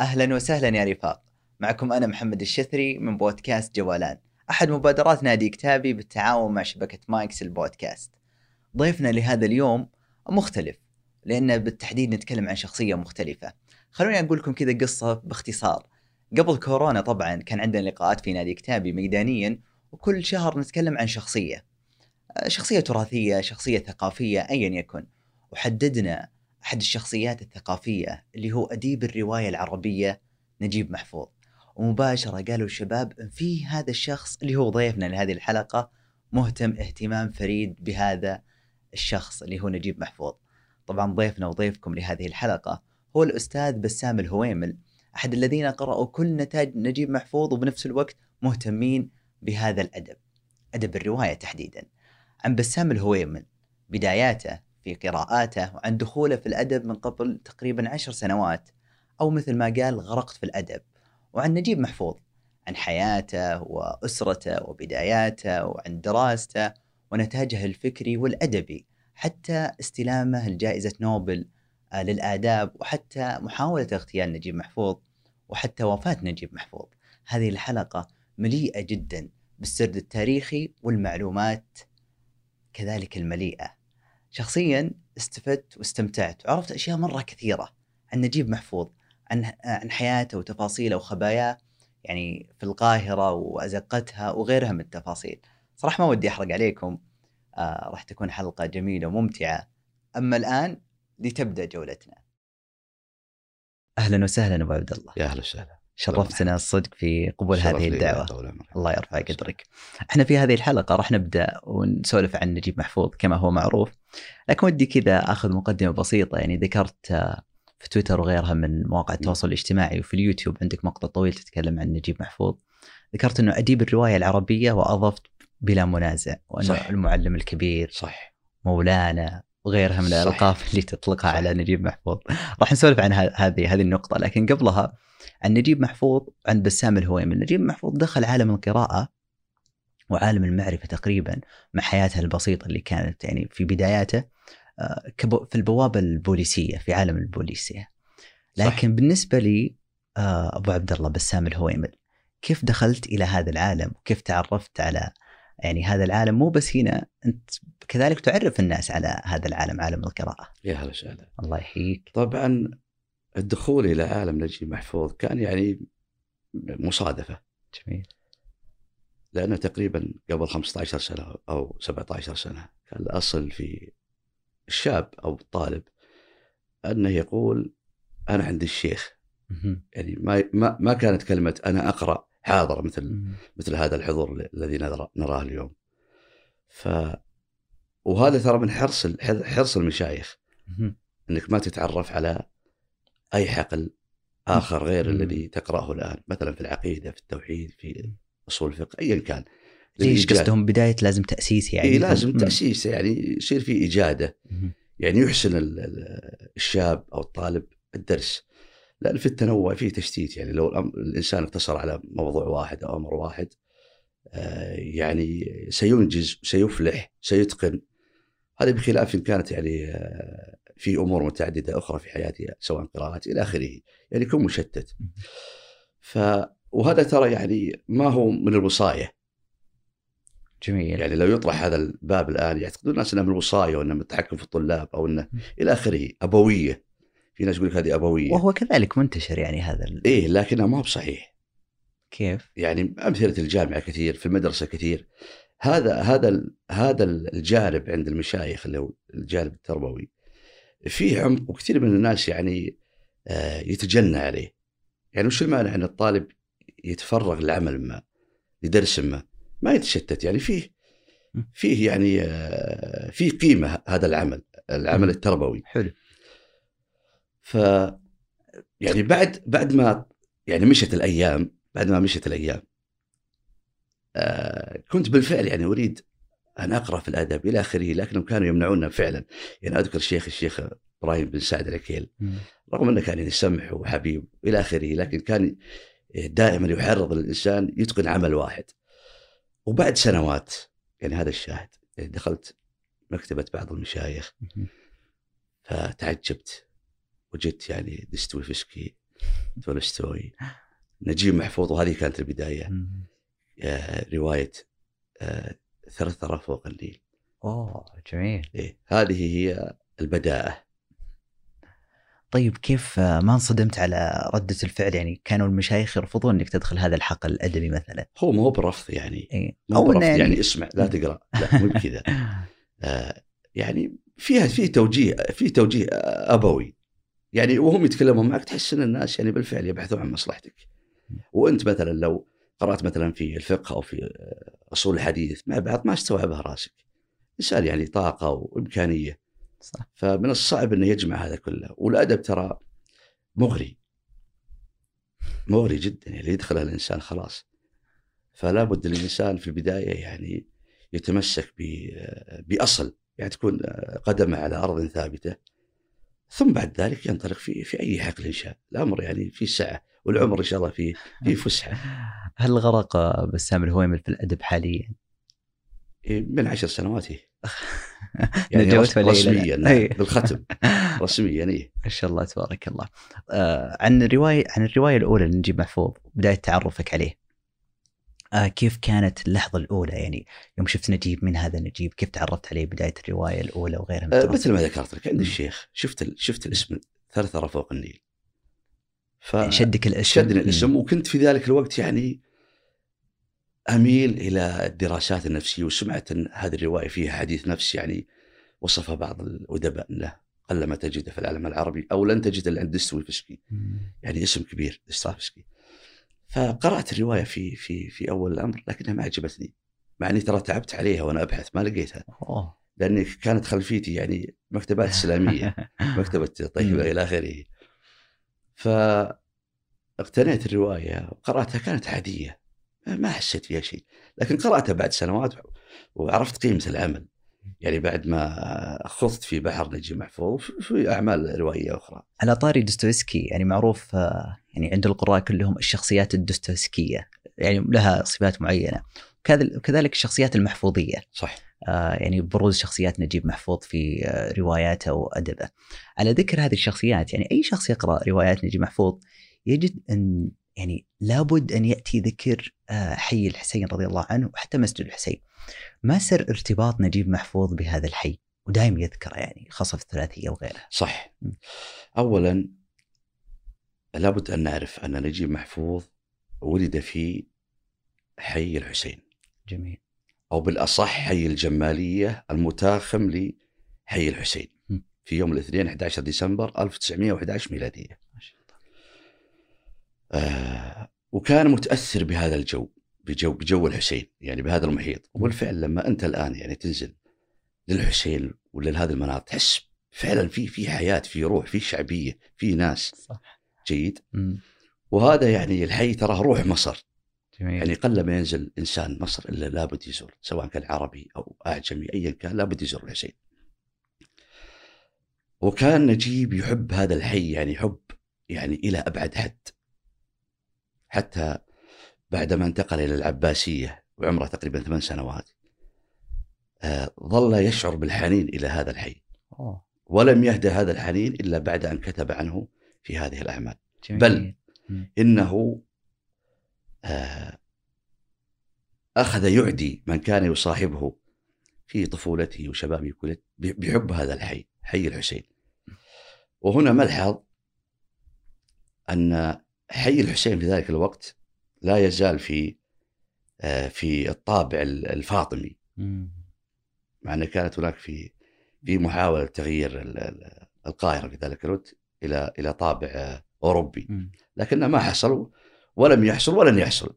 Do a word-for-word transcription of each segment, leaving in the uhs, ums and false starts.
أهلا وسهلا يا رفاق، معكم أنا محمد الشثري من بودكاست جوالان، أحد مبادرات نادي كتابي بالتعاون مع شبكة مايكس البودكاست. ضيفنا لهذا اليوم مختلف، لأن بالتحديد نتكلم عن شخصية مختلفة. خلوني أقول لكم كذا قصة باختصار. قبل كورونا طبعا كان عندنا لقاءات في نادي كتابي ميدانيا، وكل شهر نتكلم عن شخصية شخصية تراثية، شخصية ثقافية، أيا يكن. وحددنا أحد الشخصيات الثقافية اللي هو أديب الرواية العربية نجيب محفوظ. ومباشرة قالوا الشباب إن في هذا الشخص اللي هو ضيفنا لهذه الحلقة مهتم اهتمام فريد بهذا الشخص اللي هو نجيب محفوظ. طبعا ضيفنا وضيفكم لهذه الحلقة هو الأستاذ بسام الهويمل، أحد الذين قرأوا كل نتاج نجيب محفوظ وبنفس الوقت مهتمين بهذا الأدب، أدب الرواية تحديداً. عن بسام الهويمل بداياته في قراءاته، وعن دخوله في الأدب من قبل تقريبا عشر سنوات، أو مثل ما قال غرقت في الأدب. وعن نجيب محفوظ، عن حياته وأسرته وبداياته، وعن دراسته ونتاجه الفكري والأدبي، حتى استلامه الجائزة نوبل للآداب، وحتى محاولة اغتيال نجيب محفوظ، وحتى وفاة نجيب محفوظ. هذه الحلقة مليئة جدا بالسرد التاريخي والمعلومات كذلك المليئة. شخصيا استفدت واستمتعت وعرفت أشياء مرة كثيرة عن نجيب محفوظ، عن عن حياته وتفاصيله وخباياه، يعني في القاهرة وأزقتها وغيرها من التفاصيل. صراحة ما ودي أحرق عليكم، آه راح تكون حلقة جميلة وممتعة. أما الآن لتبدأ جولتنا. أهلا وسهلا أبو عبد الله. يا أهلا وسهلا، شرفتنا الصدق في قبول هذه الدعوة. الله يرفع قدرك. احنا في هذه الحلقة راح نبدأ ونسولف عن نجيب محفوظ كما هو معروف، لكن ودي كذا أخذ مقدمة بسيطة. يعني ذكرت في تويتر وغيرها من مواقع التواصل الاجتماعي وفي اليوتيوب عندك مقطع طويل تتكلم عن نجيب محفوظ. ذكرت أنه أديب الرواية العربية، وأضفت بلا منازع وأنه صح. المعلم الكبير صح. مولانا وغيرها من الألقاب اللي تطلقها صح. على نجيب محفوظ. راح نسولف عن هذه هذه النقطة، لكن قبلها عن نجيب محفوظ، عن بسام الهويمل. نجيب محفوظ دخل عالم القراءة وعالم المعرفة تقريبا مع حياته البسيطة اللي كانت يعني في بداياته في البوابة البوليسية، في عالم البوليسية. لكن صح. بالنسبة لي أبو عبد الله بسام الهويمل، كيف دخلت إلى هذا العالم وكيف تعرفت على يعني هذا العالم؟ مو بس هنا، أنت كذلك تعرف الناس على هذا العالم، عالم القراءة. يا هلا وسهلا. الله يحييك. طبعا الدخول إلى عالم نجيب محفوظ كان يعني مصادفة. جميل. لأنه تقريبا قبل خمسة عشر سنة أو سبعة عشر سنة كان الأصل في الشاب أو الطالب أنه يقول أنا عند الشيخ. يعني ما ما ما كانت كلمة أنا أقرأ حاضر مثل مثل هذا الحضور الذي نراه اليوم. ف وهذا ترى من حرص حرص المشايخ أنك ما تتعرف على أي حقل آخر غير الذي تقرأه الآن، مثلا في العقيدة، في التوحيد، في أصول الفقه، أيا كان. ليش قصدهم بداية لازم تأسيس؟ يعني إيه لازم تأسيس، يعني يصير في إجادة، يعني يحسن الشاب أو الطالب الدرس. لأن في التنوع فيه تشتيت، يعني لو الإنسان اقتصر على موضوع واحد أو أمر واحد يعني سينجز، سيفلح، سيتقن. هذا بخلاف إن كانت يعني في أمور متعددة أخرى في حياتي سواء قراءات إلى آخره، يعني يكون مشتت. ف وهذا ترى يعني ما هو من الوصاية. جميل. يعني لو يطرح هذا الباب الآن يعتقدون الناس أنه من الوصاية وأنه من التحكم في الطلاب أو أنه إلى آخره، أبوية. في ناس يقول لك هذه أبوية، وهو كذلك منتشر يعني هذا ال... إيه، لكنه ما بصحيح. كيف؟ يعني أمثلة الجامعة كثير، في المدرسة كثير. هذا هذا هذا الجانب عند المشايخ اللي هو الجانب التربوي فيه عمق، وكثير من الناس يعني يتجنى عليه. يعني وش المانع أن الطالب يتفرغ لعمل ما، لدرس ما، ما يتشتت؟ يعني فيه فيه يعني فيه قيمة هذا العمل، العمل التربوي. حلو. ف يعني بعد بعد ما يعني مشت الأيام، بعد ما مشت الأيام آه كنت بالفعل يعني أريد أن أقرأ في الأدب إلى آخره، لكنهم كانوا يمنعوننا فعلا. يعني أذكر الشيخ الشيخ إبراهيم بن سعد العكيل، رغم أنه كان يعني سمح وحبيب إلى آخره، لكن كان دائما يحرض الإنسان يتقن عمل واحد. وبعد سنوات يعني هذا الشاهد، يعني دخلت مكتبة بعض المشايخ فتعجبت، وجدت يعني دستويفسكي تولستوي، نجيب محفوظ، وهذه كانت البداية. آه رواية آه ثرثرة فوق النيل. أوه جميل. إيه هذه هي البداءة. طيب كيف ما انصدمت على ردة الفعل؟ يعني كانوا المشايخ يرفضون انك تدخل هذا الحقل الادبي مثلا؟ هو مو بالرفض يعني، إيه؟ مو بالرفض يعني, يعني اسمع لا تقرأ، لا مو بكذا. آه يعني فيها في توجيه في توجيه أبوي يعني، وهم يتكلمون معك تحس ان الناس يعني بالفعل يبحثون عن مصلحتك. وانت مثلا لو قرأت مثلا في الفقه او في اصول الحديث مع بعض ما استوعبها راسك، إنسان يعني طاقة وإمكانية. صح. فمن الصعب أنه يجمع هذا كله. والأدب ترى مغري مغري جدا، يعني يدخله الإنسان خلاص. فلا بد الإنسان في البداية يعني يتمسك بأصل، يعني تكون قدمه على أرض ثابتة، ثم بعد ذلك ينطلق في في أي حقل شاء. الأمر يعني في سعة، والعمر إن شاء الله في في فسحة. هل غرق بسام الهويمل في الأدب حاليا؟ من عشر سنوات يعني نجوت رسميا نعم. بالختم رسميا. إيه ما شاء الله تبارك الله. آه عن الرواية عن الرواية الأولى لنجيب محفوظ، بداية تعرفك عليه، آه كيف كانت اللحظة الأولى؟ يعني يوم شفت نجيب، من هذا نجيب؟ كيف تعرفت عليه؟ بداية الرواية الأولى وغيرها. آه مثل ما ذكرت لك، عند الشيخ شفت ال... شفت الاسم ثرثرة فوق النيل، فشدك الاسم. شدني الاسم. وكنت في ذلك الوقت يعني أميل إلى الدراسات النفسية، وسمعت أن هذه الرواية فيها حديث نفس، يعني وصف بعض الأدباء أنه قلما تجده في العالم العربي، أو لن تجد إلا عند دستويفسكي، يعني اسم كبير دستويفسكي. فقرأت الرواية في في في أول الأمر، لكنها ما عجبتني، مع أني ترى تعبت عليها وأنا أبحث ما لقيتها، لأن كانت خلفيتي يعني مكتبات إسلامية، مكتبة طيبة إلى آخره. فاقتنيت الرواية وقرأتها، كانت عادية، ما حسيت فيها شيء. لكن قرأتها بعد سنوات وعرفت قيمة العمل، يعني بعد ما خضت في بحر نجيب محفوظ في أعمال روائية أخرى. على طاري دوستويفسكي، يعني معروف يعني عند القراء كلهم الشخصيات الدوستويفسكية يعني لها صفات معينة، وكذلك الشخصيات المحفوظية. صح. آه يعني بروز شخصيات نجيب محفوظ في رواياته وأدبه. على ذكر هذه الشخصيات، يعني أي شخص يقرأ روايات نجيب محفوظ يجد أن يعني لابد أن يأتي ذكر حي الحسين رضي الله عنه، وحتى مسجد الحسين. ما سر ارتباط نجيب محفوظ بهذا الحي ودائما يذكره، يعني خاصة في الثلاثية وغيرها؟ صح. أولا لابد أن نعرف أن نجيب محفوظ ولد في حي الحسين. جميل. أو بالأصح حي الجمالية المتاخم لحي الحسين في يوم الاثنين أحد عشر ديسمبر ألف وتسعمائة وأحد عشر ميلادية. آه وكان متأثر بهذا الجو، بجو, بجو الحسين، يعني بهذا المحيط. والفعل لما أنت الآن يعني تنزل للحسين ولا هذه المناطق، تحس فعلا في في حياة، في روح، في شعبية، في ناس. صح. جيد. م. وهذا يعني الحي تراه روح مصر. جميل. يعني قل ما ينزل إنسان مصر إلا لابد يزور، سواء كان عربي أو أعجمي أيا كان لابد يزور الحسين. وكان نجيب يحب هذا الحي، يعني حب يعني إلى أبعد حد، حتى بعدما انتقل إلى العباسية وعمره تقريبا ثمان سنوات آه ظل يشعر بالحنين إلى هذا الحي. أوه. ولم يهدأ هذا الحنين إلا بعد أن كتب عنه في هذه الأعمال. جميل. بل م. إنه آه أخذ يعدي من كان يصاحبه في طفولته وشبابه كله بحب هذا الحي، حي الحسين. وهنا ملحظ أن حي الحسين في ذلك الوقت لا يزال في في الطابع الفاطمي، مع أن كانت هناك في في محاولة تغيير القاهرة في ذلك الوقت إلى إلى طابع أوروبي، لكنه ما حصل ولم يحصل ولن يحصل.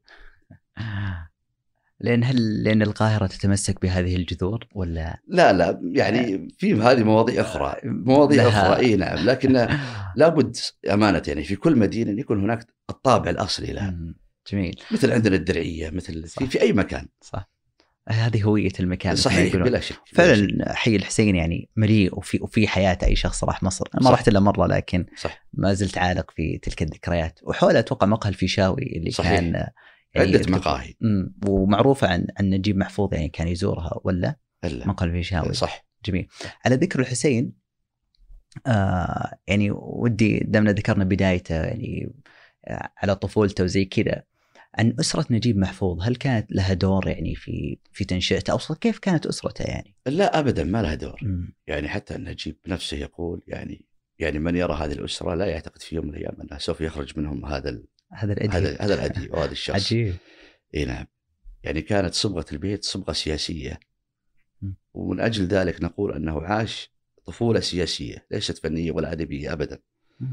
لأن هل لأن القاهرة تتمسك بهذه الجذور ولا لا؟ لا يعني في هذه مواضيع أخرى، مواضيع أخرى إيه نعم، لكن لابد أمانة يعني في كل مدينة أن يكون هناك الطابع الأصلي لها. جميل. مثل عندنا الدرعية، مثل في, في أي مكان. صح. هذه هوية المكان. صحيح بلا شك. فعلا حي الحسين يعني مليء وفي وفي حياة أي شخص راح مصر. أنا ما رحت إلا مرة، لكن صح. ما زلت عالق في تلك الذكريات. وحول أتوقع مقهى الفيشاوي اللي صحيح. كان يعني عدة مقاهي ومعروفة عن عن نجيب محفوظ، يعني كان يزورها ولا إلا. مقهى الفيشاوي. صح. جميل. على ذكر الحسين، آه يعني ودي دامنا ذكرنا بدايته يعني آه على طفولته وزي كذا، عن أسرة نجيب محفوظ، هل كانت لها دور يعني في في تنشئته أو كيف كانت أسرته يعني؟ لا أبدا ما لها دور. م. يعني حتى نجيب نفسه يقول يعني يعني من يرى هذه الأسرة لا يعتقد في يوم من الأيام أنها سوف يخرج منهم هذا ال... هذا الأديب هذا هذا الأديب وهذا الشخص. عجيب. إيه نعم. يعني كانت صبغة البيت صبغة سياسية، م. ومن أجل ذلك نقول أنه عاش طفولة سياسية ليست فنية ولا أدبية أبدا. م.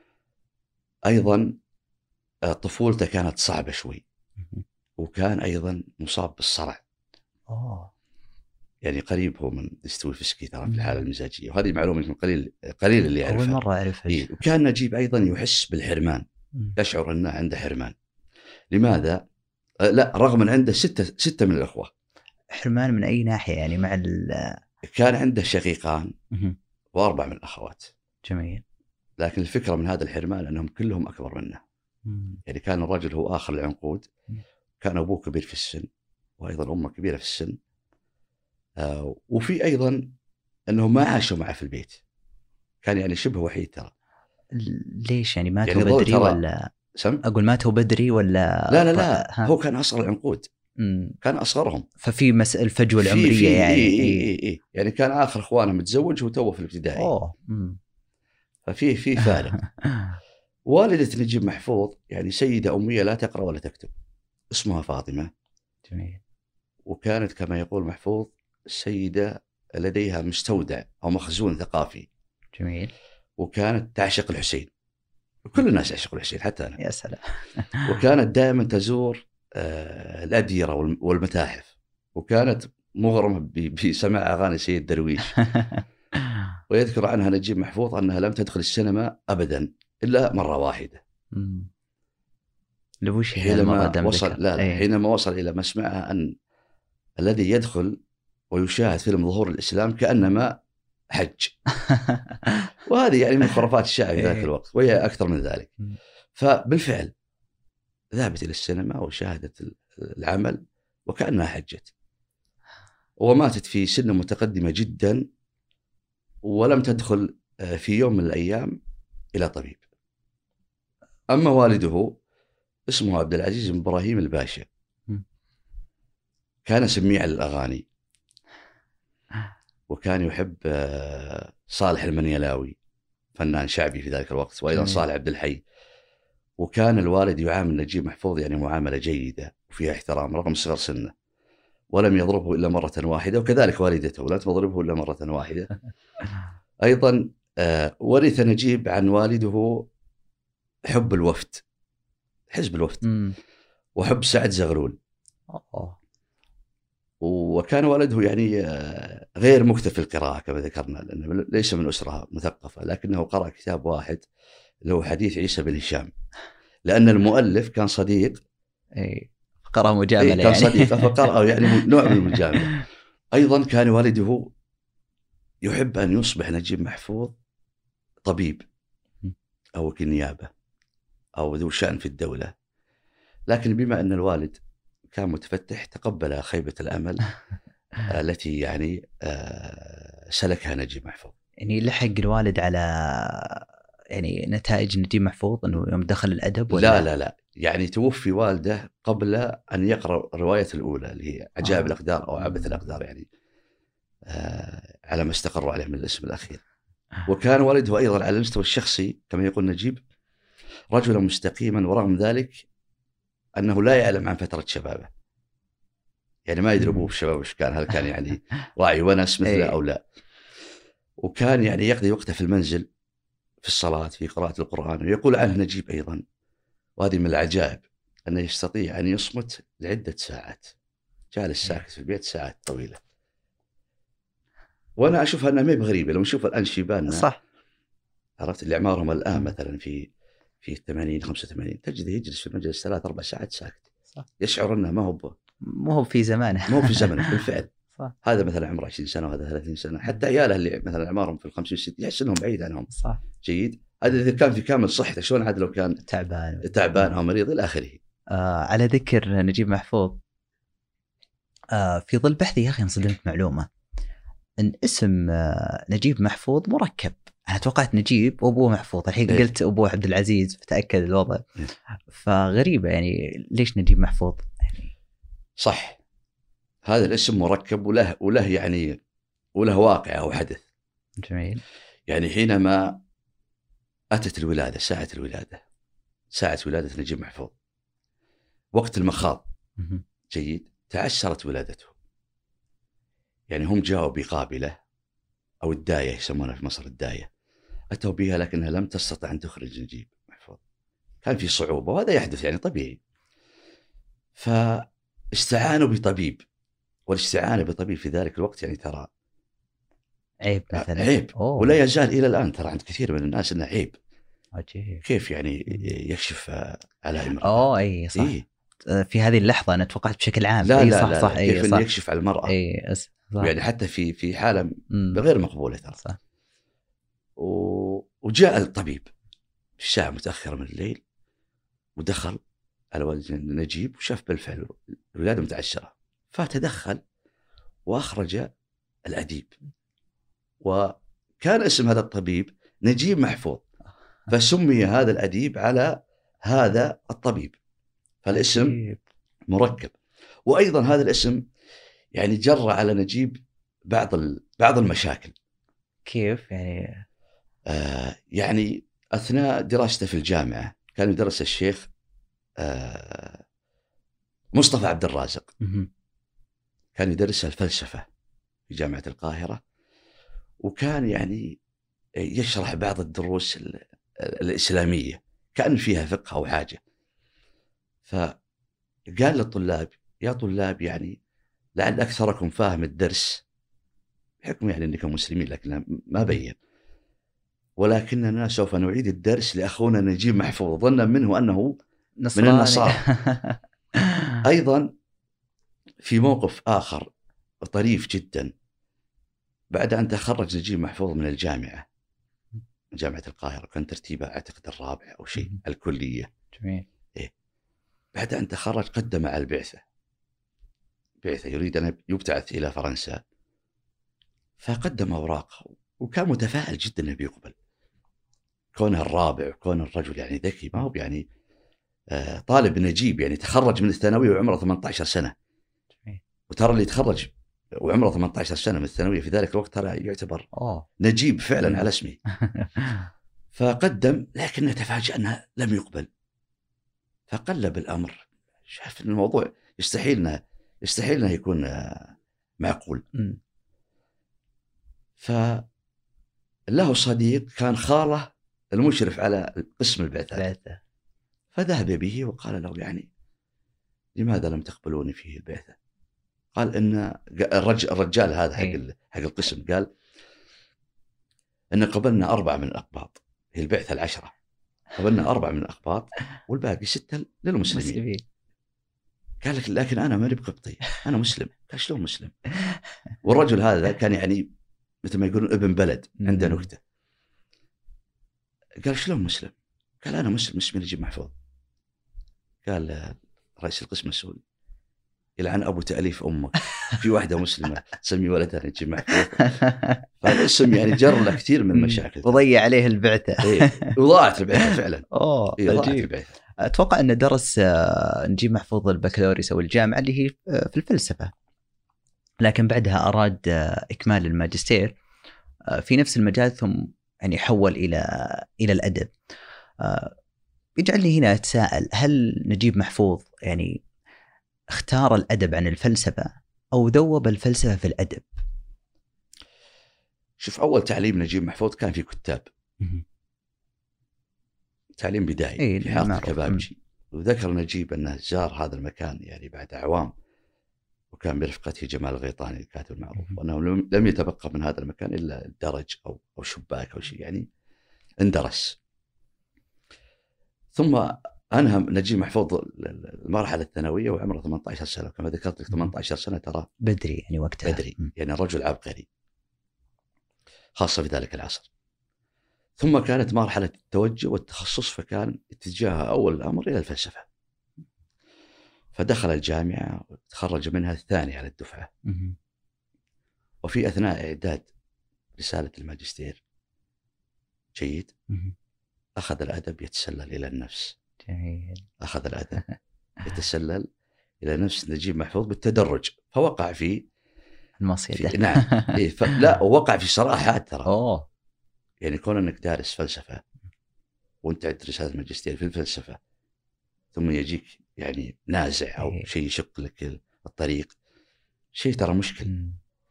أيضا طفولته كانت صعبة شوي، م. وكان أيضا مصاب بالصرع. أوه. يعني قريب هو من دستويفسكي ترى في الحالة المزاجية، وهذه معلومة يمكن قليل قليل اللي يعرفها. أول مرة أعرفها. إيه. وكان نجيب أيضا يحس بالحرمان، م. يشعر أنه عنده حرمان. لماذا؟ أه لا، رغم أن عنده ستة ستة من الأخوة. حرمان من أي ناحية يعني؟ مع ال كان عنده شقيقان م. وأربع من الأخوات. جميل. لكن الفكرة من هذا الحرمان أنهم كلهم أكبر منه. م. يعني كان الرجل هو آخر العنقود، كان أبوه كبير في السن وأيضا أمه كبيرة في السن. آه وفي أيضا أنهم ما عاشوا معه في البيت، كان يعني شبه وحيد ترى. ليش يعني ماتوا يعني بدري ولا سم؟ أقول ماتوا بدري ولا لا لا لا ها. هو كان أصغر العنقود، م. كان أصغرهم، ففي مسألة الفجوة العمرية في في يعني. إيه إيه إيه إيه. يعني كان آخر إخوانه متزوج وتوه في الابتدائي. أوه. م. ففيه في فارق. والدة نجيب محفوظ يعني سيدة أمية لا تقرأ ولا تكتب، اسمها فاطمة. جميل. وكانت كما يقول محفوظ سيدة لديها مستودع أو مخزون ثقافي. جميل. وكانت تعشق الحسين، وكل الناس يعشقوا الحسين حتى أنا. يا سلام. وكانت دائما تزور آه الأديرة والمتاحف، وكانت مغرمة بسماع أغاني سيد درويش. ويذكر عنها نجيب محفوظ أنها لم تدخل السينما أبدا إلا مرة واحدة. لوش حينما وصل لا لا حينما وصل إلى مسمعها أن الذي يدخل ويشاهد فيلم ظهور الإسلام كأنما حج. وهذه يعني من خرافات الشعب في ذاك الوقت، وهي أكثر من ذلك. فبالفعل ذهبت إلى السينما وشاهدت العمل وكأنها حجت، وماتت في سن متقدمة جدا، ولم تدخل في يوم من الأيام إلى طبيب. أما والده اسمه عبد العزيز بن إبراهيم الباشا، كان سميع للأغاني، وكان يحب صالح المنيلاوي فنان شعبي في ذلك الوقت، وأيضا صالح عبد الحي. وكان الوالد يعامل نجيب محفوظ يعني معاملة جيدة وفيها احترام رغم صغر سنه، ولم يضربه إلا مرة واحدة، وكذلك والدته لا تضربه إلا مرة واحدة. أيضا ورث نجيب عن والده حب الوفد، حزب الوفد، وحب سعد زغلول. وكان والده يعني غير مكتف في القراءة كما ذكرنا، لأنه ليس من أسرة مثقفة، لكنه قرأ كتاب واحد اللي هو حديث عيسى بن هشام، لأن المؤلف كان صديق. أي قرأ مجاملة كان يعني. صديق فقرأ يعني نوع من المجاملة. أيضا كان والده يحب أن يصبح نجيب محفوظ طبيب أو وكيل نيابة أو ذو شأن في الدولة، لكن بما أن الوالد كان متفتح تقبل خيبة الأمل التي يعني سلكها نجيب محفوظ. يعني لحق الوالد على يعني نتائج نجيب محفوظ أنه يوم دخل الأدب ولا؟ لا لا لا يعني توفي والده قبل أن يقرأ الرواية الأولى اللي هي عجائب آه. الأقدار أو عبث الأقدار، يعني آه على ما استقروا عليه من الاسم الأخير. وكان والده أيضا على المستوى الشخصي كما يقول نجيب رجلا مستقيما، ورغم ذلك أنه لا يعلم عن فترة شبابه، يعني ما يدري أبوه الشباب وش كان، هل كان يعني راعي ونس مثله أو لا. وكان يعني يقضي وقته في المنزل في الصلاة في قراءة القرآن. ويقول عنه نجيب أيضا، وهذه من العجائب، أنه يستطيع أن يصمت لعدة ساعات، جالس ساكت في البيت ساعات طويلة. وأنا أشوف أنها ما هي بغريبة لو نشوف الآن شيباننا، صح، عرفت اللي أعمارهم الآن مثلا في في الثمانين خمسة وثمانين تجده يجلس في المجلس ثلاث أربع ساعات ساكت، صح. يشعر أنه ما هو ما هو في زمانه ما هو في زمنه بالفعل. صح. هذا مثلا عمره عشرين سنة وهذا ثلاثين سنة، حتى عياله اللي مثلا أعمارهم في الخمسين والستين يحس أنهم بعيد عنهم. صح. جيد. هذا إذا كان في كامل صحته، شلون عاد لو كان تعبان تعبان أو مريض إلى آخره. آه على ذكر نجيب محفوظ، آه في ظل بحثي يا أخي انصدمت معلومة، إن اسم آه نجيب محفوظ مركب أنا توقعت نجيب وأبوه محفوظ، الحين إيه؟ قلت أبوه عبد العزيز فتأكد الوضع. إيه؟ فغريبة يعني ليش نجيب محفوظ؟ صح، هذا الاسم مركب وله وله يعني وله واقع أو حدث. جميل. يعني حينما أتت الولادة، ساعة الولادة، ساعة ولادة نجيب محفوظ، وقت المخاض، جيد، تعسرت ولادته. يعني هم جاءوا بقابلة أو الداية يسمونها في مصر الداية، أتوا بها لكنها لم تستطع أن تخرج نجيب محفوظ، كان في صعوبة، وهذا يحدث يعني طبيعي. فاستعانوا بطبيب، والاستعانة بطبيب في ذلك الوقت يعني ترى عيب مثلا. عيب، أوه. ولا يزال إلى الآن ترى عند كثير من الناس أنه عيب. عجيب. كيف يعني يكشف على امرأة؟ أوه أي صح. إيه؟ في هذه اللحظة أنا توقعت بشكل عام. لا أي لا صح لا, صح. لا. أي كيف صح. أن يكشف على المرأة؟ أي صح. يعني حتى في في حالة مم. غير مقبولة ترى. صح. و... وجاء الطبيب في الساعة متأخرة من الليل، ودخل على والد نجيب وشاف بالفعل الولادة متعشرة، فتدخل وأخرج الأديب، وكان اسم هذا الطبيب نجيب محفوظ، فسمي هذا الأديب على هذا الطبيب، فالاسم مركب. وأيضا هذا الاسم يعني جر على نجيب بعض بعض المشاكل. كيف يعني؟ آه يعني أثناء دراسته في الجامعة كان يدرس الشيخ آه مصطفى عبد الرازق، كان يدرس الفلسفة في جامعة القاهرة، وكان يعني يشرح بعض الدروس الإسلامية كأن فيها فقه أو حاجة. فقال للطلاب: يا طلاب، يعني لعل أكثركم فاهم الدرس بحكم يعني أنكم مسلمين، لكن ما بين، ولكننا سوف نعيد الدرس لأخونا نجيب محفوظ ظنا منه أنه نصراني. من النصارى. أيضا في موقف آخر طريف جدا، بعد أن تخرج نجيب محفوظ من الجامعة، من جامعة القاهرة، كان ترتيبه أعتقد الرابع أو شيء الكلية. جميل. إيه. بعد أن تخرج قدم على البعثة، بعثة يريد أن يبتعث إلى فرنسا، فقدم أوراقه وكان متفائل جدا أنه بيقبل، كونه الرابع وكون الرجل يعني ذكي، ما هو يعني آه طالب نجيب، يعني تخرج من الثانوية وعمره ثمانية عشر سنة. وترى اللي يتخرج وعمره ثمانية عشر سنة من الثانوية في ذلك الوقت ترى يعتبر أوه. نجيب فعلا على اسمه. فقدم، لكنه تفاجأ أنه لم يقبل، فقلب الأمر، شاف أن الموضوع يستحيل أنه يستحيل أنه يكون معقول. فله صديق كان خاله المشرف على قسم البعثات، فذهب به وقال له: يعني لماذا لم تقبلوني في البعثة؟ قال إن الرجال, الرجال هذا حق حق القسم قال إن قبلنا أربعة من الأقباط، هي البعثة العشرة، قبلنا أربعة من الأقباط والباقي ستة للمسلمين. قال لك: لكن أنا ماني بقبطي، أنا مسلم. قال: شلون مسلم؟ والرجل هذا كان يعني مثل ما يقولون ابن بلد، عنده نكتة. قال: شلون مسلم؟ قال: أنا مسلم، اسمي نجيب محفوظ. قال رئيس القسم مسؤول: يلعن أبو تأليف أمك، في واحدة مسلمة تسمي ولدها نجيب محفوظ. فالاسم يعني جر له كثير من المشاكل، وضيع عليه البعثة. إيه، وضاعت البعثة فعلا. أوه إيه، ضاعت البعثة. أتوقع أنه درس نجيب محفوظ البكالوريوس أو الجامعة اللي هي في الفلسفة، لكن بعدها أراد إكمال الماجستير في نفس المجال، ثم يعني حول إلى إلى الأدب. يجعلني هنا أتساءل: هل نجيب محفوظ يعني اختار الأدب عن الفلسفة أو ذوب الفلسفة في الأدب؟ شوف، أول تعليم نجيب محفوظ كان في كتاب، تعليم بدائي إيه في حارة الكبابجي. وذكر نجيب أنه زار هذا المكان يعني بعد أعوام، وكان برفقته جمال الغيطاني الكاتب المعروف، وأنه لم يتبقى من هذا المكان إلا درج أو أو شباك أو شيء، يعني اندرس. ثم أنهى نجيب محفوظ المرحلة الثانوية وعمره ثمانية عشر سنة، كما ذكرت لك ثمانية عشر سنة ترى بدري، يعني وقتها بدري، يعني الرجل عبقري خاصة في ذلك العصر. ثم كانت مرحلة التوجه والتخصص، فكان اتجاه أول الأمر إلى الفلسفة، فدخل الجامعة وتخرج منها الثاني على الدفعة. وفي أثناء إعداد رسالة الماجستير جيد. أخذ الأدب يتسلل إلى النفس. جميل. أخذ الأدب يتسلل إلى نفس نجيب محفوظ بالتدرج، فوقع في المصيدة. في نعم إيه ف... لا ووقع في صراحات ترى. أوه. يعني كون أنك دارس فلسفة وأنت تدرس هذا الماجستير في الفلسفة، ثم يجيك يعني نازع أو إيه. شيء يشق لك الطريق، شيء ترى مشكل. مم.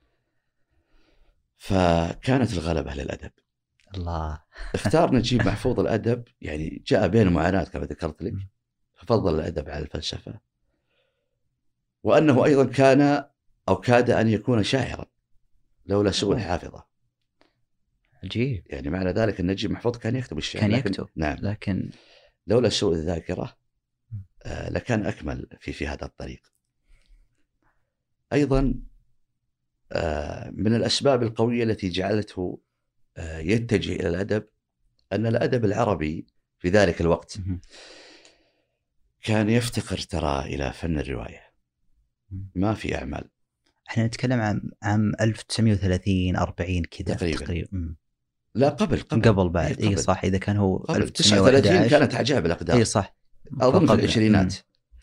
فكانت الغلبة للأدب. الله. اختار نجيب محفوظ الأدب، يعني جاء بين معاناة كما ذكرت لك، مم. ففضل الأدب على الفلسفة، وأنه أيضا كان أو كاد أن يكون شاعرا لولا سوء أوه. الحافظة. عجيب. يعني معنى ذلك أن نجيب محفوظ كان يكتب الشعر، كان لكن يكتب. نعم لكن لولا سوء الذاكرة آه لكان أكمل في في هذا الطريق. أيضا آه من الأسباب القوية التي جعلته آه يتجه إلى الأدب أن الأدب العربي في ذلك الوقت كان يفتقر ترى إلى فن الرواية. ما في أعمال. احنا نتكلم عن عام ألف وتسعمائة وثلاثين أربعين كذا تقريبا, تقريبا. لا قبل قبل قبل بعد. اي صح، اذا كان هو قبل ألف وتسعمائة وأحد عشر تسعة وثلاثين كانت عجائب الأقدار. اي صح، أظن في العشرينات.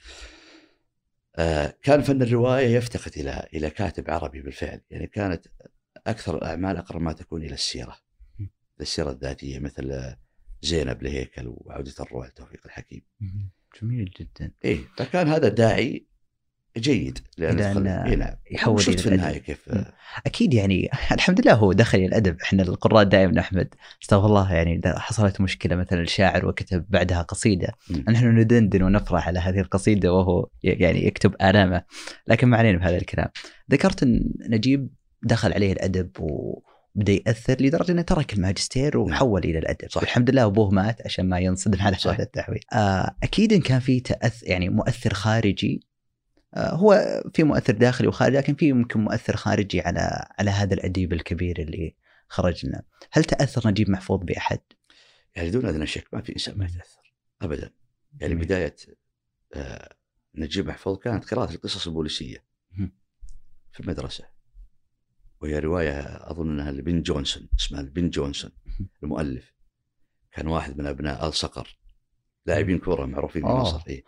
آه كان فن الرواية يفتقد إلى إلى كاتب عربي بالفعل. يعني كانت أكثر الأعمال أقرب ما تكون إلى السيرة، السيرة الذاتية، مثل زينب لهيكل وعودة الروح لتوفيق الحكيم. جميل جدا. إيه فكان هذا داعي جيد لأن إيه يحول شفت في النهاية كيف. أكيد يعني الحمد لله هو دخل الأدب. إحنا القراء دائما أحمد استغفر الله، يعني إذا حصلت مشكلة مثلا الشاعر وكتب بعدها قصيدة م. نحن ندندن ونفرح على هذه القصيدة وهو يعني يكتب آلامه. لكن ما علينا بهذا الكلام. ذكرت أن نجيب دخل عليه الأدب وبدأ يأثر لدرجة أنه ترك الماجستير وحول إلى الأدب. صح. الحمد لله أبوه مات عشان ما ينصدم على هذا التحويل. آه أكيد إن كان في تأثر يعني مؤثر خارجي. هو في مؤثر داخلي وخارجي، لكن في ممكن مؤثر خارجي على على هذا الأديب الكبير اللي خرج لنا. هل تأثر نجيب محفوظ بأحد؟ يعني دون أدنى شك ما في إنسان ما يتأثر أبدا. يعني مم. بداية آه نجيب محفوظ كانت قراءة القصص البوليسية مم. في المدرسة، وهي رواية أظن أنها لبن جونسون، اسمها لبن جونسون المؤلف. كان واحد من أبناء آل صقر، لاعبين كرة معروفين في مصر. إيه.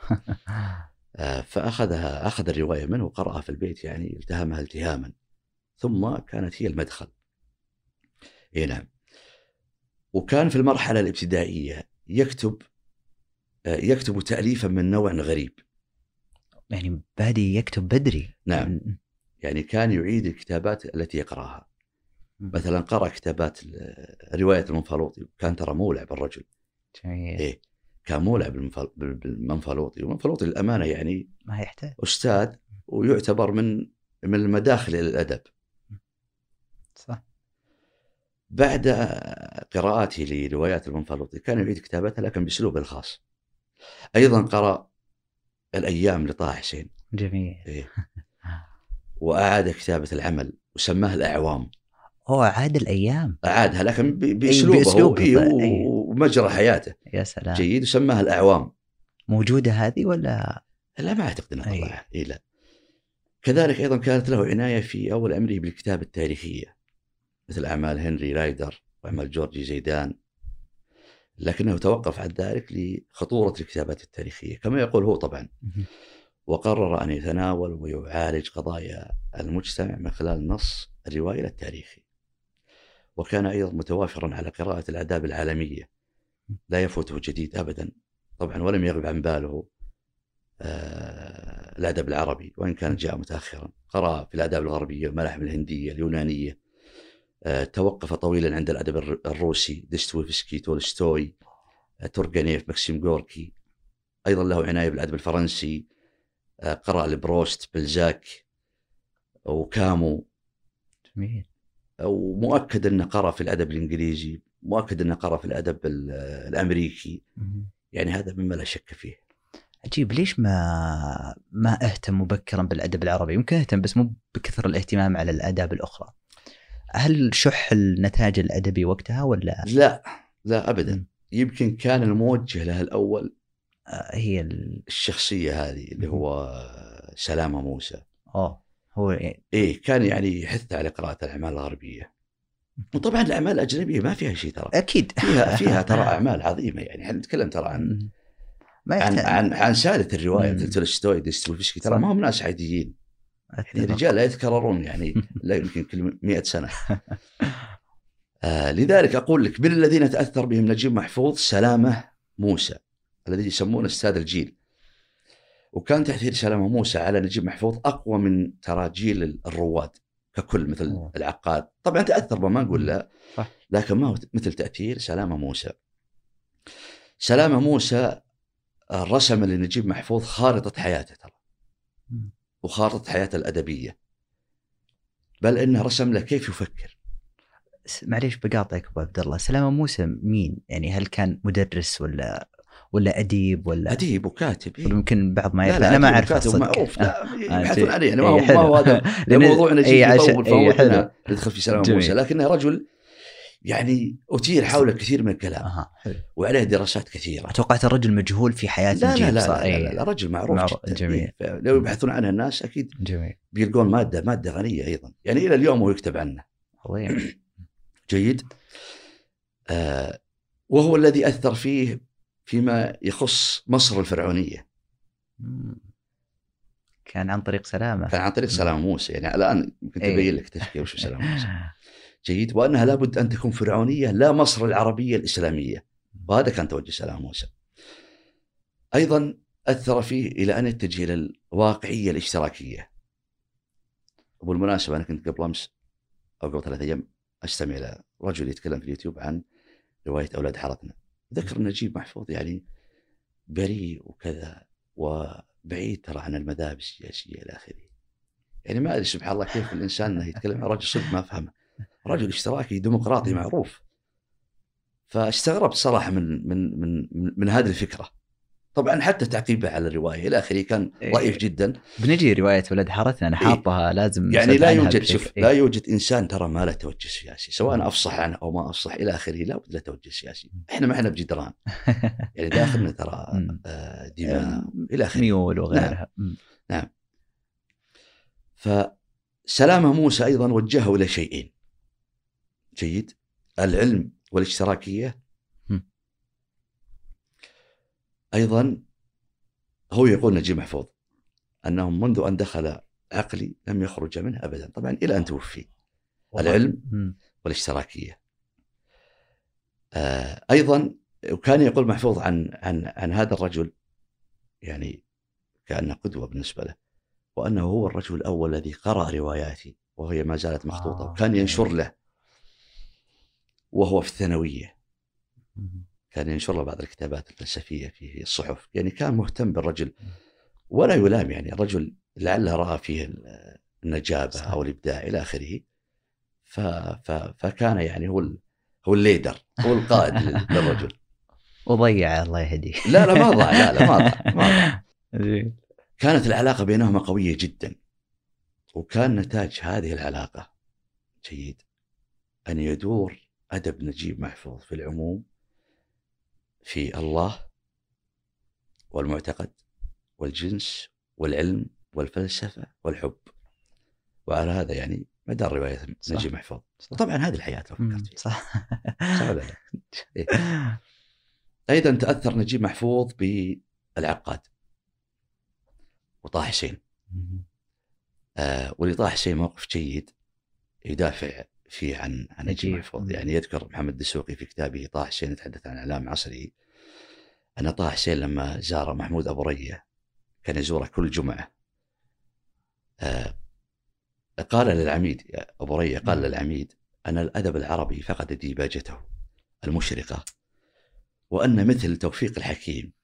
فأخذها أخذ الرواية منه وقرأها في البيت، يعني التهمها التهاما، ثم كانت هي المدخل. إيه نعم. وكان في المرحلة الابتدائية يكتب يكتب تأليفا من نوع غريب. يعني بادي يكتب بدري. نعم. يعني كان يعيد الكتابات التي يقرأها. مثلا قرأ كتابات رواية المنفلوطي، كان ترى مولع بالرجل. جميل. إيه كان مولع بالمنفلوطي، والمنفلوطي الأمانة يعني ما يحتاج أستاذ ويعتبر من من المداخل إلى الأدب. صح. بعد قراءته لروايات المنفلوطي كان يعيد كتابتها لكن بأسلوبه الخاص. أيضا قرأ الأيام لطه حسين. جميل. إيه. وأعاد كتابة العمل وسماه الأعوام. هو أعاد الأيام. أعادها لكن بأسلوبه, بأسلوبه إيه أيه. ومجرى حياته. يا سلام. جيد. وسماها الأعوام. موجودة هذه ولا؟ لا ما أعتقد أنها طلعها. إيه لا. كذلك أيضا كانت له عناية في أول أمره بالكتابة التاريخية، مثل أعمال هنري رايدر وأعمال جورجي زيدان، لكنه توقف عن ذلك لخطورة الكتابات التاريخية كما يقول هو طبعا. وقرر أن يتناول ويعالج قضايا المجتمع من خلال النص الرواية التاريخي. وكان أيضا متوافرا على قراءة الآداب العالمية، لا يفوته جديد أبدا طبعا، ولم يغب عن باله آه الأدب العربي وإن كان جاء متأخرا. قرأ في الآداب الغربية، الملاحم الهندية، اليونانية. آه توقف طويلا عند الأدب الروسي، ديستويفسكي، تولستوي، آه تورغانيف، ماكسيم غوركي. أيضا له عناية بالأدب الفرنسي، آه قرأ لبروست، بلزاك وكامو. جميل. ومؤكد أنه قرأ في الأدب الإنجليزي، مؤكد أنه قرأ في الأدب الأمريكي. يعني هذا مما لا شك فيه. عجيب. ليش ما ما اهتم مبكرا بالأدب العربي؟ يمكن اهتم بس مو بكثر الاهتمام على الآداب الأخرى. هل شح النتاج الأدبي وقتها ولا؟ لا لا أبدا. م. يمكن كان الموجه له الأول آه هي الشخصية هذه اللي هو سلامة موسى. أوه. هو يعني إيه كان يعني يحث على قراءة الأعمال الغربية. وطبعا الأعمال الأجنبية ما فيها شيء ترى، أكيد فيها فيها ترى أعمال عظيمة. يعني احنا نتكلم ترى عن ما عن, عن عن سالة الرواية مم. مثل تولستوي ديستويفسكي، ترى ما هم ناس عاديين، يعني أتفق. رجال لا يتكررون يعني لا يمكن كل مئة سنة. آه لذلك أقول لك من الذين تأثر بهم نجيب محفوظ سلامة موسى الذي يسمونه استاذ الجيل، وكان تأثير سلامة موسى على نجيب محفوظ أقوى من ترى جيل الرواد ككل، مثل أوه. العقاد طبعا تأثر بما نقول لا، صح. لكن ما هو مثل تأثير سلامة موسى. سلامة موسى رسم لنجيب محفوظ خارطة حياته ترى، وخارطة حياته الأدبية، بل إنه رسم له كيف يفكر. معليش بقاطعك أبو عبد الله، سلامة موسى مين يعني؟ هل كان مدرس ولا ولا أديب ولا أديب وكاتب؟ إيه؟ يمكن بعض ما لا يعرف. لا أنا ما أديب أعرف وكاتب معروف، لا يبحثون عليه يعني، ما هو ما هو هذا الموضوع نجيب يطول فوتنا ندخل في سلامة موسى، لكنه رجل يعني أثير حوله كثير من الكلام أه. وعليه دراسات كثيرة. توقعت الرجل مجهول في حياة لا نجيب. لا لا, لا, لا, لا رجل معروف, معروف جدا. جميل. إيه؟ لو يبحثون عنه الناس أكيد جميل. بيلقون مادة مادة غنية أيضا، يعني إلى اليوم هو يكتب عنه. جيد. آه وهو الذي أثر فيه فيما يخص مصر الفرعونية. كان عن طريق سلامة. كان عن طريق سلامة موسى. يعني الآن ممكن تبين لك تفكير وش سلامة موسى. جيد. وأنها لابد أن تكون فرعونية لا مصر العربية الإسلامية، وهذا كان توجه سلامة موسى. أيضا أثر فيه إلى أن يتجه إلى الواقعية الاشتراكية. وبالمناسبة أنا كنت قبل أمس أو قبل ثلاثة أيام أستمع إلى رجل يتكلم في اليوتيوب عن رواية أولاد حارتنا، ذكر نجيب محفوظ يعني بريء وكذا وبعيد ترى عن المذاهب السياسية إلى آخره. يعني ما أدري سبحان الله كيف الإنسان أنه يتكلم عن رجل صدق ما أفهمه، رجل اشتراكي ديمقراطي معروف. فاستغربت صراحة من من من من, من هذه الفكرة. طبعا حتى تعقيبه على الرواية إلى آخره كان ضعيف جدا. بنجي رواية ولد حارتنا أنا حاطها إيه؟ لازم يعني لا يوجد شوف إيه؟ لا يوجد إنسان ترى ما له توجه سياسي، سواء أنا أفصح عنه أو ما أفصح إلى آخره، لا بد له توجه سياسي. إحنا ما إحنا بجدران يعني داخلنا ترى دماء إلى آخره، ميول وغيرها. نعم. نعم. فسلامة موسى أيضا وجهه إلى شيئين. جيد. العلم والاشتراكية. أيضا هو يقول نجيب محفوظ أنه منذ أن دخل عقلي لم يخرج منه أبدا، طبعا إلى أن توفي. العلم والاشتراكية. آه أيضا وكان يقول محفوظ عن عن عن هذا الرجل يعني كأنه قدوة بالنسبة له، وأنه هو الرجل الأول الذي قرأ رواياتي وهي ما زالت مخطوطة، وكان ينشر له وهو في الثانوية، كان ينشر له بعض الكتابات الفلسفية في الصحف. يعني كان مهتم بالرجل ولا يلام، يعني الرجل لعله رأى فيه النجابة أو الإبداع إلى آخره. ف ف فكان يعني هو ال... هو الليدر، هو القائد للرجل. وضيع الله يهديه. لا لا ما ضاع، لا لا ما ضاع ما ضاع. كانت العلاقة بينهما قوية جدا، وكان نتاج هذه العلاقة جيد أن يدور أدب نجيب محفوظ في العموم في الله والمعتقد والجنس والعلم والفلسفة والحب، وعلى هذا يعني مدار رواية نجيب محفوظ. طبعا هذه الحياة لو فكرت فيها. صح. صح ولا لا؟ إيه؟ أيضا تأثر نجيب محفوظ بالعقاد وطه حسين. آه ولطه حسين موقف جيد يدافع فيه عن عن نجيب محفوظ. يعني يذكر محمد الدسوقي في كتابه طه حسين يتحدث عن إعلام عصره أن طه حسين لما زار محمود أبو رية كان يزوره كل جمعة. آه قال للعميد أبو رية قال للعميد أن الأدب العربي فقد ديباجته المشرقة، وأن مثل توفيق الحكيم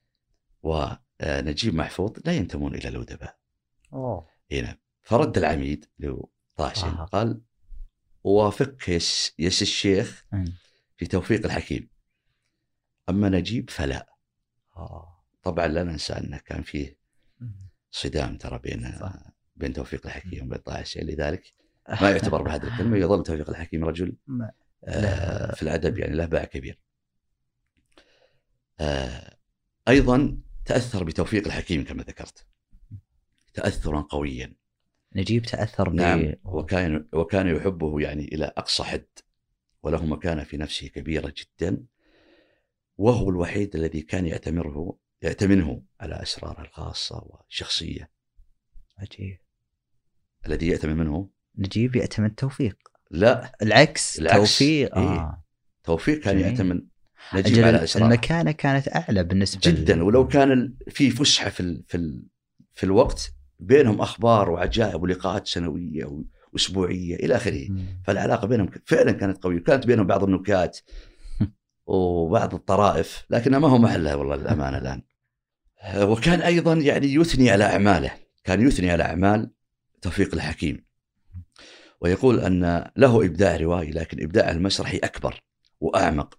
ونجيب محفوظ لا ينتمون إلى الأدباء. هنا فرد العميد لطه حسين آه. قال وافق يس, يس الشيخ في توفيق الحكيم، أما نجيب فلا. آه. طبعا لا ننسى أنه كان فيه صدام ترى بين صح. بين توفيق الحكيم وبين طه حسين، لذلك ما يعتبر بهذه الكلمة. يظل توفيق الحكيم رجل آه في الأدب يعني له باع كبير. آه أيضا تأثر بتوفيق الحكيم كما ذكرت تأثرا قويا، نجيب تأثر ب نعم، وكان وكان يحبه يعني إلى أقصى حد، وله مكانة في نفسه كبيرة جدا، وهو الوحيد الذي كان يأتمره يأتمنه على أسراره الخاصة والشخصية. عجيب. الذي يأتمن منه نجيب يأتمن توفيق. لا العكس, العكس. توفيق. إيه؟ آه. توفيق كان جميل. يأتمن نجيب على أسراره. المكانة كانت أعلى بالنسبة جدا ل... ولو كان في فسحة في ال... في ال... في الوقت بينهم أخبار وعجائب ولقاءات سنوية وأسبوعية إلى آخره. فالعلاقة بينهم فعلا كانت قوية، كانت بينهم بعض النكات وبعض الطرائف، لكنها ما هو محلها والله الأمانة الآن. وكان أيضا يعني يثني على أعماله، كان يثني على أعمال توفيق الحكيم، ويقول أن له إبداع روائي لكن إبداعه المسرحي أكبر وأعمق.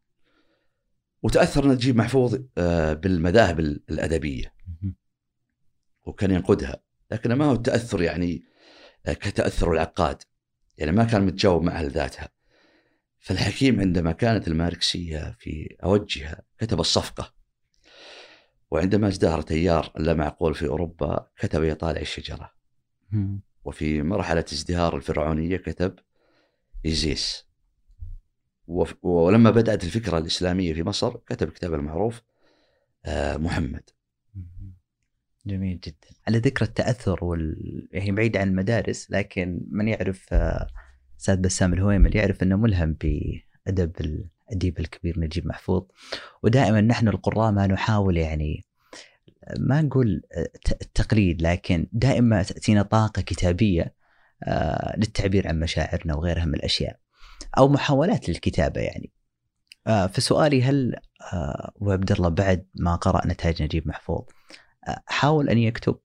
وتأثر نجيب محفوظ بالمذاهب الأدبية وكان ينقدها، لكن ما هو التأثر يعني كتأثر العقاد، يعني ما كان متجاوب مع ذاتها. فالحكيم عندما كانت الماركسية في أوجها كتب الصفقة، وعندما ازدهر تيار اللامعقول في أوروبا كتب يطالع الشجرة، وفي مرحلة ازدهار الفرعونية كتب إيزيس، ولما بدأت الفكرة الإسلامية في مصر كتب كتاب المعروف محمد. جميل جدا. على ذكر التأثر وال... يعني بعيد عن المدارس، لكن من يعرف أستاذ بسام الهويمل يعرف أنه ملهم بأدب الأديب الكبير نجيب محفوظ. ودائما نحن القراء ما نحاول يعني ما نقول التقليد، لكن دائما تأتينا طاقة كتابية للتعبير عن مشاعرنا وغيرها من الأشياء أو محاولات للكتابة يعني. فسؤالي، هل أبو عبد الله بعد ما قرأ نتائج نجيب محفوظ حاول أن يكتب؟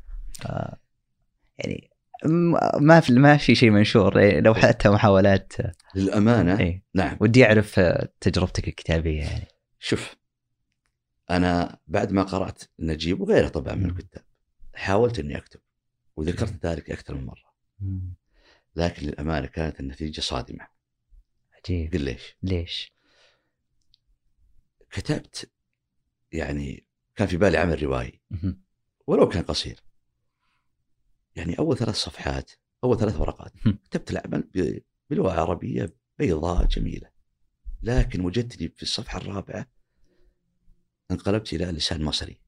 يعني ما في ما في شيء منشور لو حتى محاولات للأمانة. إيه؟ نعم. ودي أعرف تجربتك الكتابية يعني. شوف، أنا بعد ما قرأت نجيب وغيره طبعا من الكتاب حاولت أني أكتب، وذكرت ذلك أكثر من مرة، لكن للأمانة كانت النتيجة صادمة. عجيب. قل ليش؟ ليش؟ كتبت يعني كان في بالي عمل روائي ولو كان قصير، يعني أول ثلاث صفحات أول ثلاث ورقات كتبت العمل بلغة عربية بيضاء جميلة، لكن وجدتني في الصفحة الرابعة انقلبت إلى لسان مصري.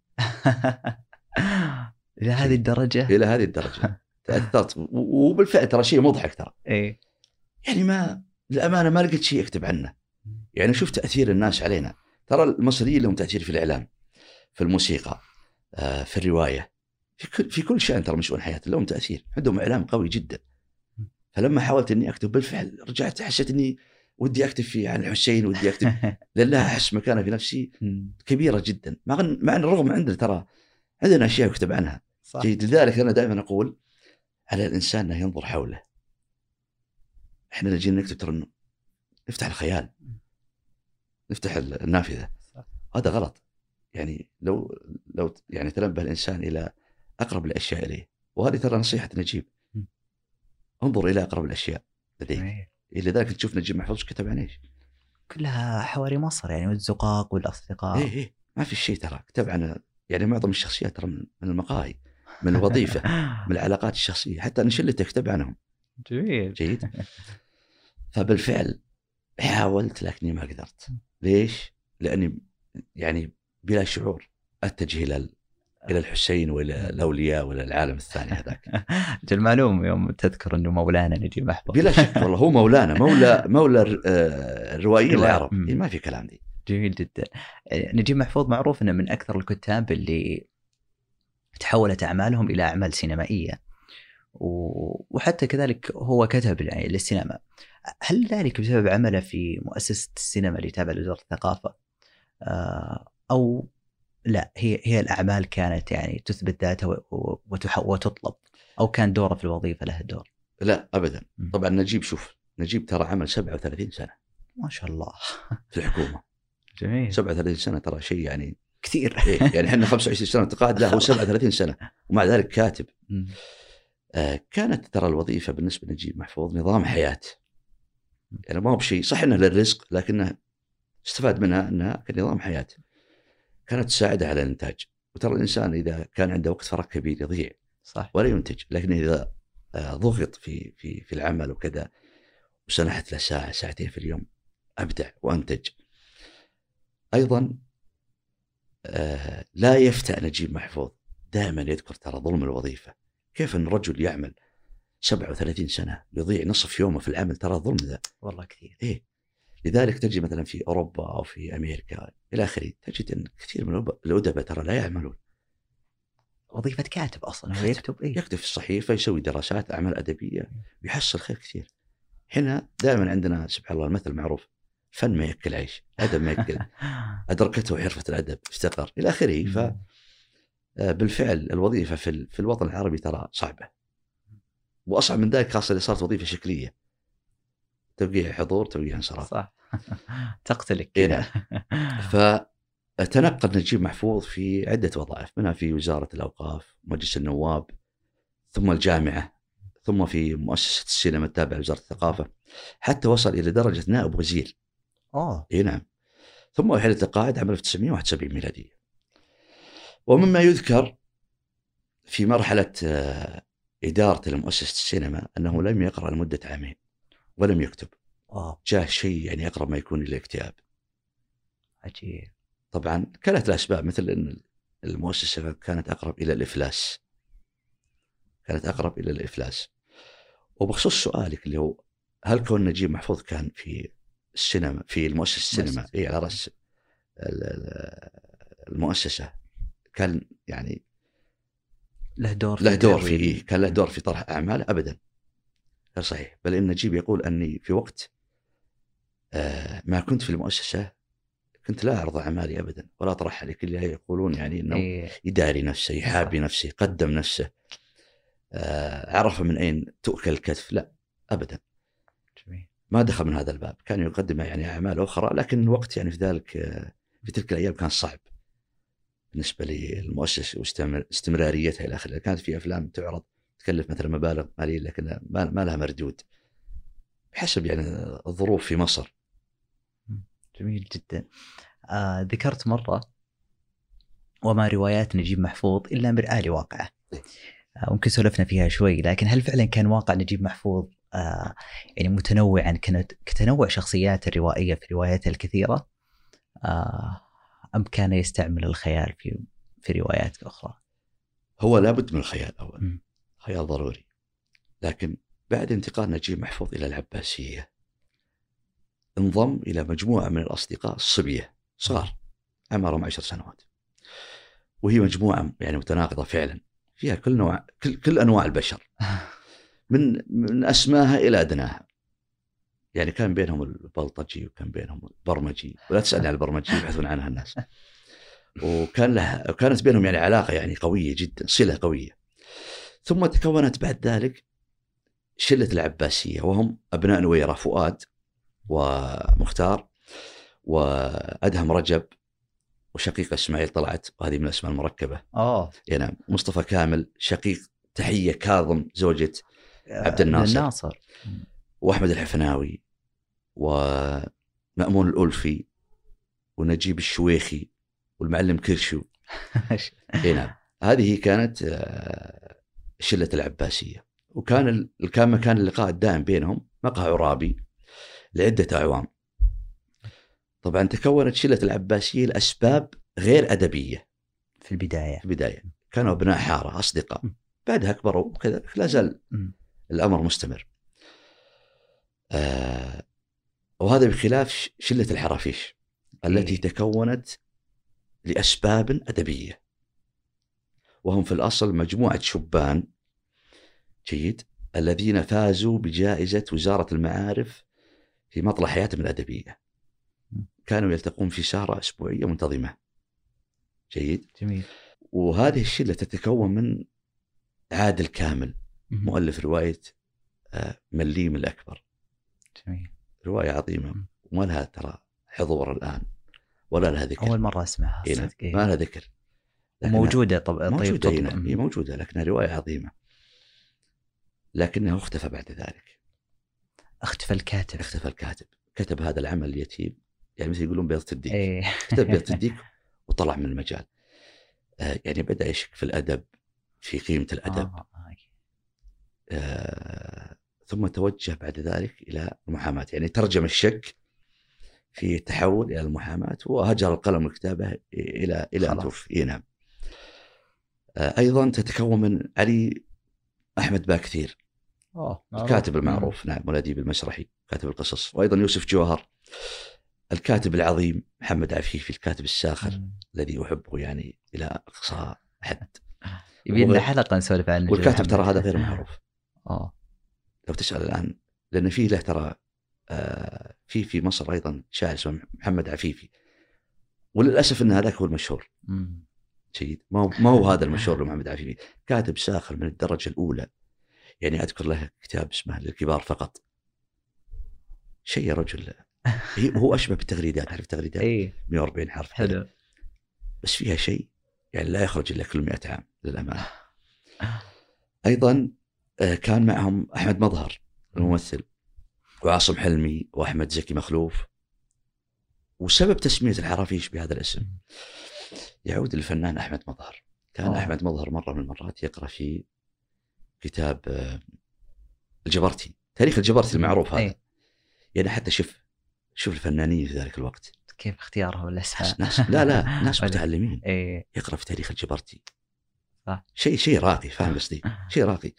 إلى هذه الدرجة؟ إلى هذه الدرجة تأثرت، وبالفعل ترى شيء مضحك ترى. إيه؟ يعني ما للأمانة ما لقيت شيء أكتب عنه. يعني شوف تأثير الناس علينا، ترى المصريين لهم تأثير في الإعلام، في الموسيقى، في الرواية، في كل في كل شيء ترى من شؤون حياتهم لهم تأثير، عندهم إعلام قوي جدا. فلما حاولت إني أكتب بالفعل رجعت حسيت إني ودي أكتب فيه عن الحسين، ودي أكتب لله أحس مكانه في نفسي كبيرة جدا، مع مع أن الرغم عندنا ترى عندنا أشياء يكتب عنها. جيد. لذلك أنا دائما أقول على الإنسان أنه ينظر حوله. إحنا اللي جينا نكتب ترى نفتح الخيال، نفتح النافذة، هذا غلط. يعني لو لو يعني تنبه الإنسان إلى أقرب الأشياء إليه، وهذه ترى نصيحة نجيب، انظر إلى أقرب الأشياء لديك. لذلك تشوف نجيب محفوظ كتب عن إيش؟ كلها حواري مصر يعني، والزقاق والأصدقاء. إيه إيه ما في شيء ترى كتب عن يعني معظم الشخصيات ترى من المقاهي، من الوظيفة، من العلاقات الشخصية، حتى نشلته كتب عنهم. جميل. جيد. فبالفعل حاولت لكني ما قدرت. ليش؟ لأني يعني بلا شعور أتجه إلى إلى الحسين وإلى الأولياء وإلى العالم الثاني هذاك. جل معلوم يوم تذكر إنه مولانا نجيب محفوظ. بلا شك والله هو مولانا، مولى مولى الروائيين العرب. ما في كلام دي. جميل جدا. نجيب محفوظ معروف إنه من أكثر الكتاب اللي تحولت أعمالهم إلى أعمال سينمائية، وحتى كذلك هو كتب يعني للسينما. هل ذلك بسبب عمله في مؤسسة السينما اللي تابعة لوزارة الثقافة، أو لا هي هي الأعمال كانت يعني تثبت ذاتها وتطلب، أو كان دوره في الوظيفة له دور؟ لا أبدا. طبعا نجيب شوف نجيب ترى عمل سبعة وثلاثين سنة ما شاء الله في الحكومة. جميل. سبعة وثلاثين سنة ترى شيء يعني كثير. إيه يعني إحنا خمسة وعشرين سنة تقاعد، لا هو سبعة وثلاثين سنة ومع ذلك كاتب. آه كانت ترى الوظيفة بالنسبة لنجيب محفوظ نظام حياة، يعني ما هو بشيء صح إنه للرزق، لكنه استفاد منها إنها كنظام حياة، كانت تساعده على الإنتاج. وترى الإنسان إذا كان عنده وقت فراغ كبير يضيع صح ولا ينتج، لكن إذا ضغط في في في العمل وكذا، وسنحت له ساعة ساعتين في اليوم، أبدع وأنتج. أيضا لا يفتأ نجيب محفوظ، دائما يذكر ترى ظلم الوظيفة، كيف أن رجل يعمل سبعة وثلاثين سنة يضيع نصف يومه في العمل، ترى ظلم ذا والله كثير. إيه؟ لذلك تجد مثلا في أوروبا أو في أمريكا إلى آخره، تجد أن كثير من الأدباء ترى لا يعملون وظيفة كاتب أصلا، هو يكتب إيه؟ يكتب في الصحيفة، يسوي دراسات أعمال أدبية، ويحصل خير كثير. هنا دائما عندنا سبحان الله المثل معروف، فن ما يأكل عيش، أدب ما يأكل أدركته حرفة الأدب افتقر إلى آخره. فبالفعل الوظيفة في في الوطن العربي ترى صعبة، وأصعب من ذلك خاصة إذا صارت وظيفة شكلية، توقيع حضور توقيع انصراف، صح تقتلك كذا. فتنقل نجيب محفوظ في عدة وظائف، منها في وزارة الأوقاف، مجلس النواب، ثم الجامعة، ثم في مؤسسة السينما التابعة لوزارة الثقافة، حتى وصل إلى درجة نائب وزير. آه إيه نعم. ثم أحيل القائد عام ألف وتسعمائة وواحد وسبعين ميلادية. ومما يذكر في مرحلة إدارة لمؤسسة السينما أنه لم يقرأ لمدة عامين ولم يكتب. آه جاء شيء يعني أقرب ما يكون إلى الاكتئاب. عجيب. طبعا كانت الأسباب مثل أن المؤسسة كانت أقرب إلى الإفلاس، كانت أقرب إلى الإفلاس. وبخصوص سؤالك اللي هو هل كون نجيب محفوظ كان في السينما في المؤسسة السينما إيه على رأس المؤسسة، كان يعني له دور له دور في إيه؟ كان له دور في طرح أعمال؟ أبدا، غير صحيح. بل إن نجيب يقول أني في وقت آه ما كنت في المؤسسة كنت لا أعرض أعمالي أبدا ولا أطرحها لكلها. يقولون يعني أنه إيه. يداري نفسه، يحابي نفسه، يقدم نفسه، آه عرف من أين تؤكل الكتف، لا أبدا. جميل. ما دخل من هذا الباب، كان يقدم يعني أعمال أخرى، لكن الوقت يعني في ذلك آه في تلك الأيام كان صعب بالنسبة للمؤسسة واستمراريتها إلى آخره. كانت في أفلام تعرض تكلف مثلا مبالغ مالية لكن ما لها مردود بحسب يعني الظروف في مصر. جميل جدا. آه ذكرت مرة وما روايات نجيب محفوظ إلا مرآة لواقعه. آه ممكن سولفنا فيها شوي، لكن هل فعلا كان واقع نجيب محفوظ آه يعني متنوعا، كانت كتنوع شخصيات الروائية في رواياته الكثيرة، آه أم كان يستعمل الخيال في في روايات أخرى؟ هو لابد من الخيال أول، م. خيال ضروري. لكن بعد انتقال نجيب محفوظ إلى العباسية انضم إلى مجموعة من الأصدقاء الصبية صغار عمرهم عشر سنوات، وهي مجموعة يعني متناقضة فعلا، فيها كل نوع كل, كل أنواع البشر من من أسماها إلى أدناها. يعني كان بينهم البلطجي وكان بينهم البرمجي، ولا تسألني عن البرمجي يبحثون عنها الناس. وكان لها كانت بينهم يعني علاقة يعني قوية جدا، صلة قوية. ثم تكونت بعد ذلك شلة العباسية، وهم أبناء نويرة، فؤاد ومختار وأدهم رجب وشقيق إسماعيل طلعت، وهذه من الأسماء المركبة. آه نعم. مصطفى كامل شقيق تحية كاظم زوجة عبد الناصر, الناصر. وأحمد الحفناوي ومأمون الألفي ونجيب الشويخي والمعلم كرشو. نعم. هذه كانت شلة العباسية. وكان كان مكان اللقاء الدائم بينهم مقهى عرابي لعدة أعوام. طبعا تكونت شلة العباسية لأسباب غير أدبية في البداية. في البداية كانوا أبناء حارة أصدقاء، بعدها أكبروا كذا، لا زال الأمر مستمر. آه وهذا بخلاف شلة الحرافيش التي تكونت لأسباب أدبية، وهم في الأصل مجموعة شبان جيد الذين فازوا بجائزة وزارة المعارف في مطلع حياتهم الأدبية. كانوا يلتقون في سهرة أسبوعية منتظمة. جيد. جميل. وهذه الشلة تتكون من عادل كامل مؤلف رواية مليم الأكبر. جميل. رواية عظيمة وما لها ترى حضور الآن ولا لها ذكر. أول مرة أسمعها. إيه ما لها ذكر. موجودة طب موجودة طيب هنا. هي موجودة لكنها رواية عظيمة، لكنها اختفى بعد ذلك. اختفى الكاتب. اختفى الكاتب. كتب هذا العمل اليتيم، يعني مثل يقولون بيضة الديك. إيه. كتب بيضة الديك وطلع من المجال. آه يعني بدأ يشك في الأدب، في قيمة الأدب. آه. آه ثم توجه بعد ذلك إلى المحاماة، يعني ترجم الشك في التحول إلى المحاماة، وهجر القلم والكتابة إلى إلى أن توفي. نعم. آه أيضا تتكون من علي أحمد باكثير، أوه الكاتب المعروف. نعم، والأديب المسرحي، كاتب القصص. وأيضا يوسف جوهر، الكاتب العظيم محمد عفيفي، الكاتب الساخر مم. الذي أحبه يعني إلى أقصى حد. يبي لنا حلقة نسولف عنه. والكاتب ترى هذا غير معروف. آه لو تسأل الآن، لأن فيه له ترى آه في في مصر أيضا شاعر اسمه محمد عفيفي، وللأسف أن هذاك هو المشهور. جيد، ما هو ما هو هذا المشهور محمد عفيفي. كاتب ساخر من الدرجة الأولى، يعني أذكر له كتاب اسمه للكبار فقط. شيء يا رجل، هو أشبه بالتغريدات، عارف التغريدات مئة وأربعين حرف حلو، بس فيها شيء يعني لا يخرج إلا كل مئة عام للأمانة. أيضا كان معهم أحمد مظهر الممثل، وعاصم حلمي، وأحمد زكي مخلوف. وسبب تسمية الحرافيش بهذا الاسم يعود للفنان أحمد مظهر. كان أوه. أحمد مظهر مرة من المرات يقرأ في كتاب الجبرتي، تاريخ الجبرتي المعروف هذا. أي. يعني حتى شوف شوف الفنانين في ذلك الوقت كيف اختيارهم الأسماء. ناس لا لا ناس متعلمين. أي. يقرأ في تاريخ الجبرتي. صح. شيء شيء راقي، فاهم قصدي؟ شيء راقي.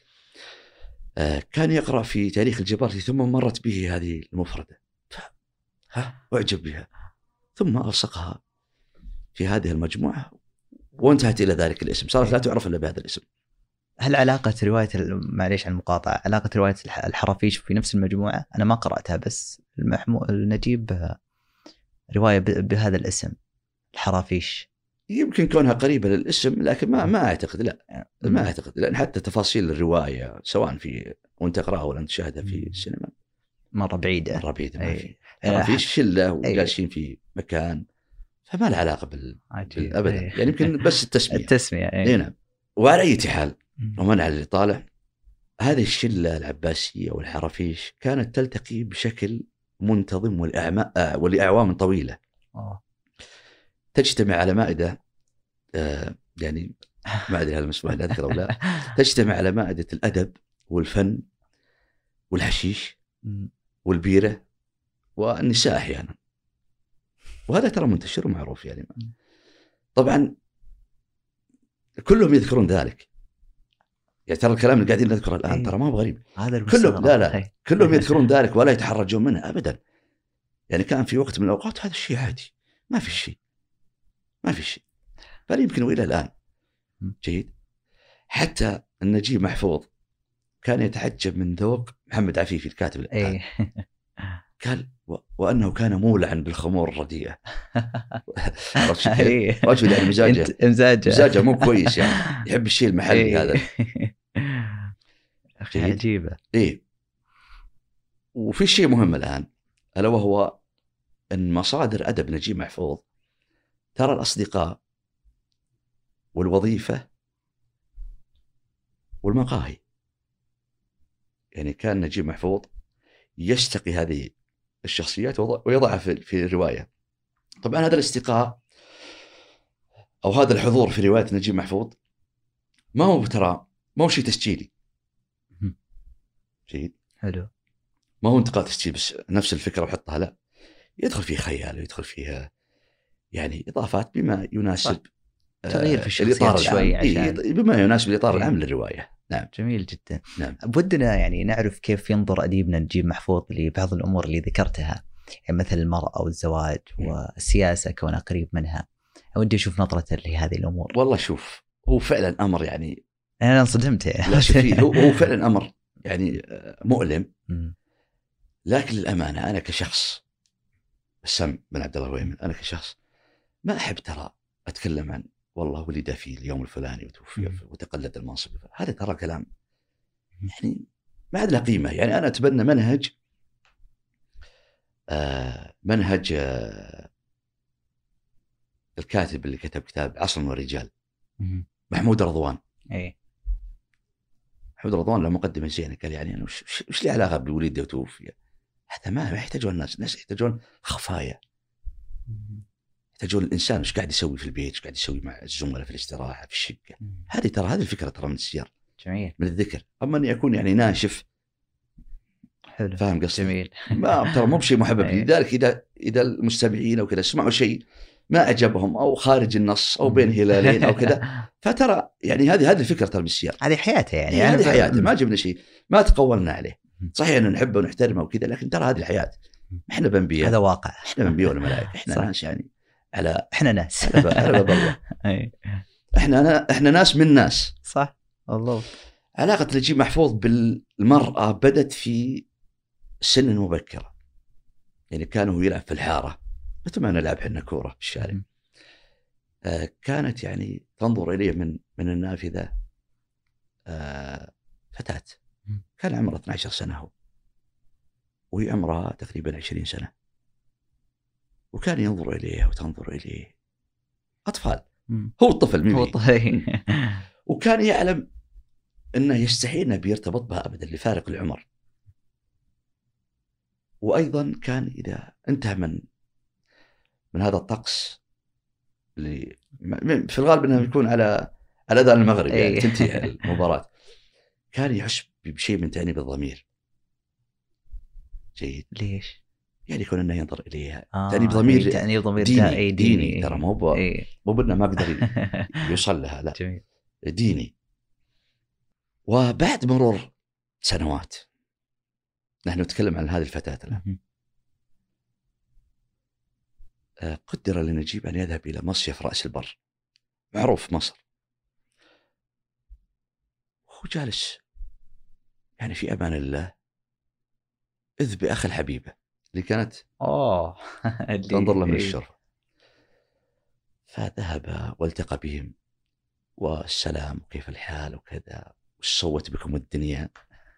آه كان يقرأ في تاريخ الجبرتي، ثم مرت به هذه المفردة، ها أعجب بها، ثم ألصقها في هذه المجموعة، وانتهت إلى ذلك الاسم. صارت لا تعرف إلا بهذا الاسم. هل علاقة رواية معليش عن المقاطعة، علاقة رواية الحرافيش في نفس المجموعة؟ أنا ما قرأتها، بس المحمو... النجيب رواية ب... بهذا الاسم الحرافيش. يمكن كونها قريبة للاسم، لكن ما ما أعتقد. لا ما أعتقد، لأن حتى تفاصيل الرواية سواء في وأنت تقرأها ولا تشاهدها في السينما مرة بعيدة مرة بعيدة. ما في حرافيش شلة وجالسين في مكان، فما له علاقة بال... بالأبدا. يعني يمكن بس التسمية التسمية. أي نعم. وعلى أي حال، ومن على اللي طالع، هذه الشلة العباسية والحرافيش كانت تلتقي بشكل منتظم والأعماء ولأعوام طويلة. أوه. تجتمع على مائدة، آه يعني ما أدري هل مسموح لي أذكر أو لا، تجتمع على مائدة الأدب والفن والحشيش والبيرة والنساء أحيانا، وهذا ترى منتشر ومعروف. يعني طبعا كلهم يذكرون ذلك. يعني ترى الكلام اللي قاعدين نذكره الآن ترى ما هو غريب. كلهم لا لا كلهم يذكرون ذلك ولا يتحرجون منه أبدا. يعني كان في وقت من الأوقات هذا الشيء عادي، ما في شيء ما في شيء بل يمكن وإلى الآن. جيد. حتى النجيب محفوظ كان يتعجب من ذوق محمد عفيفي الكاتب الآن. قال وأنه كان مولعا بالخمور الرديئة. رجل يعني مزاجه مزاجه مو كويس، يعني يحب الشيء المحلي هذا. عجيبة. إيه. وفي شيء مهم الآن، ألا وهو أن مصادر أدب نجيب محفوظ ترى الأصدقاء والوظيفة والمقاهي. يعني كان نجيب محفوظ يستقي هذه الشخصيات ويضعها في الرواية. طبعا هذا الاستقاء أو هذا الحضور في رواية نجيب محفوظ ما هو ترى ما هو شيء تسجيلي. جيد. حلو. ما هو انتقال تسجيل بس نفس الفكرة وحطها، لا، يدخل فيه خيال ويدخل فيها يعني إضافات بما يناسب تغيير في الشخصيات شوي عشان بما يناسب الإطار العام للرواية. نعم. جميل جدا. نعم. بدنا يعني نعرف كيف ينظر أديبنا نجيب محفوظ لبعض الأمور اللي ذكرتها، يعني مثل المرأة والزواج والسياسة كونها قريب منها. ودي أشوف نظرته لهذه الأمور. والله شوف، هو فعلا أمر يعني أنا انصدمت يعني. لا شوفي، هو هو فعلا أمر يعني مؤلم، لكن للأمانة أنا كشخص بسام بن عبد الله ويمن، أنا كشخص ما أحب ترى أتكلم عن والله ولد في اليوم الفلاني وتوفي وتقلد المنصب. هذا ترى كلام يعني ما عاد له قيمة. يعني أنا أتبنى منهج آه منهج آه الكاتب اللي كتب كتاب عصر والرجال، محمود رضوان. أي. محمود رضوان له مقدمة زينة، قال يعني أنا وش وش لي علاقة بولده وتوفي؟ هذا ما يحتاجون الناس، الناس يحتاجون خفايا، يحتاجون الإنسان وش قاعد يسوي في البيت، وش قاعد يسوي مع الزملاء في الاستراحة في الشقة. هذه ترى هذه الفكرة ترى من السير. جميل. من الذكر. أما أني أكون يعني ناشف، حلو. فاهم قصدي؟ جميل. ما ترى مو بشيء محبب لي. أي. لذلك إذا إذا المستمعين أو كذا سمعوا شيء ما أعجبهم أو خارج النص أو بين هلالين أو كذا، فترى يعني هذه هذه الفكرة المسيار، هذه حياته يعني. إيه هذه ب- حياته، ما جبنا شيء، ما تقولنا عليه. صحيح أنه نحبه ونحترمه وكذا، لكن ترى هذه الحياة. إحنا بأنبياء، هذا واقع. إحنا بأنبياء والملائكة، إحنا صح. ناس يعني على احنا ناس. على باب- على باب الله. أي. إحنا أنا إحنا ناس من ناس. صح والله. علاقة نجيب محفوظ بالمرأة بدت في سن مبكرة، يعني كان هو يلعب في الحارة مثل ما نلعب حنا كورة في الشارع. م. آه كانت يعني تنظر إليه من من النافذة آه فتاة، م. كان عمرها اثنتي عشرة سنة هو، وهي عمرها تقريبا عشرين سنة، وكان ينظر إليها وتنظر إليه، أطفال. م. هو الطفل مين هو هي؟ طيب. وكان يعلم أنه يستحيل أنه بيرتبط بها أبدا لفارق العمر. وأيضا كان إذا انتهى من من هذا الطقس اللي في الغالب أنه يكون على على أذان المغرب يعني أي. تنتهي المباراة، كان يحس بشيء من تأنيب الضمير. جيد. ليش؟ يعني يكون أنه ينظر إليها آه تأنيب ضمير، تأنيب ضمير ديني, دا- أي ديني, ديني. ترى مو ب... أي. مو بأنه ما قدر يوصل لها، لا جميل. ديني. وبعد مرور سنوات، نحن نتكلم عن هذه الفتاة الآن، قدر لنجيب أن يذهب إلى مصيف رأس البر معروف في مصر، وهو جالس يعني في أمان الله، إذ بأخ الحبيبة اللي كانت أوه. تنظر له من اللي- الشرف، فذهب والتقى بهم والسلام وكيف الحال وكذا، وش سوت بكم الدنيا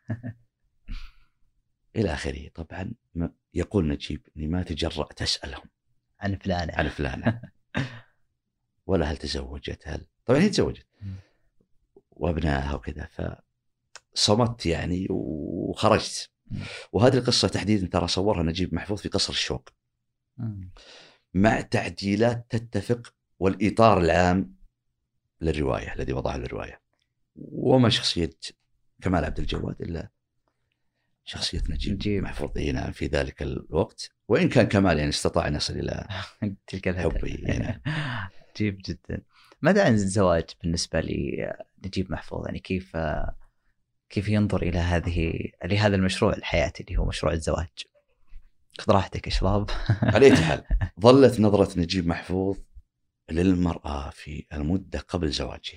إلى آخره. طبعا ما- يقول نجيب أني ما تجرأت أسألهم عن فلانة. عن فلانة ولا هل تزوجت، هل طبعا هي تزوجت وابنائها وكذا، فصمت يعني وخرجت. وهذه القصة تحديدا ترى صورها نجيب محفوظ في قصر الشوق مم. مع تعديلات تتفق والإطار العام للرواية الذي وضعه للرواية. وما شخصية كمال عبد الجواد إلا شخصية نجيب, نجيب. محفوظ هنا في ذلك الوقت، وإن كان كمال يعني استطاع أن يصل إلى تلك الهدف. حبي يعني. عجيب جدا. ماذا عن الزواج بالنسبة لنجيب محفوظ؟ يعني كيف كيف ينظر إلى هذه لهذا المشروع الحياتي اللي هو مشروع الزواج؟ خذ راحتك يا شباب. على أي حال ظلت نظرة نجيب محفوظ للمرأة في المدة قبل زواجه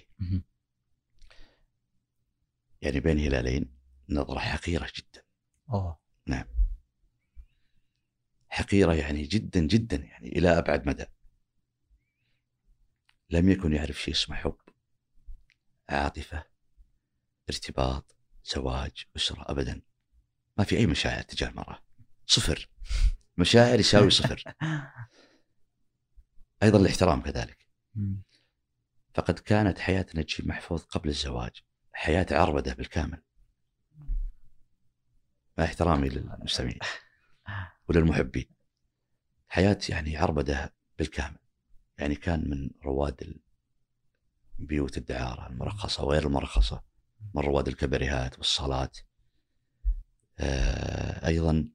يعني بين هلالين نظرة حقيرة جدا. أوه. نعم حقيرة يعني جدا جدا، يعني إلى أبعد مدى. لم يكن يعرف شيء اسمه حب، عاطفة، ارتباط، زواج، أسرة، أبدا. ما في أي مشاعر تجاه المرأة، صفر مشاعر يساوي صفر. أيضا الاحترام كذلك. فقد كانت حياة نجيب محفوظ قبل الزواج حياة عربدة بالكامل، مع احترامي للمستمعين وللمحبين، حياة يعني عربدة بالكامل. يعني كان من رواد بيوت الدعارة المرخصة وغير المرخصة، من رواد الكبريهات والصالات. أيضا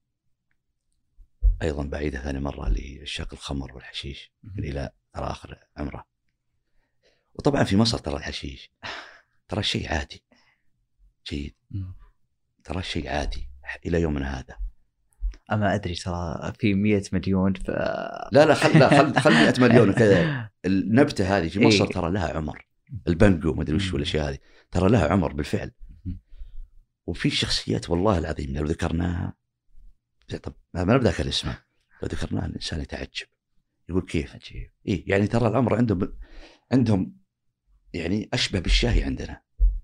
أيضا بعيدة ثاني مرة للشق الخمر والحشيش إلى ترى آخر عمره. وطبعا في مصر ترى الحشيش ترى شيء عادي جيد، ترى شيء عادي إلى يومنا هذا. أما أدري ترى في مية مليون ف... لا لا خل لا خل خل مئة مليون كذا. النبتة هذه في مصر ترى لها عمر، البنجو ما أدري وش والأشياء هذه ترى لها عمر بالفعل. وفي شخصيات والله العظيم لو ذكرناها، طب ما نبدأ الاسم، لو ذكرناها الإنسان يتعجب يقول كيف عجيب. إيه يعني ترى الأمر عندهم عندهم يعني أشبه بالشاهي عندنا.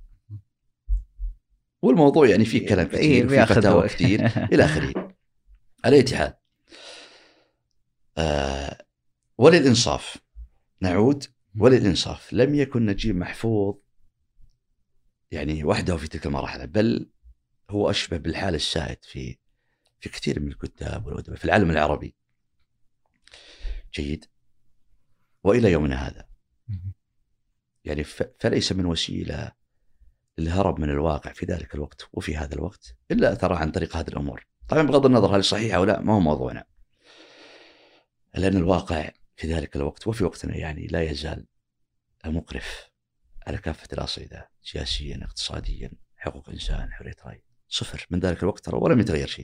والموضوع يعني فيه كلام كثير وفيه فتاوى كثير إلى آخره. على أي حال آه وللإنصاف نعود، وللإنصاف لم يكن نجيب محفوظ يعني وحده في تلك المراحل، بل هو أشبه بالحال السائد في في كثير من الكتاب والأدباء في العالم العربي جيد. وإلى يومنا هذا يعني فليس من وسيلة اللي هرب من الواقع في ذلك الوقت وفي هذا الوقت إلا ترى عن طريق هذه الأمور. طبعا بغض النظر هل صحيحة أو لا ما هو موضوعنا، لأن الواقع في ذلك الوقت وفي وقتنا يعني لا يزال مقرف على كافة الأصعدة، سياسيا اقتصاديا حقوق إنسان حرية رأي، صفر من ذلك الوقت ترى ولم يتغير شيء.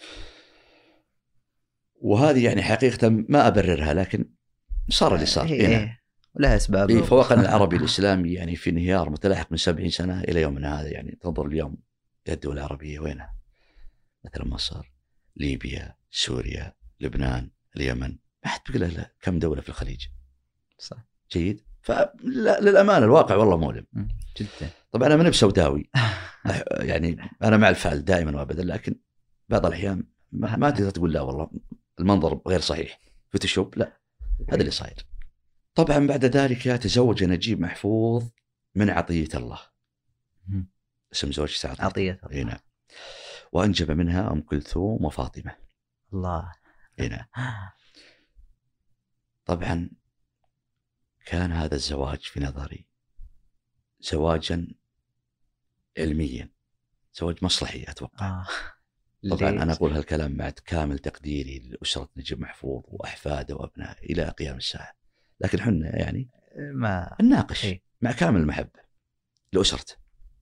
وهذه يعني حقيقة ما أبررها، لكن صار اللي صار. إيه إيه ولها أسباب. إيه فوقنا العربي الإسلامي يعني في انهيار متلاحق من سبعين سنة إلى يومنا هذا. يعني تنظر اليوم الدول العربية وينها؟ مثلا مصر، ليبيا، سوريا، لبنان، اليمن، ما حد بيقول له كم دولة في الخليج. صح. جيد. فللأمانة الواقع والله مؤلم جدا. طبعا أنا من بسوداوي يعني أنا مع الفعل دائما وأبدا، لكن بعض الأحيان ما, ما تقدر تقول لا والله المنظر غير صحيح فوتوشوب، لا هذا اللي صاير. طبعا بعد ذلك تزوج نجيب محفوظ من عطية الله، اسم زوجته عطية, عطية الله. هنا. وأنجب منها أم كلثوم وفاطمة. الله. هنا. طبعا كان هذا الزواج في نظري زواجا علميا، زواج مصلحي أتوقع. آه. طبعا ليش؟ أنا أقول هالكلام مع كامل تقديري لأسرة نجيب محفوظ وأحفاده وأبنائه إلى قيام الساعة، لكن حنا يعني ما الناقش إيه؟ مع كامل المحبة لأسرته.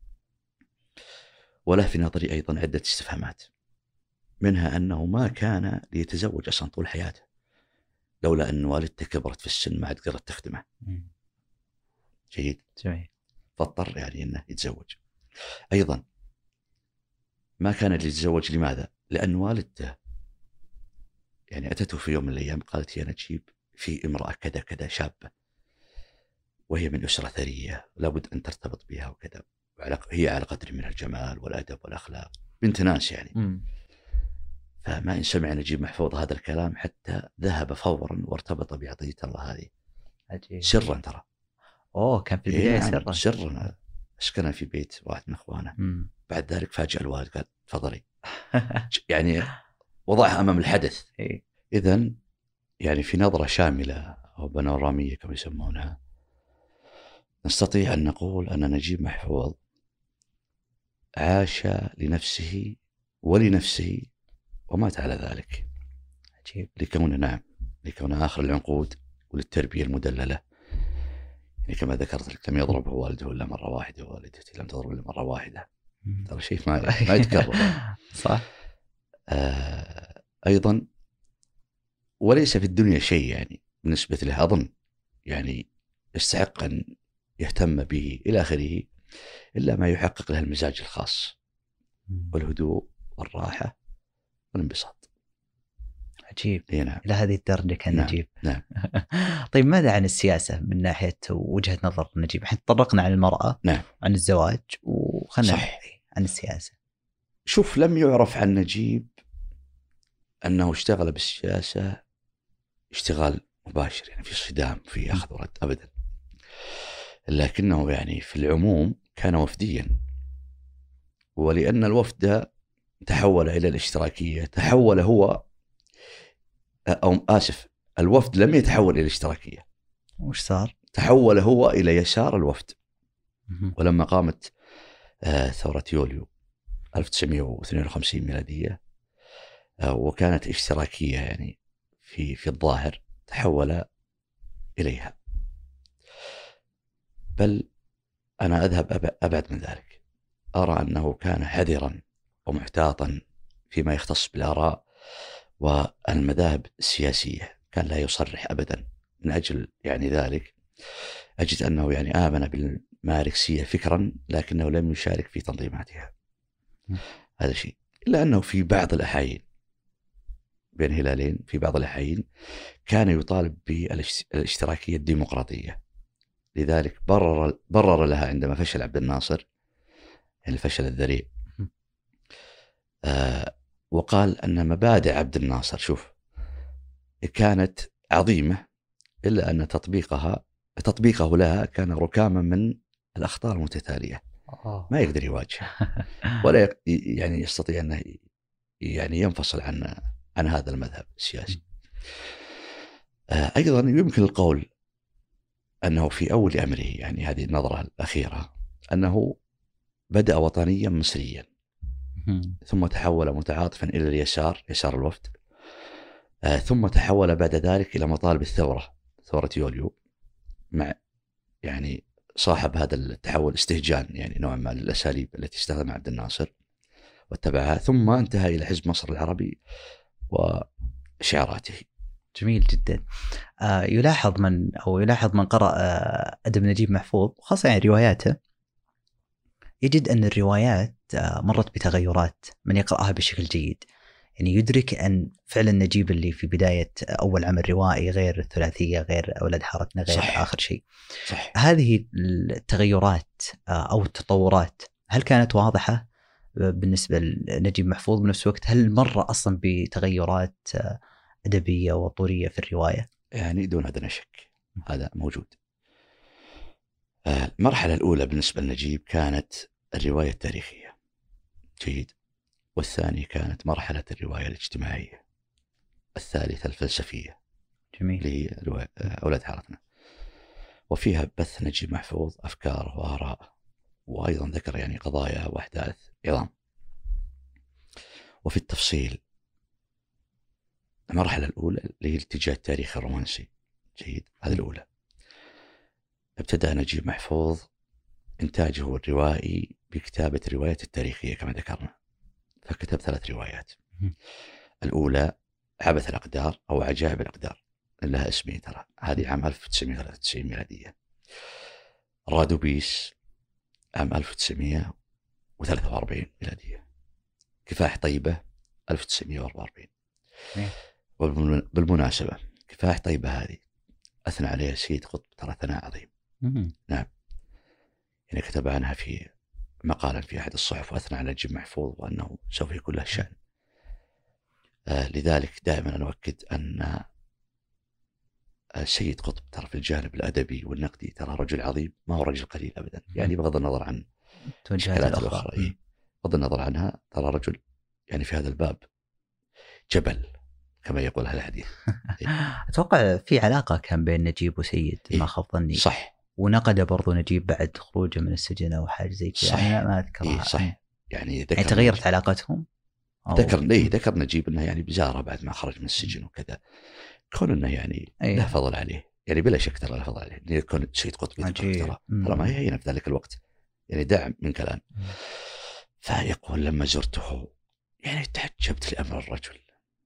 وله في نظري أيضا عدة استفهامات، منها أنه ما كان ليتزوج أصلا طول حياته لولا أن والدته كبرت في السن ما عاد قدرت تخدمه. جيد. جميل. فاضطر يعني أنه يتزوج. أيضا ما كان ليتزوج، لماذا؟ لأن والدته يعني أتته في يوم من الأيام قالت يا نجيب في امرأة كذا كذا شابة وهي من أسرة ثرية لابد أن ترتبط بها وكذا، هي على قدر من الجمال والأدب والأخلاق، بنت ناس يعني. م. فما إن سمع نجيب محفوظ هذا الكلام حتى ذهب فورا وارتبط بعطية الله هذه. عجيب. سرا ترى. أوه كان في البداية إيه سرا. سرا أسكنها في بيت واحد من أخوانه. م. بعد ذلك فاجأ الوالد قال تفضلي يعني وضعها أمام الحدث. إذن يعني في نظرة شاملة أو بانورامية كما يسمونها نستطيع أن نقول أن نجيب محفوظ عاش لنفسه ولنفسه ومات على ذلك. عجيب. لكونه نعم لكونه آخر العنقود وللتربية المدللة. يعني كما ذكرت لك لم يضربه والده إلا مرة واحدة ووالدته لم تضربه إلا مرة واحدة. ترى شيء ما ما يتكرر. صح. آه أيضا وليس في الدنيا شيء يعني بالنسبة له أظن يعني يستحق أن يهتم به إلى آخره إلا ما يحقق له المزاج الخاص والهدوء والراحة والانبساط. عجيب. نعم. إلى هذه الدرجة كان نعم. نجيب. نعم. طيب ماذا عن السياسة من ناحية وجهة نظر نجيب؟ احنا تطرقنا عن المرأة. نعم. عن الزواج وخلنا نحكي عن السياسة. شوف لم يعرف عن نجيب أنه اشتغل بالسياسة اشتغال مباشر يعني في صدام في أخذ ورد أبدا، لكنه يعني في العموم كان وفديا، ولأن الوفد تحول إلى الاشتراكية تحول هو أو آسف الوفد لم يتحول إلى الاشتراكية. وش صار؟ تحول هو إلى يسار الوفد. ولما قامت ثورة يوليو ألف وتسعمائة واثنين وخمسين ميلادية وكانت اشتراكية يعني في في الظاهر تحول إليها. بل أنا أذهب أبعد من ذلك، أرى أنه كان حذرا ومحتاطا فيما يختص بالآراء والمذاهب السياسية، كان لا يصرح أبدا. من أجل يعني ذلك أجد أنه يعني آمن بالماركسية فكرا لكنه لم يشارك في تنظيماتها. م. هذا شيء. إلا أنه في بعض الأحايين بين هلالين في بعض الأحايين كان يطالب بالاشتراكية الديمقراطية، لذلك برر, برر لها عندما فشل عبد الناصر يعني الفشل الذريع. آه وقال أن مبادئ عبد الناصر شوف كانت عظيمة إلا أن تطبيقها تطبيقه لها كان ركاما من الأخطاء المتتالية ما يقدر يواجه ولا يعني يستطيع أنه يعني ينفصل عن عن هذا المذهب السياسي. آه أيضا يمكن القول أنه في أول أمره يعني هذه النظرة الأخيرة أنه بدأ وطنيا مصريا ثم تحول متعاطفا إلى اليسار، يسار الوفد، آه ثم تحول بعد ذلك إلى مطالب الثورة، ثورة يوليو، مع يعني صاحب هذا التحول استهجان يعني نوعا ما للأساليب التي استخدمها عبد الناصر واتبعها، ثم انتهى إلى حزب مصر العربي وشعاراته. جميل جدا. آه يلاحظ من أو يلاحظ من قرأ آه أدب نجيب محفوظ وخاصة يعني رواياته، يجد أن الروايات آه مرت بتغيرات من يقرأها بشكل جيد، يعني يدرك أن فعلا نجيب اللي في بداية أول عمل روائي غير الثلاثية، غير أولاد حارتنا، غير صح. آخر شيء صح. هذه التغيرات آه أو التطورات هل كانت واضحة بالنسبة لنجيب محفوظ؟ بنفس الوقت هل مر أصلا بتغيرات آه أدبية وطورية في الرواية؟ يعني دون أدنى شك هذا موجود. المرحلة الأولى بالنسبة لنجيب كانت الرواية التاريخية، جيد، والثانية كانت مرحلة الرواية الاجتماعية، الثالثة الفلسفية، جميل، لأولاد حارتنا، وفيها بث نجيب محفوظ أفكاره وآراءه، وأيضا ذكر يعني قضايا وأحداث عظام. وفي التفصيل المرحلة الأولى اللي هي الاتجاه التاريخي الرومانسي، جيد، هذه الأولى. ابتدأ نجيب محفوظ إنتاجه الروائي بكتابة الروايات التاريخية كما ذكرنا، فكتب ثلاث روايات. الأولى عبث الأقدار أو عجائب الأقدار، لها اسمين ترى، هذه عام ألف وتسعمائة وثلاثة وتسعين ميلادية. رادوبيس عام ألف وتسعمائة وثلاثة وأربعين ميلادية. كفاح طيبة ألف وتسعمائة وأربعة وأربعين. وبالمناسبة كفاح طيبة هذه أثنى عليها سيد قطب ترى ثناء عظيم. نعم، يعني كتب عنها في مقالا في أحد الصحف وأثنى على نجيب محفوظ وأنه سوف يكون له شأن. آه لذلك دائما أنا أؤكد أن السيد قطب ترى في الجانب الأدبي والنقدي ترى رجل عظيم، ما هو رجل قليل أبدا، يعني بغض النظر عن الإشكالات الأخرى، بغض النظر عنها ترى رجل يعني في هذا الباب جبل كما يقول أهل الحديث. أتوقع في علاقة كان بين نجيب وسيد ما خاب ظني. صح. ونقد برضو نجيب بعد خروجه من السجن أو حاجة زي كذا. يعني ما أذكرها. إيه صح. يعني يعني تغيرت نجيب. علاقتهم. ذكر ليه ذكر نجيب أنه يعني بزاره بعد ما خرج من السجن وكذا، كون أنه يعني أيه. له فضل عليه، يعني بلا شك ترى له فضل عليه، إنه يكون سيد قطب ترى ترى ما هي هنا في ذلك الوقت، يعني دعم من كلام. فيقول لما زرته يعني تعجبت لأمر الرجل،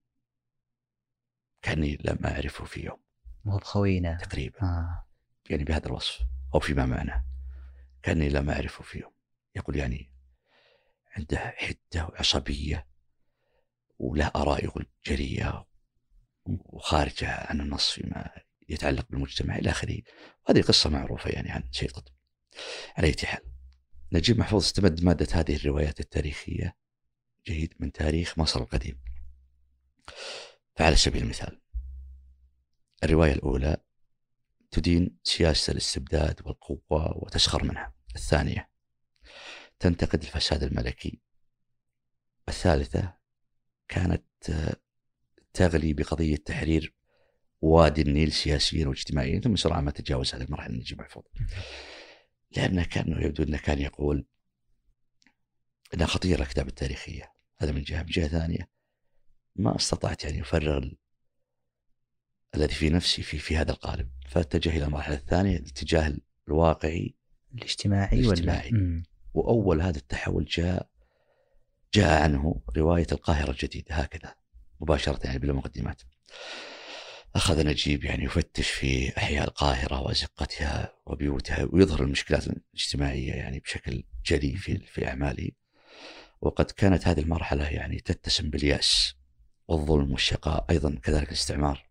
كأني لم أعرفه في يوم. مو بخوينا تقريبا. آه. يعني بهذا الوصف أو فيما معناه، كأني لم أعرفه في يوم. يقول يعني عنده حدة وعصبية وله آراء يقول جريئة وخارجة عن النص فيما يتعلق بالمجتمع إلى آخره. وهذه قصة معروفة يعني عن سيد قطب. على أي حال، نجيب محفوظ استمد مادة هذه الروايات التاريخية، جيد، من تاريخ مصر القديم. فعلى سبيل المثال الرواية الأولى تدين سياسة الاستبداد والقوة وتسخر منها. الثانية تنتقد الفساد الملكي. الثالثة كانت تغلي بقضية تحرير وادي النيل سياسيا واجتماعيا، ثم سرعان ما تجاوز هذه المرحلة نجيب محفوظ، لأنه كان يبدو أنه كان يقول أنها خطيرة الكتابة التاريخية. هذا من جهة. من جهة ثانية ما استطعت يعني يفرغ الذي في نفسي في في هذا القالب، فاتجه إلى المرحلة الثانية، الاتجاه الواقعي الاجتماعي, الاجتماعي. ولا وأول هذا التحول جاء جاء عنه رواية القاهرة الجديدة، هكذا مباشرة يعني بلا مقدمات. أخذ نجيب يعني يفتش في أحياء القاهرة وأزقتها وبيوتها، ويظهر المشكلات الاجتماعية يعني بشكل جلي في في أعماله. وقد كانت هذه المرحلة يعني تتسم باليأس والظلم والشقاء، أيضا كذلك الاستعمار.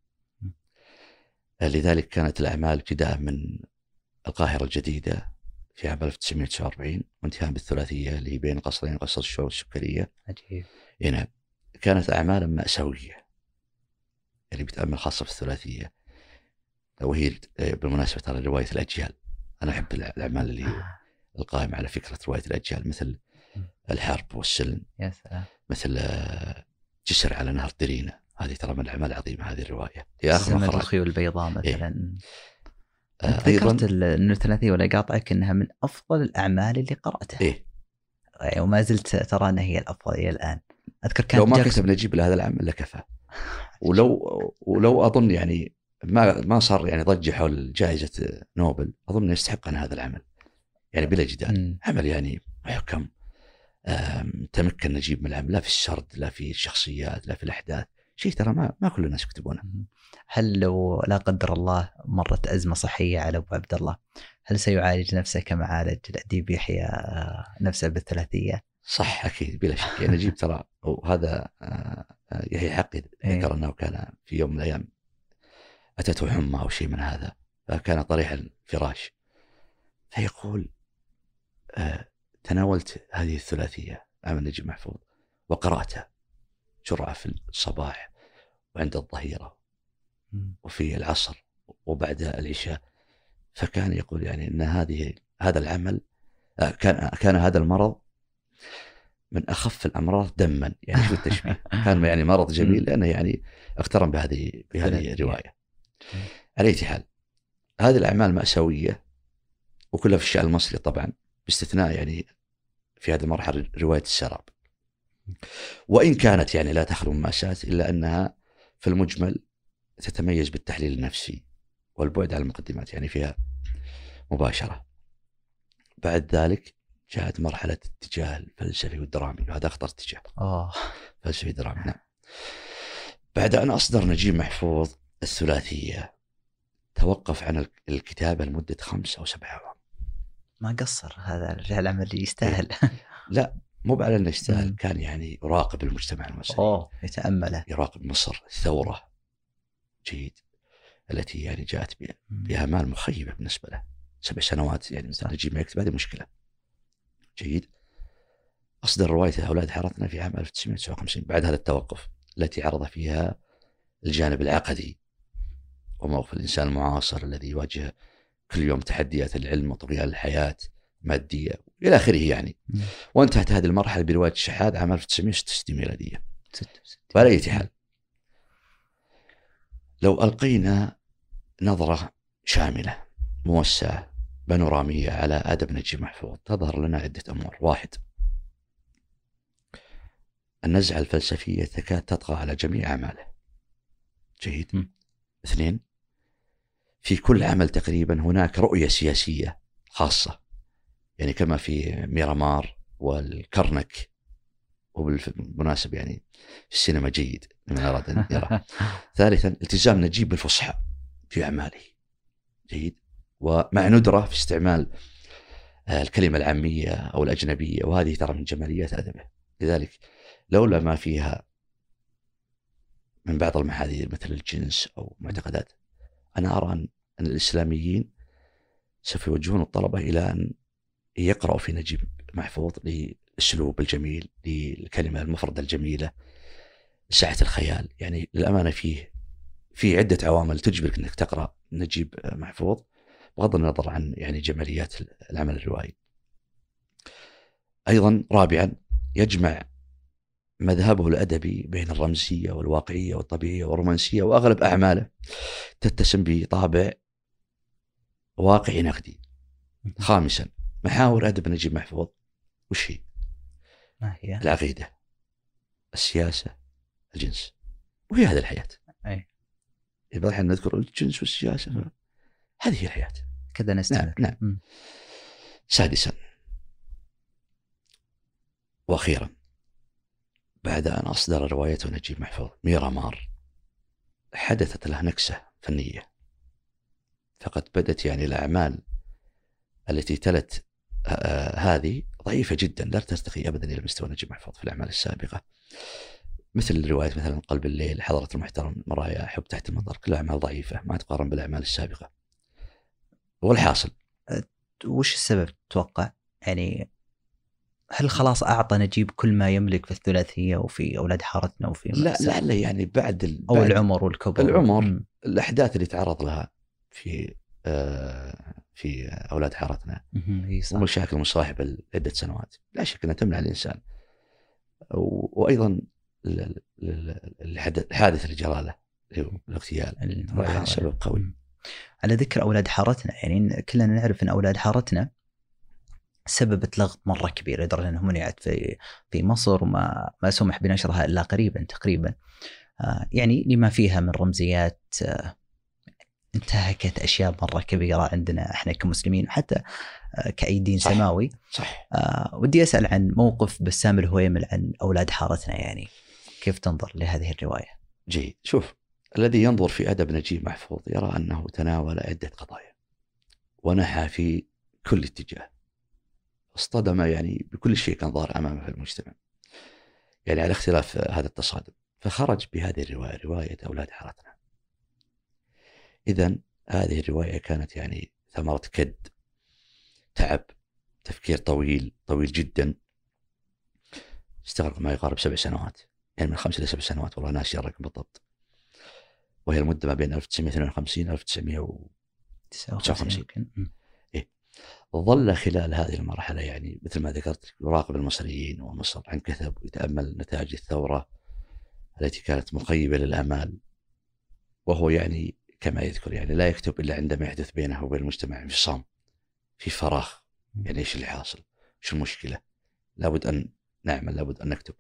لذلك كانت الأعمال ابتداء من القاهرة الجديدة في عام ألف وتسعمائة وتسعة وأربعين وانتهاء بالثلاثية اللي هي بين قصرين، قصر الشوى والسكرية. عجيب. هنا كانت أعمالا مأساوية اللي بتأمل خاصة في الثلاثية، وهي بالمناسبة ترى رواية الأجيال. أنا أحب الأعمال اللي القائمة على فكرة رواية الأجيال، مثل الحرب والسلم، يا سلام، مثل جسر على نهر درينة، هذه ترى من الأعمال العظيمة هذه الرواية. سمة الخيول البيضاء مثلا. إيه؟ ذكرت أنه الثلاثية ولا قاطعك أنها من أفضل الأعمال اللي قرأتها. إيه؟ يعني وما زلت ترى أنها هي الأفضلية الآن. أذكر كان لو ما كتب نجيب لهذا العمل لكفى. ولو ولو أظن يعني ما ما صار يعني ضجة حول جائزة نوبل، أظن يستحق أن هذا العمل يعني بلا جدال. عمل يعني محكم، تمكن نجيب من العمل، لا في السرد لا في الشخصيات لا في الأحداث، شيء ترى ما ما كل الناس يكتبونه. هل لو لا قدر الله مرت أزمة صحية على أبو عبد الله، هل سيعالج نفسه كما عالج الأديب يحيى نفسه بالثلاثية؟ صح أكيد بلا شك. يعني نجيب ترى وهذا يحيى حقي ذكر أنه كان في يوم من الأيام أتته حمى أو شيء من هذا، فكان طريح الفراش، فيقول آه تناولت هذه الثلاثية عمل نجيب محفوظ وقرأتها جرعة في الصباح وعند الظهيرة وفي العصر وبعد العشاء. فكان يقول يعني أن هذه هذا العمل آه كان كان هذا المرض من أخف الأمراض دما، يعني شو التشبيه. كان يعني مرض جميل لأنه يعني اقترن بهذه بهذه الرواية. على أي حال هذه الأعمال مأساوية وكلها في الشأن المصري طبعا، باستثناء يعني في هذه المرحلة رواية السراب، وإن كانت يعني لا تخلو من مأساة إلا أنها في المجمل تتميز بالتحليل النفسي والبعد عن المقدمات، يعني فيها مباشرة. بعد ذلك جاءت مرحلة الاتجاه الفلسفي والدرامي، وهذا أخطر اتجاه آه. فلسفي درامي. نعم. بعد أن أصدر نجيب محفوظ الثلاثية توقف عن الكتابة لمدة خمس أو سبع أعوام. ما قصر هذا العمل يستاهل. لا مو على أنه يستاهل، كان يعني يراقب المجتمع المصري. أوه يتأمله، يراقب مصر الثورة جيد التي يعني جاءت بأعمال مخيبة بالنسبة له. سبع سنوات يعني مثل نجيب ما يكتب، هذه مشكلة. جيد. أصدر روايته أولاد حارتنا في عام ألف وتسعمائة وتسعة وخمسين بعد هذا التوقف، التي عرض فيها الجانب العقدي وموقف الإنسان المعاصر الذي يواجه كل يوم تحديات العلم وطغيان الحياة مادية إلى آخره يعني. م. وانتهت هذه المرحلة برواية الشحاذ عام ألف وتسعمائة وستة وستين ميلادية. وعلى أي حال لو ألقينا نظرة شاملة موسعة بانورامية على أدب نجيب محفوظ تظهر لنا عدة أمور. واحد، النزعة الفلسفية تكاد تطغى على جميع أعماله. جيد. م. اثنين، في كل عمل تقريبا هناك رؤية سياسية خاصة، يعني كما في ميرامار والكرنك، وبالمناسبة يعني في السينما جيد لمن أراد أن يرى. ثالثا، التزام نجيب بالفصحى في أعماله. جيد. ومع ندرة في استعمال الكلمة العامية أو الأجنبية، وهذه ترى من جماليات أدبه. لذلك لولا ما فيها من بعض المحاذير مثل الجنس أو معتقدات، أنا أرى أن الإسلاميين سوف يوجهون الطلبة إلى أن يقرأوا في نجيب محفوظ للأسلوب الجميل، للكلمة المفردة الجميلة، سعة الخيال. يعني للأمانة فيه في عدة عوامل تجبرك أنك تقرأ نجيب محفوظ بغض النظر عن يعني جماليات العمل الروائي. أيضا رابعا، يجمع مذهبه الأدبي بين الرمزية والواقعية والطبيعية والرومانسية، وأغلب أعماله تتسم بطابع واقعي نقدي. خامسا، محاور أدب نجيب محفوظ وش هي؟ ما هي؟ العقيدة، السياسة، الجنس، وهي هذه الحياة. أي. إذا احنا نذكر الجنس والسياسة م. هذه هي الحياة كذا نستمر. نعم, نعم. سادسا وأخيرا، بعد أن أصدر روايته نجيب محفوظ ميرامار حدثت له نكسة فنية، فقد بدت يعني الأعمال التي تلت آه هذه ضعيفة جدا، لا ترتقي أبدا إلى مستوى نجيب محفوظ في الأعمال السابقة، مثل رواية مثلا قلب الليل، حضرة المحترم، مرايا، حب تحت المطر، كلها أعمال ضعيفة ما تقارن بالأعمال السابقة. والحاصل وش السبب تتوقع؟ يعني هل خلاص أعطى نجيب كل ما يملك في الثلاثية وفي أولاد حارتنا وفي لا لا يعني بعد ال... أو بعد العمر والكبر العمر م. الأحداث اللي تعرض لها في آه في أولاد حارتنا ومشاكل مصاحبة لعدة سنوات لا شك أنها تمنع الإنسان، و... وأيضا الحادث اللي جرى له الاغتيال راح سبب قوي. على ذكر أولاد حارتنا، يعني كلنا نعرف أن أولاد حارتنا سببت لغط مرة كبير لدرجة أنه منعت في في مصر وما ما سمح بنشرها إلا قريبا تقريبا. آه يعني لما فيها من رمزيات آه انتهكت أشياء مرة كبيرة عندنا إحنا كمسلمين وحتى آه كأي دين صح. سماوي. صح. آه ودي أسأل عن موقف بسام الهويمل عن أولاد حارتنا، يعني كيف تنظر لهذه الرواية؟ جيد. شوف، الذي ينظر في أدب نجيب محفوظ يرى أنه تناول عدة قضايا ونحى في كل اتجاه، اصطدم يعني بكل شيء كان ظاهر أمامه في المجتمع، يعني على اختلاف هذا التصادم، فخرج بهذه الرواية، رواية أولاد حارتنا. إذن هذه الرواية كانت يعني ثمرة كد، تعب، تفكير طويل طويل جدا، استغرق ما يقارب سبع سنوات، يعني من خمس إلى سبع سنوات، والله ناسي الرقم بالضبط، وهي المدة ما بين ألف وتسعمائة واثنين وخمسين ألف وتسعمائة وتسعة وخمسين. إيه. ظل خلال هذه المرحلة يعني مثل ما ذكرت يراقب المصريين ومصر عن كثب، ويتأمل نتائج الثورة التي كانت مخيبة للآمال، وهو يعني كما يذكر يعني لا يكتب إلا عندما يحدث بينه وبين المجتمع انفصام، في فراغ، يعني إيش اللي حاصل، إيش المشكلة، لابد أن نعمل، لابد أن نكتب.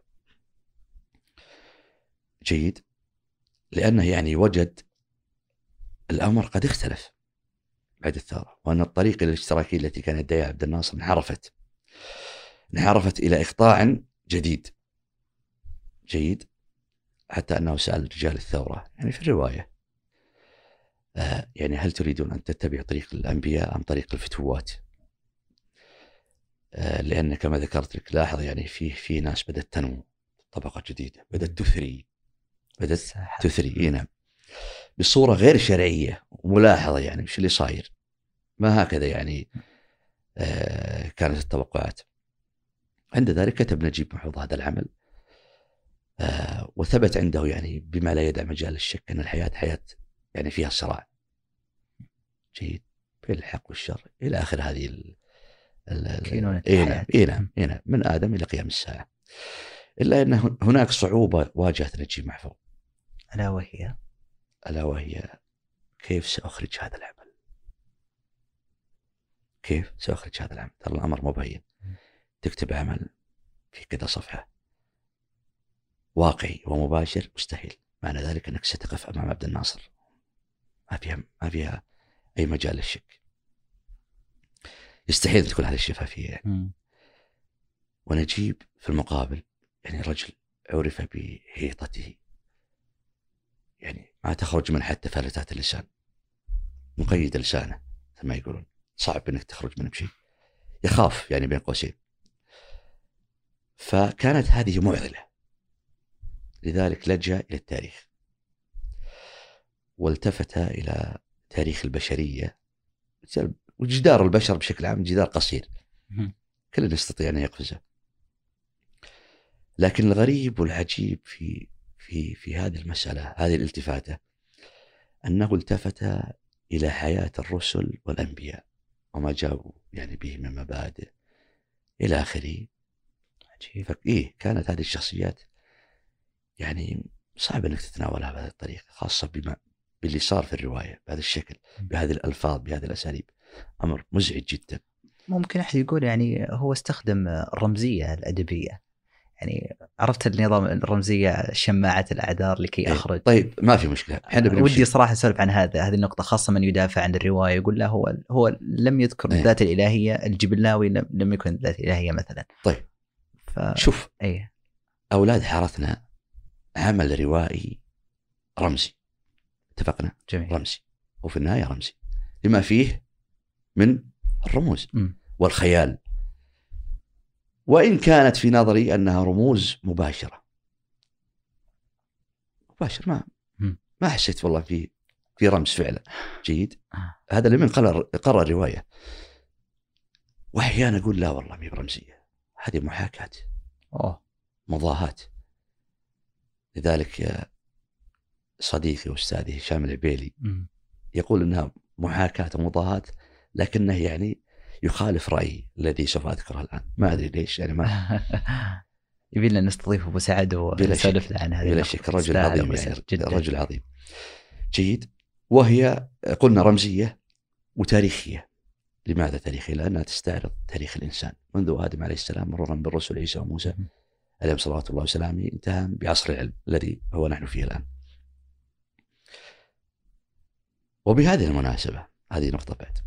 جيد. لأنه يعني وجد الأمر قد اختلف بعد الثورة، وأن الطريقة الاشتراكية التي كان يدعيها عبد الناصر انحرفت انحرفت إلى إقطاع جديد. جيد. حتى أنه سأل رجال الثورة يعني في الرواية آه يعني هل تريدون أن تتبعوا طريق الأنبياء أم طريق الفتوات؟ آه لأن كما ذكرت لك لاحظ يعني في في ناس بدأت تنمو، طبقة جديدة بدأت تثري بدأت تثري هنا بصورة غير شرعية وملاحظة، يعني مش اللي صاير، ما هكذا يعني آه كانت التوقعات. عند ذلك كتب نجيب محفوظ هذا العمل آه وثبت عنده يعني بما لا يدع مجال الشك أن الحياة حياة يعني فيها صراع. جيد. بين الحق والشر إلى آخر هذه ال الحياة إيه نعم من آدم إلى قيام الساعة. إلا أن هناك صعوبة واجهت نجيب محفوظ، ألا وهي ألا وهي كيف سأخرج هذا العمل، كيف سأخرج هذا العمل. ترى الأمر مبين، تكتب عمل في كذا صفحة واقعي ومباشر مستحيل، معنى ذلك أنك ستقف أمام عبد الناصر، ما فيها ما فيها أي مجال للشك، يستحيل تكون هذه الشفافية يعني. م. ونجيب في المقابل يعني رجل عرف بهيطته، يعني ما تخرج من حتى فلتات اللسان، مقيد لسانه ثم يقولون صعب أنك تخرج منه بشيء، يخاف يعني بين قوسين. فكانت هذه معضلة، لذلك لجأ إلى التاريخ والتفت إلى تاريخ البشرية وجدار البشر بشكل عام، جدار قصير كلنا يستطيع أن يقفزه. لكن الغريب والعجيب في في في هذه المسألة، هذه الالتفاتة، أنه التفت إلى حياة الرسل والأنبياء وما جاءوا يعني به من مبادئ إلى آخره. فإيه كانت هذه الشخصيات يعني صعب أنك تتناولها بهذه الطريقة، خاصة بما باللي صار في الرواية بهذا الشكل، بهذه الألفاظ، بهذه الأساليب، أمر مزعج جدا. ممكن أحد يقول يعني هو استخدم الرمزية الأدبية، يعني عرفت النظام الرمزية شماعة الأعذار لكي أخرج. طيب ما في مشكلة، احنا ودي صراحة أسولف عن هذا هذه النقطة، خاصة من يدافع عن الرواية يقول له هو هو لم يذكر أيه. الذات الإلهية، الجبلاوي لم, لم يكن الذات الإلهية مثلا. طيب ف... شوف أيه. أولاد حارتنا عمل روائي رمزي، اتفقنا؟ جميل. رمزي، وفي النهاية رمزي لما فيه من الرموز م. والخيال، وإن كانت في نظري أنها رموز مباشرة مباشر ما م. ما حسيت والله في في رمز فعلا. جيد. هذا اللي من قرر قرر الرواية. وأحيانا أقول لا والله مي برمزية، هذه محاكاة، أوه. مضاهاة. لذلك يا صديقي وأستاذي هشام العبيلي م. يقول إنها محاكاة ومضاهاة، لكنه يعني يخالف رأيي الذي سوف أذكره الآن، ما أدري ليش يعني ما يبي لنا نستضيف أبو سعد ونسولف عن هذه. بلا شك رجل عظيم يعني رجل عظيم. جيد. وهي قلنا رمزية وتاريخية، لماذا تاريخية؟ لأنها تستعرض تاريخ الإنسان منذ آدم عليه السلام مرورا بالرسل عيسى وموسى عليهم صلوات الله وسلامه، انتهى بعصر العلم الذي هو نحن فيه الآن. وبهذه المناسبة هذه نقطة بعد،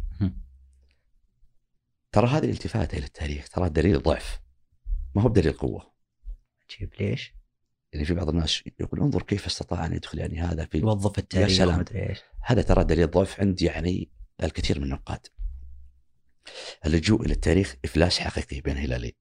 ترى هذه الالتفاتة إلى التاريخ ترى دليل ضعف، ما هو بدليل قوة. جيب ليش؟ يعني في بعض الناس يقول انظر كيف استطاع أن يدخل يعني هذا في يوظف التاريخ ومدري إيش. هذا ترى دليل ضعف عند يعني الكثير من النقاد. اللجوء إلى التاريخ إفلاس حقيقي بين هلالين،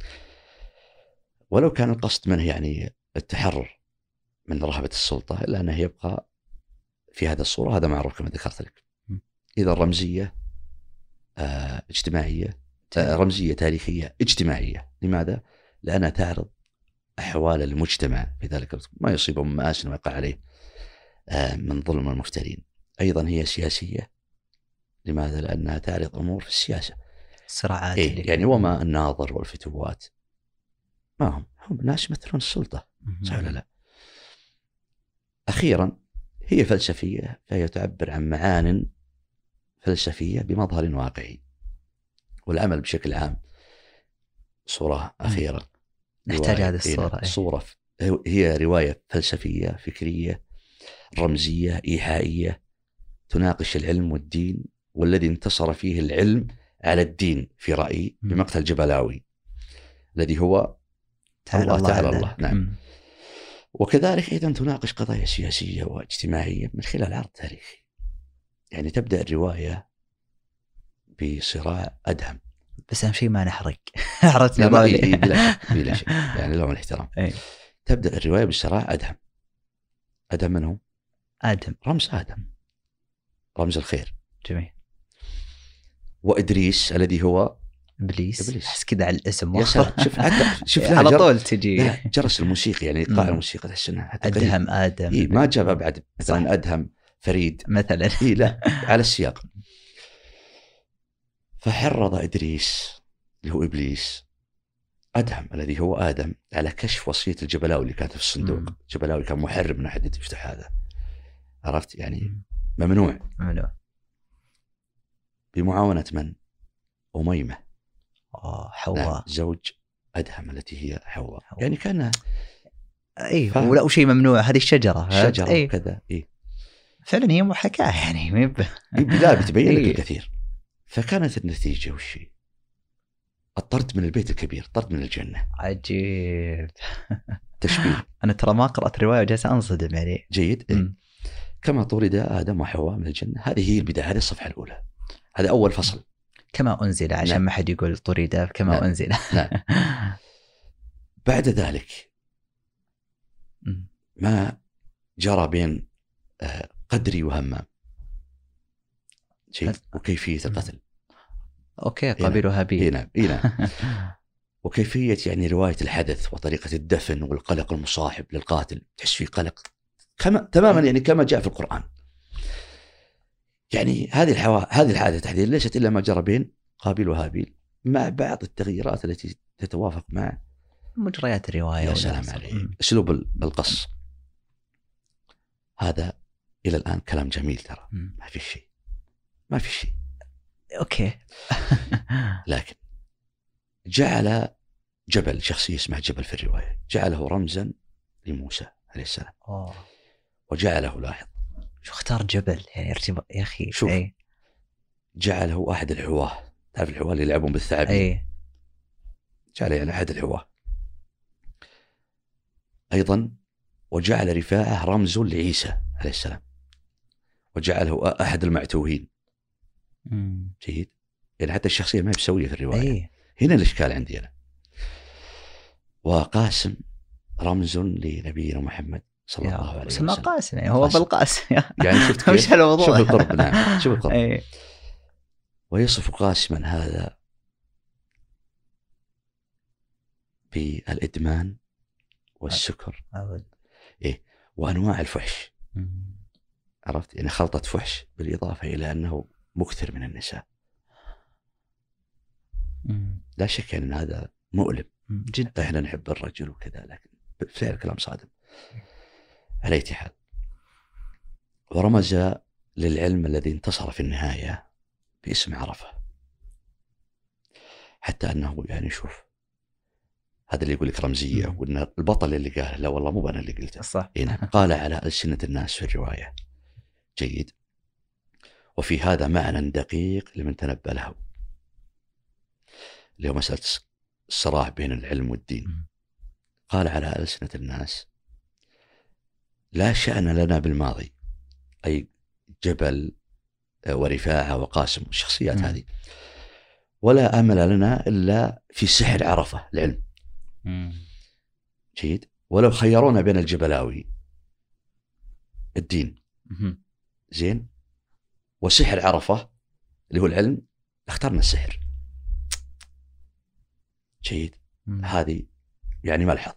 ولو كان القصد منه يعني التحرر من رهبة السلطة، إلا أنه يبقى في هذا الصورة. هذا معروف كما ذكرت لك. إذا رمزية آه اجتماعية آه رمزية تاريخية اجتماعية. لماذا؟ لأنها تعرض أحوال المجتمع في ذلك ما يصيبه من مآسٍ ويقع عليه آه من ظلم المفترين. أيضا هي سياسية. لماذا؟ لأنها تعرض أمور في السياسة، صراعات إيه يعني وما الناظر والفتوات ما هم هم ناس يمثلون السلطة، صح ولا لا؟ أخيرا هي فلسفية، فهي تعبر عن معان فلسفية بمظهر واقعي. والعمل بشكل عام صورة أخيرة نحتاج هذه الصورة. صورة هي رواية فلسفية فكرية رمزية إيحائية تناقش العلم والدين، والذي انتصر فيه العلم على الدين في رأيي بمقتل جبلاوي الذي هو تعالى الله, تعالى الله. نعم. وكذلك أيضا تناقش قضايا سياسية واجتماعية من خلال عرض تاريخي. يعني تبدأ الرواية بصراع أدهم، بس أهم شيء ما نحرق. عرفت لا إيه بلا شيء بلا شيء يعني لهم الاحترام. أي. تبدأ الرواية بصراع أدهم. أدهم من هو؟ آدم، رمز آدم، رمز الخير. جميل. وإدريس الذي هو إبليس. إبليس. أحس كذا على الاسم. يا سلام، شوف حتى شوف على طول تجي جرس الموسيقى يعني إيقاع الموسيقى تحس إنها أدهم آدم. إيه ما جاب بعد مثلا أدهم فريد مثلا. إيه لا على السياق. فحرض إدريس اللي هو إبليس أدهم الذي هو آدم على كشف وصية الجبلاوي اللي كانت في الصندوق. مم. الجبلاوي كان محرم من أحد يفتح هذا، عرفت يعني ممنوع. ممنوع. بمعاونة من؟ أميمة. آه حواء. نعم. زوج أدهم التي هي حواء. يعني كان إيه ولا شيء ممنوع. هذه الشجرة شجرة إيه؟ كذا إيه فعلا هي محاكاة يعني ميب... لا بتبين لك إيه؟ الكثير. فكانت النتيجة وشي الطرد من البيت الكبير، طرد من الجنة. عجيب. تشبيه. أنا ترى ما قرأت رواية وجالس أنصدم يعني. جيد إيه؟ كما طرد آدم وحواء من الجنة. هذه هي البداية، هذه الصفحة الأولى، هذا أول فصل. كما أنزل عشان نعم. ما حد يقول طرد كما نعم. أنزل. نعم. بعد ذلك ما جرى بين قدري وهمام شيء وكيفية القتل. أوكي قابيل وهابيل. نعم نعم. وكيفية يعني رواية الحدث وطريقة الدفن والقلق المصاحب للقاتل. تحس فيه قلق كما تماما يعني كما جاء في القرآن. يعني هذه الحوا... هذه الحادثة تحديدا ليست إلا ما جرى بين قابيل وهابيل مع بعض التغييرات التي تتوافق مع مجريات الرواية. يا سلام عليه. أسلوب القص هذا إلى الآن كلام جميل ترى. ما في شيء ما في شيء. أوكي. لكن جعل جبل، شخصية اسمها جبل في الرواية، جعله رمزا لموسى عليه السلام. أوه. وجعله لاحظ شو اختار جبل يعني ارتباط يا أخي. شوف أي. جعله أحد الحواه. تعرف الحواه اللي يلعبون بالثعابين. أي. جعله يعني أحد الحواه. أيضا وجعل رفاعة رمز لعيسى عليه السلام، وجعله أحد المعتوهين. مم. جيد. يعني حتى الشخصية ما هي بسوية في الرواية. أي. هنا الإشكال عندي أنا. وقاسم رمز لنبينا محمد صلى الله عليه وسلم. اسمه قاسم يعني هو بالقاسم يعني شفت كيف؟ مش الموضوع. شوف القرب. نعم شوف القرب. أي. ويصف قاسما هذا بالإدمان والسكر. أول. إيه وأنواع الفحش. مم. عرفت يعني خلطة فحش بالإضافة إلى أنه مكثر من النساء. مم. لا شك أن هذا مؤلم جدا. إحنا نحب الرجل وكذا، لكن فعلا كلام صادم. على أي حال ورمز للعلم الذي انتصر في النهاية باسم عرفة. حتى أنه يعني شوف هذا اللي يقول لك رمزية، وأن البطل اللي قاله لا والله مو أنا اللي قلته صح. هنا، قال على ألسنة الناس في الرواية. جيد. وفي هذا معنى دقيق لمن تنبأ له، اللي هو مسألة الصراع بين العلم والدين. قال على ألسنة الناس لا شأن لنا بالماضي، أي جبل ورفاعة وقاسم الشخصيات مم. هذه، ولا أمل لنا إلا في سحر عرفة العلم. مم. جيد. ولو خيرونا بين الجبلاوي الدين مم. زين وسحر عرفة اللي هو العلم، اخترنا السحر. جيد. مم. هذه يعني ملحظ.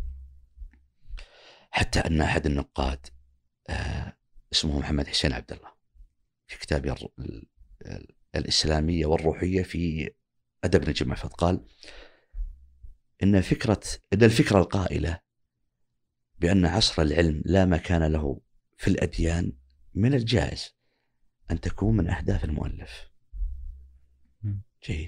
حتى أن أحد النقاد آه اسمه محمد حسين عبد الله في كتابه الإسلامية والروحية في أدب نجيب محفوظ قال إن فكرة إن الفكرة القائلة بأن عصر العلم لا مكان له في الأديان من الجائز أن تكون من أهداف المؤلف. جيد.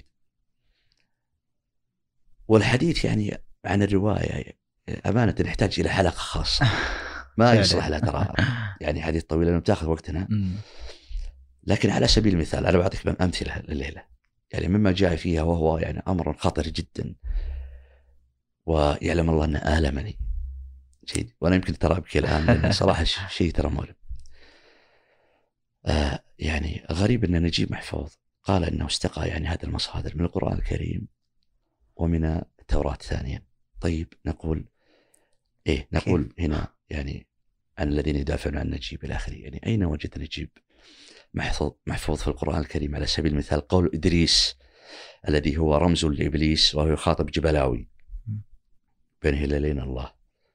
والحديث يعني عن الرواية أمانة نحتاج إلى حلقة خاصة ما يصلح لها ترى، يعني حديث طويل لأنه بتاخذ وقتنا. لكن على سبيل المثال أنا بعطيك أمثلة الليلة يعني مما جاء فيها، وهو يعني أمر خطر جدا ويعلم الله أنه آلمني. جيد. وأنا يمكن ترى أبكي الآن لأن صراحة شيء ترى مؤلم. آه يعني غريب أن نجيب محفوظ قال أنه استقى يعني هذا المصادر من القرآن الكريم ومن التوراة ثانيا. طيب نقول إيه نقول هنا يعني عن الذين يدافعون عن نجيب إلى آخره، يعني أين وجد نجيب محفوظ محفوظ في القرآن الكريم؟ على سبيل المثال قول إدريس الذي هو رمز لإبليس وهو يخاطب جبلاوي بين هلالين الله: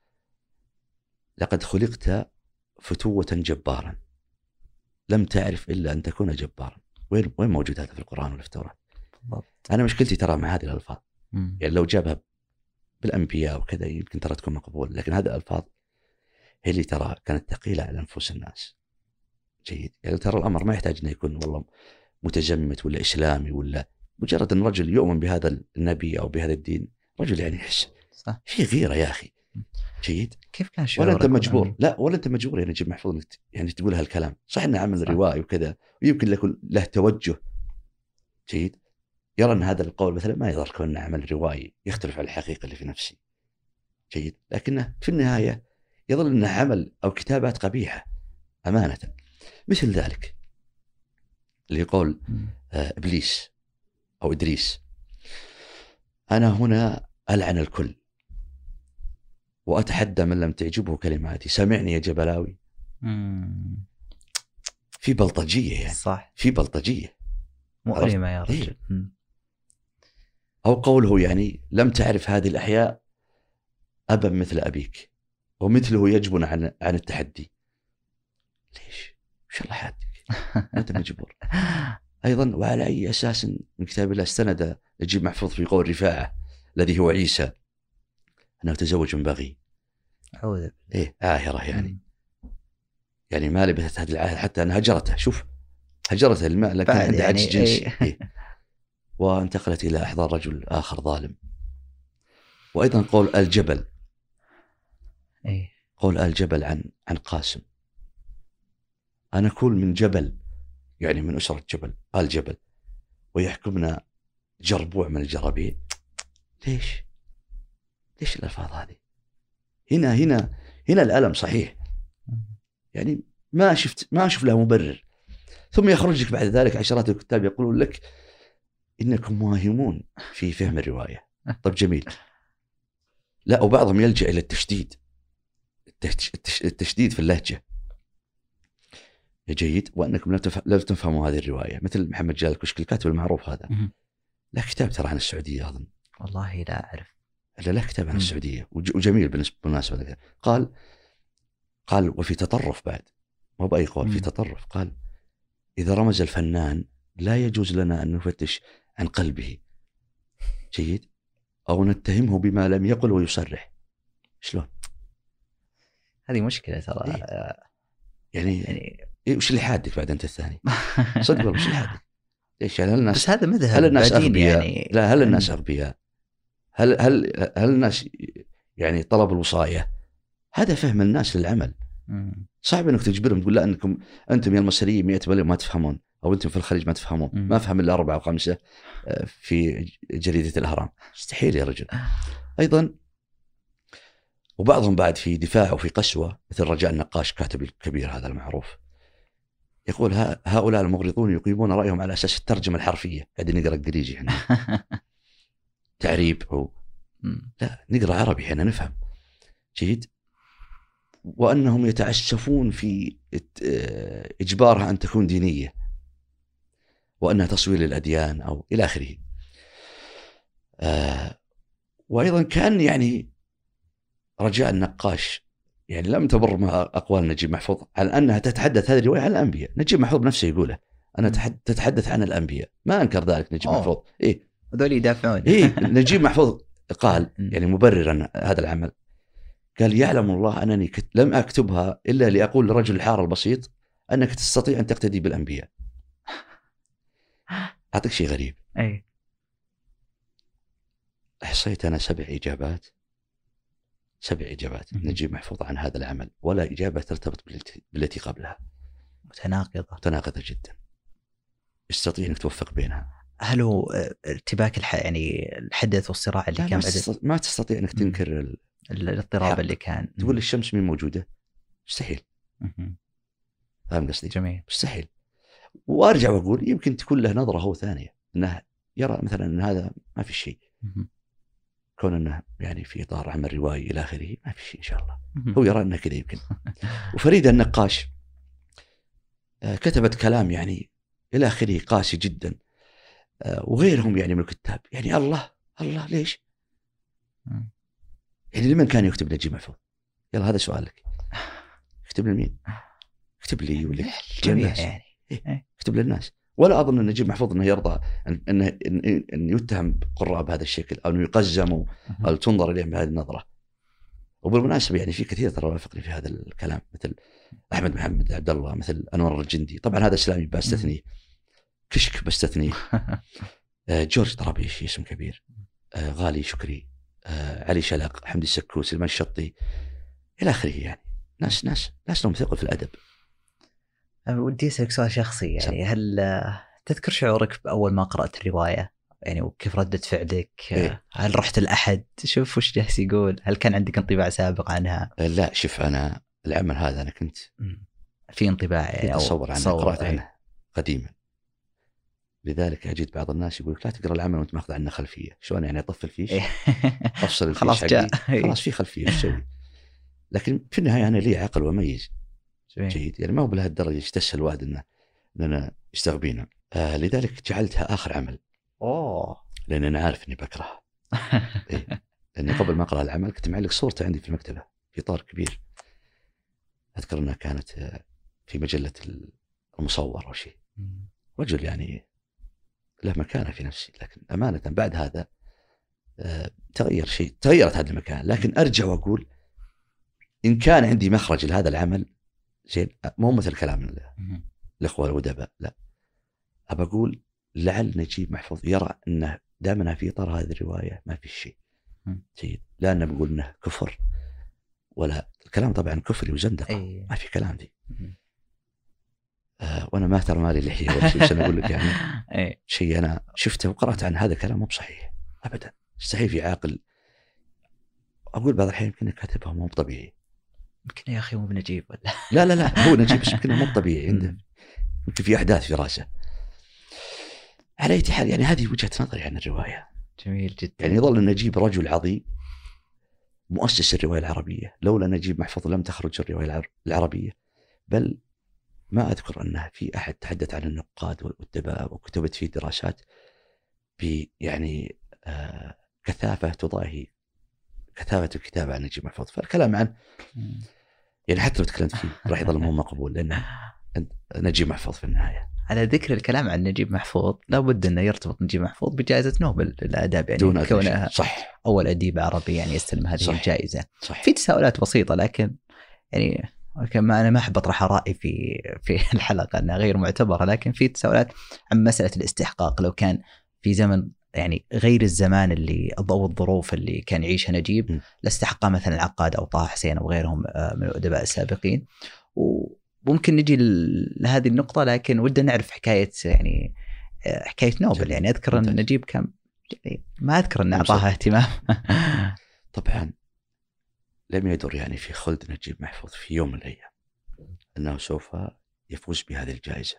لقد خلقت فتوة جبارا لم تعرف إلا أن تكون جبارا. وين وين موجود هذا في القرآن ولا في التوراة؟ أنا مشكلتي ترى مع هذه الألفاظ، يعني لو جابها بالأنبياء وكذا يمكن ترى تكون مقبول، لكن هذه الألفاظ هي اللي ترى كانت ثقيلة على أنفس الناس. جيد. يعني ترى الأمر ما يحتاج أن يكون والله متزمت ولا إسلامي، ولا مجرد أن رجل يؤمن بهذا النبي أو بهذا الدين، رجل يعني يحس في غيرة يا أخي. جيد. كيف كان شعورك؟ ولا أنت مجبور، لا ولا أنت مجبور يعني نجيب محفوظ يعني تقول هالكلام. صح إنه عمل روائي وكذا ويمكن له له توجه. جيد. يرى أن هذا القول مثلا ما يضر كونه عمل روائي يختلف عن الحقيقة اللي في نفسي. جيد. لكنه في النهاية يظل أنه عمل أو كتابات قبيحة أمانة. مثل ذلك اللي يقول آه إبليس أو إدريس: أنا هنا ألعن الكل وأتحدى من لم تعجبه كلماتي، سمعني يا جبلاوي. مم. في بلطجية يعني. صح. في بلطجية مؤلمة يا رجل. إيه؟ أو قوله يعني: لم تعرف هذه الأحياء أبا مثل أبيك ومثله يجبن عن عن التحدي. ليش؟ وش الله حدك؟ أنت مجبور. أيضا وعلى أي أساس من كتاب الله استند نجيب محفوظ في قول رفاعة الذي هو عيسى أنه تزوج من بغي؟ عوذ. إيه عاهرة يعني. يعني ما لبثت هذه العاهرة حتى أن هجرته. شوف هجرته الماء لكن عند يعني عجز جنسي. إيه. إيه. وانتقلت إلى إحضار رجل آخر ظالم. وأيضا قول الجبل. إيه. قول الجبل عن عن قاسم: أنا كل من جبل، يعني من أسرة جبل الجبل، ويحكمنا جربوع من الجرابيع. ليش؟ ليش الألفاظ هذه؟ هنا هنا هنا الألم صحيح، يعني ما شفت ما أشوف له مبرر. ثم يخرجك بعد ذلك عشرات الكتاب يقولون لك إنكم واهمون في فهم الرواية. طب جميل. لا وبعضهم يلجأ إلى التشديد التشديد في اللهجة. جيد. وأنكم لا تفهموا هذه الرواية، مثل محمد جلال الكشكي الكاتب المعروف هذا، لا كتاب ترى عن السعودية أظن. والله لا أعرف. لا لا كتاب عن السعودية وجميل بالمناسبة. قال قال وفي تطرف بعد، مو بأي قول، في تطرف. قال: إذا رمز الفنان لا يجوز لنا أن نفتش عن قلبه. جيد. أو نتهمه بما لم يقل ويصرح. شلون؟ هذه مشكلة ترى. إيه؟ يعني, يعني إيه وش اللي حادك بعد أنت الثاني؟ صدق والله وش اللي حادك؟ ليش يعني هل الناس بس هذا مذهب هل الناس بعدين أغبياء؟ يعني لا، هل الناس أغبياء؟ هل هل هل الناس يعني طلب الوصاية؟ هذا فهم الناس للعمل. مم. صعب انك تجبرهم تقول لا انكم انتم يا المصريين مئة مليون ما تفهمون، او انتم في الخليج ما تفهمون، مم. ما فهم الا اربعه وخمسه في جريده الاهرام. مستحيل يا رجل. ايضا وبعضهم بعد في دفاع وفي قسوه، مثل رجاء النقاش كاتب الكبير هذا المعروف، يقول هؤلاء المغرضون يقيمون رايهم على اساس الترجمه الحرفيه. قاعدين نقرا انجليزي احنا تعريب هو لا، نقرا عربي احنا نفهم جيد. وأنهم يتعسفون في إجبارها أن تكون دينية، وأنها تصوير للأديان أو إلى آخره. آه وأيضا كان يعني رجاء النقاش يعني لم تبر مع أقوال نجيب محفوظ على أنها تتحدث هذه الرواية عن الأنبياء. نجيب محفوظ نفسه يقوله، أنا تتحدث عن الأنبياء، ما أنكر ذلك نجيب محفوظ. إيه هذول يدافعون. إيه نجيب محفوظ قال يعني مبررا هذا العمل، قال يعلم الله أنني كت... لم أكتبها إلا لأقول لرجل الحار البسيط أنك تستطيع أن تقتدي بالأنبياء. أعطيك شيء غريب. أي. أحصيت أنا سبع إجابات سبع إجابات نجيب محفوظ عن هذا العمل، ولا إجابة ترتبط بالتي, بالتي قبلها. متناقضة. متناقضة جدا. استطيع أنك توفق بينها. هل هو ارتباك الح... يعني الحدث والصراع اللي كان ما, تست... ما تستطيع أنك تنكر ال... الاضطراب اللي كان. تقول الشمس مين موجودة؟ مستحيل. فاهم قصدي؟ جميل. مستحيل. وارجع واقول يمكن تكون له نظره هو ثانيه، انه يرى مثلا ان هذا ما في شيء، كون انه يعني في اطار عمل روائي الى اخره ما في شيء ان شاء الله. هو يرى انه كذا يمكن. وفريدة النقاش كتبت كلام يعني الى اخره قاسي جدا، وغيرهم يعني من الكتاب. يعني الله الله ليش؟ يعني لمن كان يكتب نجيب محفوظ؟ يلا هذا سؤالك. يكتب لمين؟ اكتب لي ولك جميع يعني. إيه؟ اكتب للناس. ولا أظن أن نجيب محفوظ أنه يرضى أن, أن, أن, أن يتهم قراء بهذا الشكل، أو أنه يقزموا أو تنظر إليهم بهذه النظرة. وبالمناسبة يعني في كثير ترى وافقني في هذا الكلام، مثل أحمد محمد عبد الله، مثل أنور الجندي. طبعا هذا إسلامي بستثنيه، كشك بستثنيه، جورج طرابيش اسم كبير، غالي شكري، علي شلق، حمدي السكوت، سلمان الشطي إلى آخره. يعني ناس ناس ناس لهم ثقل في الأدب. ودي أسألك سؤال شخصي يعني سم. هل تذكر شعورك بأول ما قرأت الرواية يعني وكيف ردة فعلك؟ إيه؟ هل رحت الأحد شوف وش جالس يقول؟ هل كان عندك انطباع سابق عنها؟ لا شوف أنا العمل هذا أنا كنت في انطباع يعني أتصور عنه، قرأت عنه قديما. لذلك أجد بعض الناس يقول لا تقرأ العمل وأنت ماخذ عنه خلفية. شلون يعني أطفي الفيش؟ أفصل الفيش خلاص جاء خلاص في خلفية ايش اسوي؟ لكن في النهاية أنا لي عقل وميز جيد، يعني ما هو بلهالدرجة يستسهل واحد إنه إننا يستغبينا. آه لذلك جعلتها آخر عمل. أوه. لأن أنا عارف إني بكره. إيه؟ لأني قبل ما أقرأ العمل كنت معلق صورته عندي في المكتبة في إطار كبير. أذكر أنها كانت في مجلة المصور أو شيء. رجل يعني له مكانة في نفسي، لكن أمانة بعد هذا آه تغير شيء، تغيرت هذا المكان. لكن أرجع وأقول إن كان عندي مخرج لهذا العمل زين، مو مثل كلام الأخوة الأدباء، لا أبى أقول لعل نجيب محفوظ يرى أنه دامنا في إطار هذه الرواية ما في شيء جيد، لا أنا بقول أنه كفر ولا الكلام طبعا كفري وزندقة. أيه. ما في كلام دي. آه وأنا ما ترى مالي لحية ولا شيء، بس أنا أقول لك يعني أيه. شيء أنا شفته وقرأت عن هذا الكلام مو بصحيح أبدا. استحي في عاقل أقول بعض الحين يمكن كاتبها مو طبيعي، يمكن يا أخي مو بنجيب ولا لا لا لا هو نجيب، بس يمكن مو طبيعي عنده، يمكن في أحداث في رأسه. على أي حال يعني هذه وجهة نظري عن الرواية. جميل جدا. يعني يظل نجيب رجل عظيم مؤسس الرواية العربية. لولا نجيب محفوظ لم تخرج الرواية العربية، بل ما أذكر أنه في أحد تحدث عن النقاد والأدباء وكتبت فيه دراسات ب يعني آه كثافة تضاهي كثافة الكتابة عن نجيب محفوظ. فالكلام عنه يعني حتى لو تكلمت فيه راح يظل مو مقبول، لأنه نجيب محفوظ في النهاية. على ذكر الكلام عن نجيب محفوظ لابد أنه يرتبط نجيب محفوظ بجائزة نوبل للآداب، يعني كونها صح أول أديب عربي يعني يستلم هذه صح. الجائزة. صح. في تساؤلات بسيطة، لكن يعني ما أنا ما أحب أطرح رأيي في في الحلقة أنها غير معتبرة، لكن في تساؤلات عن مسألة الاستحقاق. لو كان في زمن يعني غير الزمان اللي أو الظروف اللي كان يعيشها نجيب، لاستحقها مثلا العقاد أو طه حسين أو غيرهم من الأدباء السابقين. وممكن نجي لهذه النقطة، لكن ودنا نعرف حكاية يعني حكاية نوبل. جميل. يعني أذكر أن نجيب كان يعني ما أذكر أن أعطاها اهتمام. طبعا لم يدر يعني في خلد نجيب محفوظ في يوم من الأيام أنه سوف يفوز بهذه الجائزة.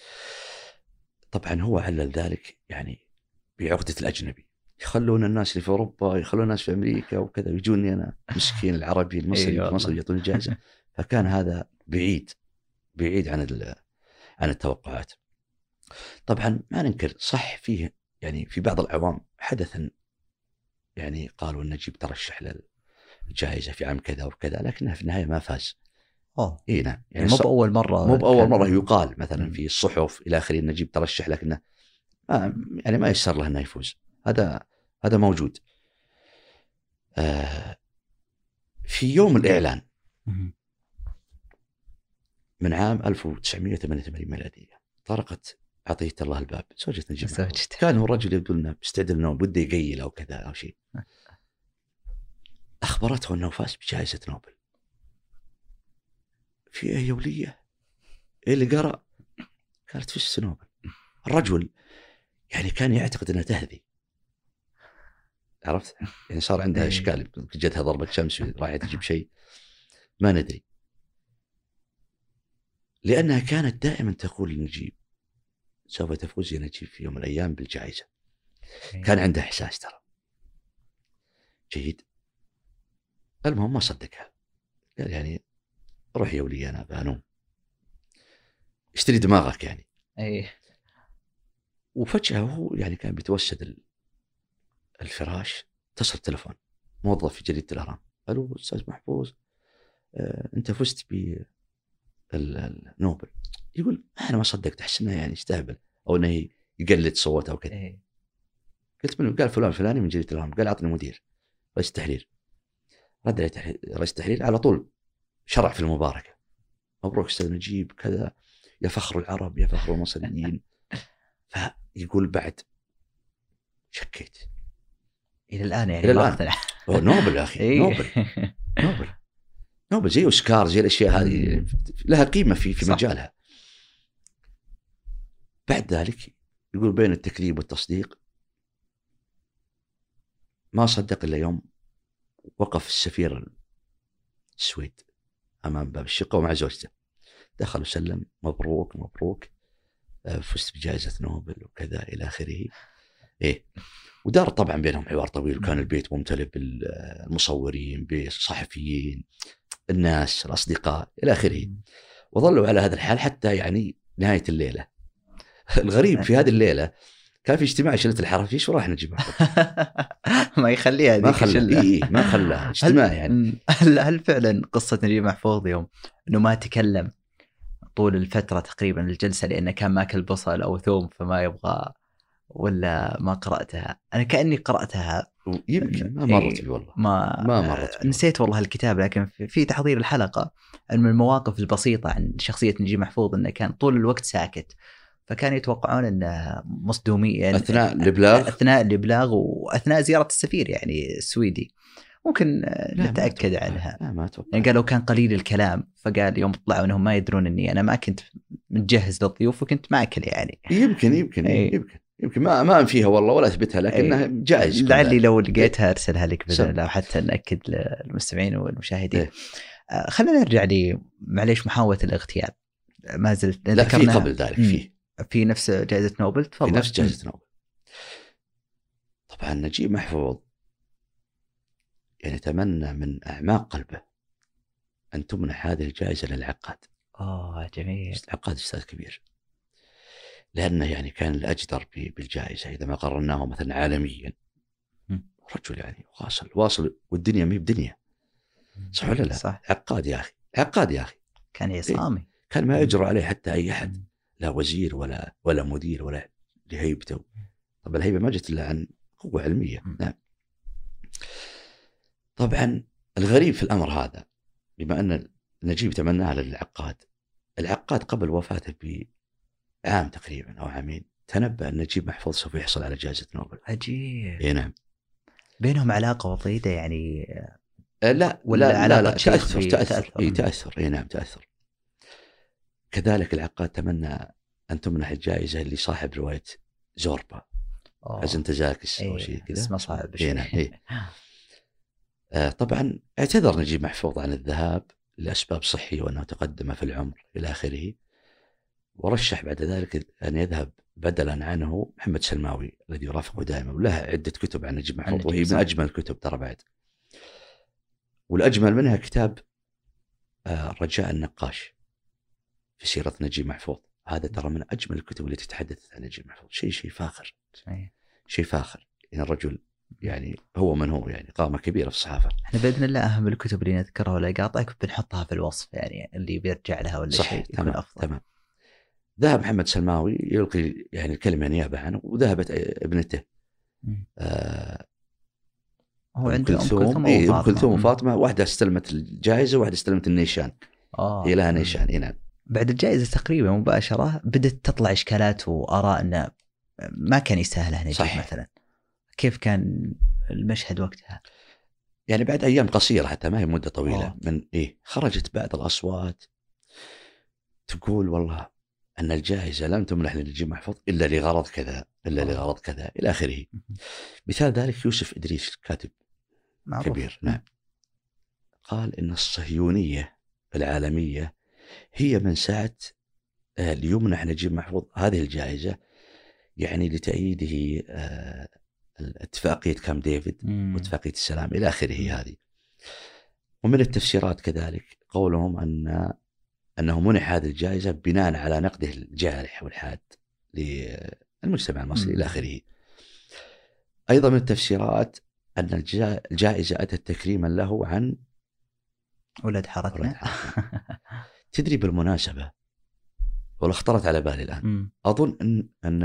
طبعا هو علل ذلك يعني بعقدة الأجنبي، يخلون الناس اللي في أوروبا يخلون الناس في أمريكا وكذا، ويجوني أنا مسكين العربي المصري في مصر يعطوني الجائزة. فكان هذا بعيد بعيد عن عن التوقعات. طبعا ما ننكر صح فيه يعني في بعض العوام حدثا يعني قالوا النجيب ترشح للجائزة في عام كذا وكذا، لكنها في النهاية ما فاز. اه اي نعم، يعني مو بأول مرة، مو بأول مرة يقال مثلا في الصحف إلى آخره النجيب ترشح، لكنه ما يعني ما يسر له أنه يفوز. هذا هذا موجود. آه في يوم الإعلان من عام ألف وتسعمائة وثمانية وثمانين ميلادية طرقت عطية الله الباب، زوجة نجيب محفوظ. كان هو الرجل يبدو لنا بيستعد للنوم، بده يقيل أو كذا أو شيء. أخبرته أنه فاز بجائزة نوبل. في إيه يا ولية؟ إيه اللي قرأ؟ قالت فزت نوبل. الرجل يعني كان يعتقد أنها تهذي، عرفت؟ يعني صار عندها إشكال، جتها ضربة شمس رايحة تجيب شيء ما ندري، لأنها كانت دائما تقول لنجيب سوف تفوز يا نجيب في يوم من الأيام بالجائزة. كان عندها إحساس ترى جيد. المهم ما صدقها، قال يعني روح يا ولي أنا بانوم، اشتري دماغك يعني. أي. وفجأة هو يعني كان بيتوسد الفراش، اتصل تلفون موظف في جريدة الأهرام، قالوا أستاذ محفوظ آه، أنت فزت بالنوبل. يقول أنا ما صدقت، أحسنها يعني استهبل أو أنه يقلد صوته أو كذا. أي. قلت منه؟ قال فلان فلاني من جريدة الأهرام. قال أعطني مدير رئيس التحرير. رد عليه رئيس التحرير على طول شرع في المباركة، مبروك أستاذ نجيب كذا، يا فخر العرب يا فخر المصريين. فيقول بعد شكيت إلى الآن يعني إلى ما الآن. اقتنع. نوبل يا أخي، نوبل نوبل نوبل زي أوسكار، زي الأشياء هذه لها قيمة في في مجالها. بعد ذلك يقول بين التكذيب والتصديق ما صدق إلا يوم وقف السفير السويد أمام باب الشقة ومع زوجته، دخل وسلم مبروك مبروك فزت بجائزة نوبل وكذا إلى آخره. إيه، ودار طبعا بينهم حوار طويل، وكان البيت ممتلئ بالمصورين بالصحفيين الناس الأصدقاء إلى آخره، وظلوا على هذا الحال حتى يعني نهاية الليلة. الغريب في هذه الليلة كان في اجتماع شلة الحرافيش وراح نجيب ما يخليها ما خلى إيه ما خلى اجتماع يعني. هل, هل فعلا قصة نجيب محفوظ يوم إنه ما تكلم طول الفترة تقريبا الجلسة لأنه كان ماكل بصل أو ثوم فما يبغى، ولا ما قرأتها؟ أنا كأني قرأتها يمكن ما مرت بي والله، ما, ما مرت بي نسيت والله الكتاب، لكن في تحضير الحلقة من المواقف البسيطة عن شخصية نجيب محفوظ أنه كان طول الوقت ساكت، فكانوا يتوقعون أنه مصدومية أثناء الإبلاغ أثناء الإبلاغ وأثناء زيارة السفير يعني السويدي. ممكن نتأكد عنها. لا ما أتوقع. يعني قالوا كان قليل الكلام، فقال يوم طلعوا أنهم ما يدرون أني أنا ما كنت متجهز للضيوف وكنت ماكل يعني. يمكن يمكن أي. يمكن يمكن ما ما فيها والله ولا أثبتها، لكنها جائز. لعلي لو لقيتها أرسلها لك بإذن الله حتى نأكد للمستمعين والمشاهدين. إيه. آه خلينا نرجع لي معليش محاولة الاغتيال. ما زلت لا في قبل ذلك فيه في نفس جائزة نوبل. تفضل. في نفس جائزة نوبل. طبعا نجيب محفوظ يعني تمنى من أعماق قلبه أن تمنح هذه الجائزة للعقاد. آه جميل. عقاد أستاذ كبير، لأنه يعني كان الأجدر بالجائزة إذا ما قررناه مثلا عالميا. رجل يعني واصل واصل والدنيا مي بدنيا، صح ولا لا؟ صح. عقاد يا أخي، عقاد يا أخي. كان عصامي. إيه؟ كان ما يجرؤ عليه حتى أي أحد، لا وزير ولا ولا مدير ولا لهيبته. طب الهيبة ما جت إلا عن قوة علمية. نعم. طبعا الغريب في الأمر هذا، بما أن نجيب تمناها للعقاد. العقاد قبل وفاته بعام تقريبا أو عامين تنبأ أن نجيب محفوظ سوف يحصل على جائزة نوبل. عجيب. إيه نعم. بينهم علاقة وطيدة يعني؟ لا لا ولا لا, لا تأثر تأثر تأثر تأثر إيه تأثر إيه نعم تأثر. كذلك العقاد تمنى أن تمنح الجائزة اللي صاحب رواية زوربا أزنتزاكس أو شيء كذا. اسمه صعب إيه نعم إيه. آه طبعا اعتذر نجيب محفوظ عن الذهاب لأسباب صحية وأنه تقدم في العمر إلى آخره، ورشح بعد ذلك أن يذهب بدلا عنه محمد سلماوي الذي يرافقه دائما، ولها عدة كتب عن نجيب محفوظ وهي من أجمل الكتب ترى بعد. والأجمل منها كتاب آه رجاء النقاش في سيرة نجيب محفوظ، هذا ترى من أجمل الكتب التي تتحدث عن نجيب محفوظ. شيء شيء فاخر شيء فاخر يعني الرجل يعني هو من هو يعني قامة كبيرة في الصحافة. احنا بإذن الله أهم الكتب اللي نذكرها ولا قاطعك بنحطها في الوصف يعني اللي بيرجع لها ولا صح. شيء يكون تمام. أفضل. تمام. ذهب محمد سلماوي يلقي يعني الكلمة نيابة عنه، وذهبت ابنته آه هو أم كلثوم إيه أم كلثوم وفاطمة، واحدة استلمت الجائزة وواحدة استلمت النيشان. آه. هي لها نيشان. إيه نعم. بعد الجائزة تقريبا مباشرة بدأت تطلع إشكالات وآراء أنه ما كان يستاهلها نجيب. صح. مثلا كيف كان المشهد وقتها؟ يعني بعد أيام قصيرة حتى ما هي مدة طويلة. أوه. من إيه خرجت بعض الأصوات تقول والله أن الجائزة لم تمنح لنجيب محفوظ إلا لغرض كذا إلا أوه. لغرض كذا إلى آخره. مثال ذلك يوسف إدريس كاتب معروف. كبير. نعم. قال إن الصهيونية العالمية هي من ساعة ليمنح نجيب محفوظ هذه الجائزة يعني لتأييده اتفاقية كامب ديفيد واتفاقية السلام إلى آخره هذه. ومن التفسيرات كذلك قولهم أن أنه منح هذه الجائزة بناء على نقده الجارح والحاد للمجتمع المصري إلى آخره. أيضا من التفسيرات أن الجائزة أتت تكريما له عن ولد حارتنا. تدري بالمناسبة ولا خطرت على بالي الآن م. أظن أن أن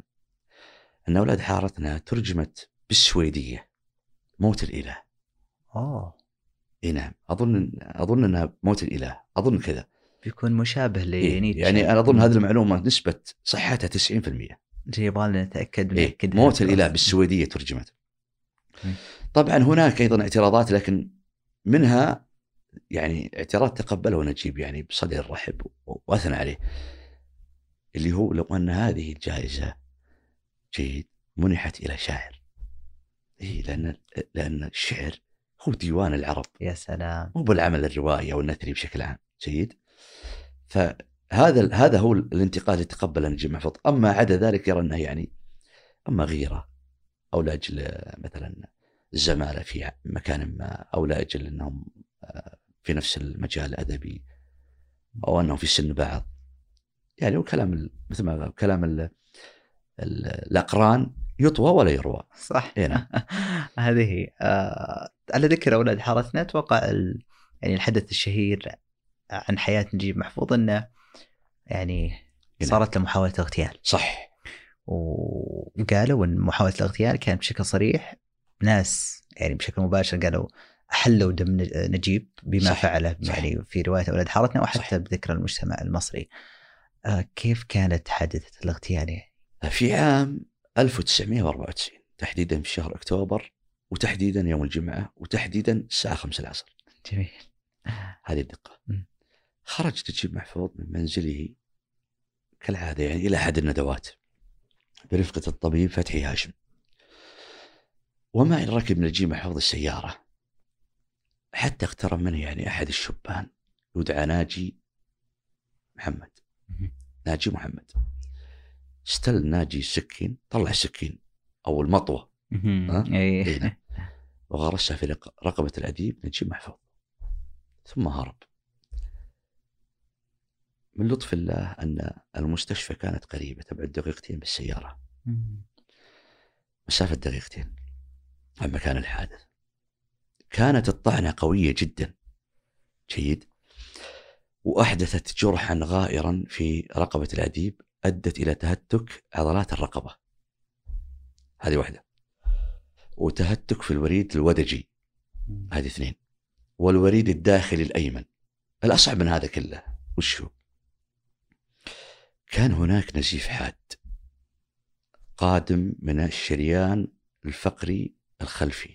أن أولاد حارتنا ترجمت بالسويدية موت الإله. آه. إيه نعم. أظن أظن أنها موت الإله، أظن كذا. بيكون مشابه لنيتشه. إيه؟ يعني أنا أظن هذه المعلومة نسبة صحتها تسعين بالمئة. يبغى نتأكد. إيه؟ موت الإله بالسويدية ترجمت. م. طبعا هناك أيضا اعتراضات، لكن منها يعني اعتراض تقبله نجيب يعني بصدر رحب وأثنى عليه، اللي هو لو أن هذه الجائزة جيد منحت إلى شاعر. إيه لأن لأن الشعر هو ديوان العرب. يا سلام. مو بالعمل الروائي أو النثري بشكل عام. جيد. فهذا هذا هو الانتقاد اللي تقبله نجيب محفوظ. أما عدا ذلك يرى أنه يعني أما غيرة أو لأجل مثلا الزمالة في مكان ما، أو لأجل أنهم في نفس المجال الأدبي، أو أنهم في سن بعض، يعني وكلام مثل ما قال كلام ال ال الأقران يطوى ولا يروى. صح. هنا هذه آه على ذكر أولاد حارتنا، أتوقع يعني الحدث الشهير عن حياة نجيب محفوظ أنه يعني صارت له محاولة اغتيال. صح. وقالوا أن محاولة الاغتيال كانت بشكل صريح، ناس يعني بشكل مباشر قالوا أحلوا دم نجيب بما صح. فعله صح. يعني في رواية أولاد حارتنا وحتى صح. بذكر المجتمع المصري. آه كيف كانت حادثة الاغتيال؟ في عام ألف وتسعمائة وأربعة وتسعين تحديدا في شهر أكتوبر، وتحديدا يوم الجمعة، وتحديدا الساعة خمسة العصر. جميل. هذه الدقة. م. خرج نجيب محفوظ من منزله كالعادة يعني إلى أحد الندوات برفقة الطبيب فتحي هاشم، وما إن ركب نجيب محفوظ السيارة حتى اقترب منه يعني أحد الشبان يدعى ناجي محمد. م. ناجي محمد استل ناجي السكين، طلع السكين أو المطوة أيه. وغرسها في رقبة الأديب نجيب محفوظ ثم هرب. من لطف الله أن المستشفى كانت قريبة تبعد دقيقتين بالسيارة، مسافة دقيقتين عن مكان الحادث. كانت الطعنة قوية جدا. جيد. وأحدثت جرحا غائرا في رقبة الأديب أدت إلى تهتك عضلات الرقبة، هذه واحدة، وتهتك في الوريد الودجي، هذه اثنين، والوريد الداخلي الأيمن، الأصعب من هذا كله وش هو؟ كان هناك نزيف حاد قادم من الشريان الفقري الخلفي.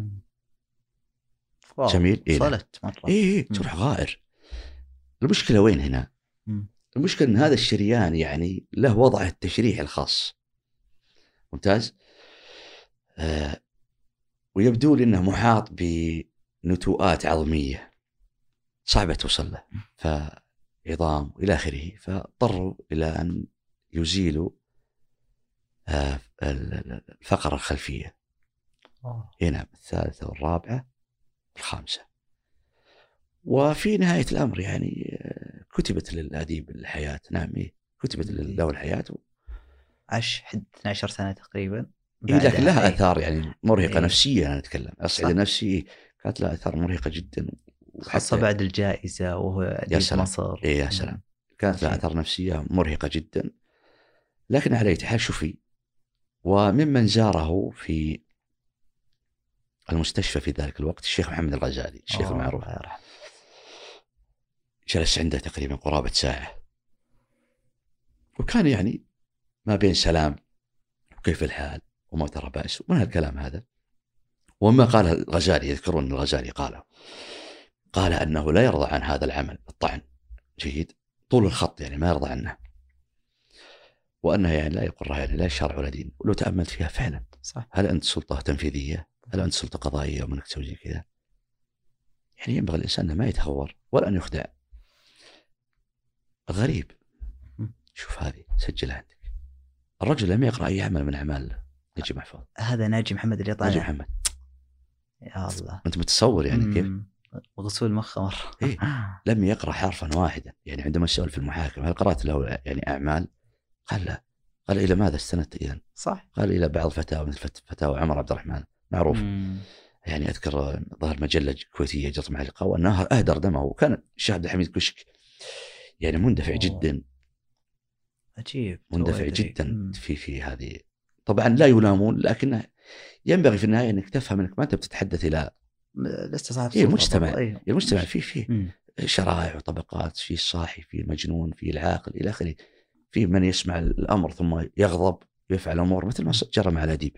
واو. جميل. إيه وصلت مرة. إيه إيه تروح غائر. المشكلة وين هنا؟ مم. المشكلة أن هذا الشريان يعني له وضعه التشريحي الخاص. ممتاز. آه ويبدو لي أنه محاط بنتوءات عظمية صعبة توصل له، فعظام إلى آخره، فاضطروا إلى أن يزيلوا آه الفقرة الخلفية. هنا الثالثة والرابعة والخامسة. وفي نهاية الأمر يعني كتبت للأديب الحياة. نعم إيه كتبت له الحياة. عاش حد اثنتي عشرة سنة تقريبا. إيه لكن لها أثار يعني مرهقة إيه. نفسيا. أنا أتكلم الصعيد النفسي كانت لها أثار مرهقة جدا، خاصة بعد الجائزة وهو أديب مصر. إيه يا سلام. كانت لها أثار نفسية مرهقة جدا. لكن على أي حال شوفي، وممن زاره في المستشفى في ذلك الوقت الشيخ محمد الغزالي، الشيخ المعروف. جلس عنده تقريبا قرابة ساعة، وكان يعني ما بين سلام وكيف الحال وما ترى بأس ومن هالكلام هذا. وما قال الغزالي، يذكرون الغزالي قاله قال أنه لا يرضى عن هذا العمل الطعن. جيد. طول الخط يعني ما يرضى عنه، وأنه يعني لا يقرها يعني لا شرع ولا دين. ولو تأملت فيها فعلا صح. هل أنت سلطة تنفيذية؟ هل أنت سلطة قضائية ومنك تسوي زي كذا؟ يعني ينبغي الإنسان أن ما يتهور ولا أن يخدع. غريب. شوف هذه سجلها عندك. الرجل لم يقرأ أي عمل من أعمال ناجي محفوظ. هذا ناجي محمد اللي طالع. ناجي محمد. يا الله. أنت متصور يعني كيف؟ غسول مخ مرة. إيه؟ لم يقرأ حرفا واحدا. يعني عندما سأل في المحاكمة هل قرأت له يعني أعمال؟ قال لا. قال إلى ماذا استندت إذن؟ صح. قال إلى بعض فتاوى مثل فتاوى عمر عبد الرحمن معروف. مم. يعني أذكر ظهر مجلة كويتية جت معلقة وأنها أهدر دمه. وكان الشيخ عبد الحميد كشك يعني مندفع أوه. جدا. عجيب. مندفع جدا مم. في في هذه. طبعا لا يلامون، لكن ينبغي في النهاية أنك تفهم أنك ما أنت بتتحدث إلى لست صاحب إيه مجتمع. إيه المجتمع فيه فيه شرائع وطبقات، فيه الصاحي، فيه المجنون، فيه العاقل إلى آخره. فيه من يسمع الأمر ثم يغضب يفعل أمور مثل ما جرى مع الأديب.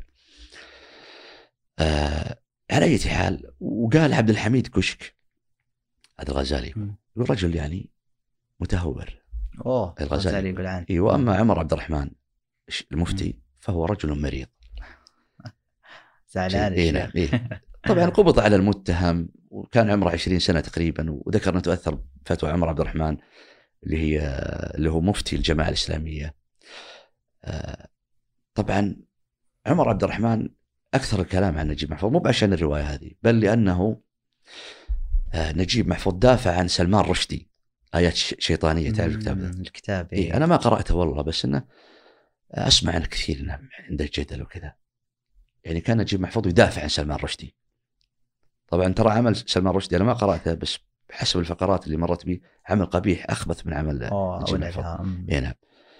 آه على أي حال. وقال عبد الحميد كشك هذا الغزالي يقول رجل يعني متهور. أوه الغزالي يقول عنه. إيه. وأما عمر عبد الرحمن المفتي فهو رجل مريض. زعلان. إيه إيه. طبعا قبض على المتهم وكان عمره عشرين سنة تقريبا. وذكر أنه تأثر بفتوى عمر عبد الرحمن اللي هي اللي هو مفتي الجماعة الإسلامية. آه طبعا عمر عبد الرحمن أكثر الكلام عن نجيب محفوظ مو عشان الرواية هذه، بل لأنه آه نجيب محفوظ دافع عن سلمان رشدي آيات شيطانية. تعرف الكتاب ذا؟ الكتاب إيه. أنا ما قرأته والله، بس أنه أسمع عنه كثير إنه عنده جدل وكذا. يعني كان نجيب محفوظ يدافع عن سلمان رشدي. طبعا ترى عمل سلمان رشدي أنا ما قرأته، بس بحسب الفقرات اللي مرت بي عمل قبيح أخبث من عمل نجيب محفوظ. نعم.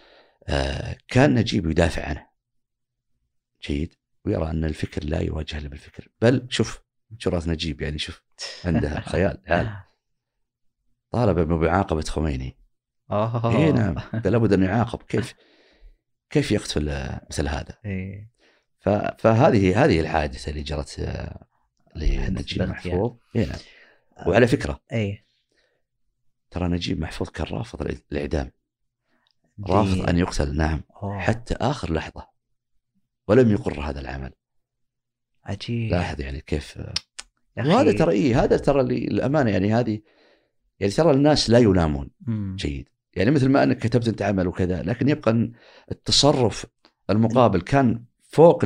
آه كان نجيب يدافع عنه. جيد. ويرى أن الفكر لا يواجه إلا بالفكر. بل شوف شراث نجيب يعني شوف عندها خيال عال. طالب بمعاقبة خميني. آه. إيه نعم. قال لابد أن يعاقب. كيف كيف يقتل مثل هذا؟ إيه. فهذه هذه الحادثة اللي جرت لنجيب محفوظ. إيه نعم. وعلى فكرة إيه. ترى نجيب محفوظ كان رافض الإعدام، رافض أن يقتل. نعم. أوه. حتى آخر لحظة ولم يقر هذا العمل. عجيب. لاحظ يعني كيف. وهذا ترى إيه هذا ترى الأمانة يعني هذه يعني ترى الناس لا يلامون. مم. جيد. يعني مثل ما أنك كتبت أنت عمل وكذا، لكن يبقى التصرف المقابل كان فوق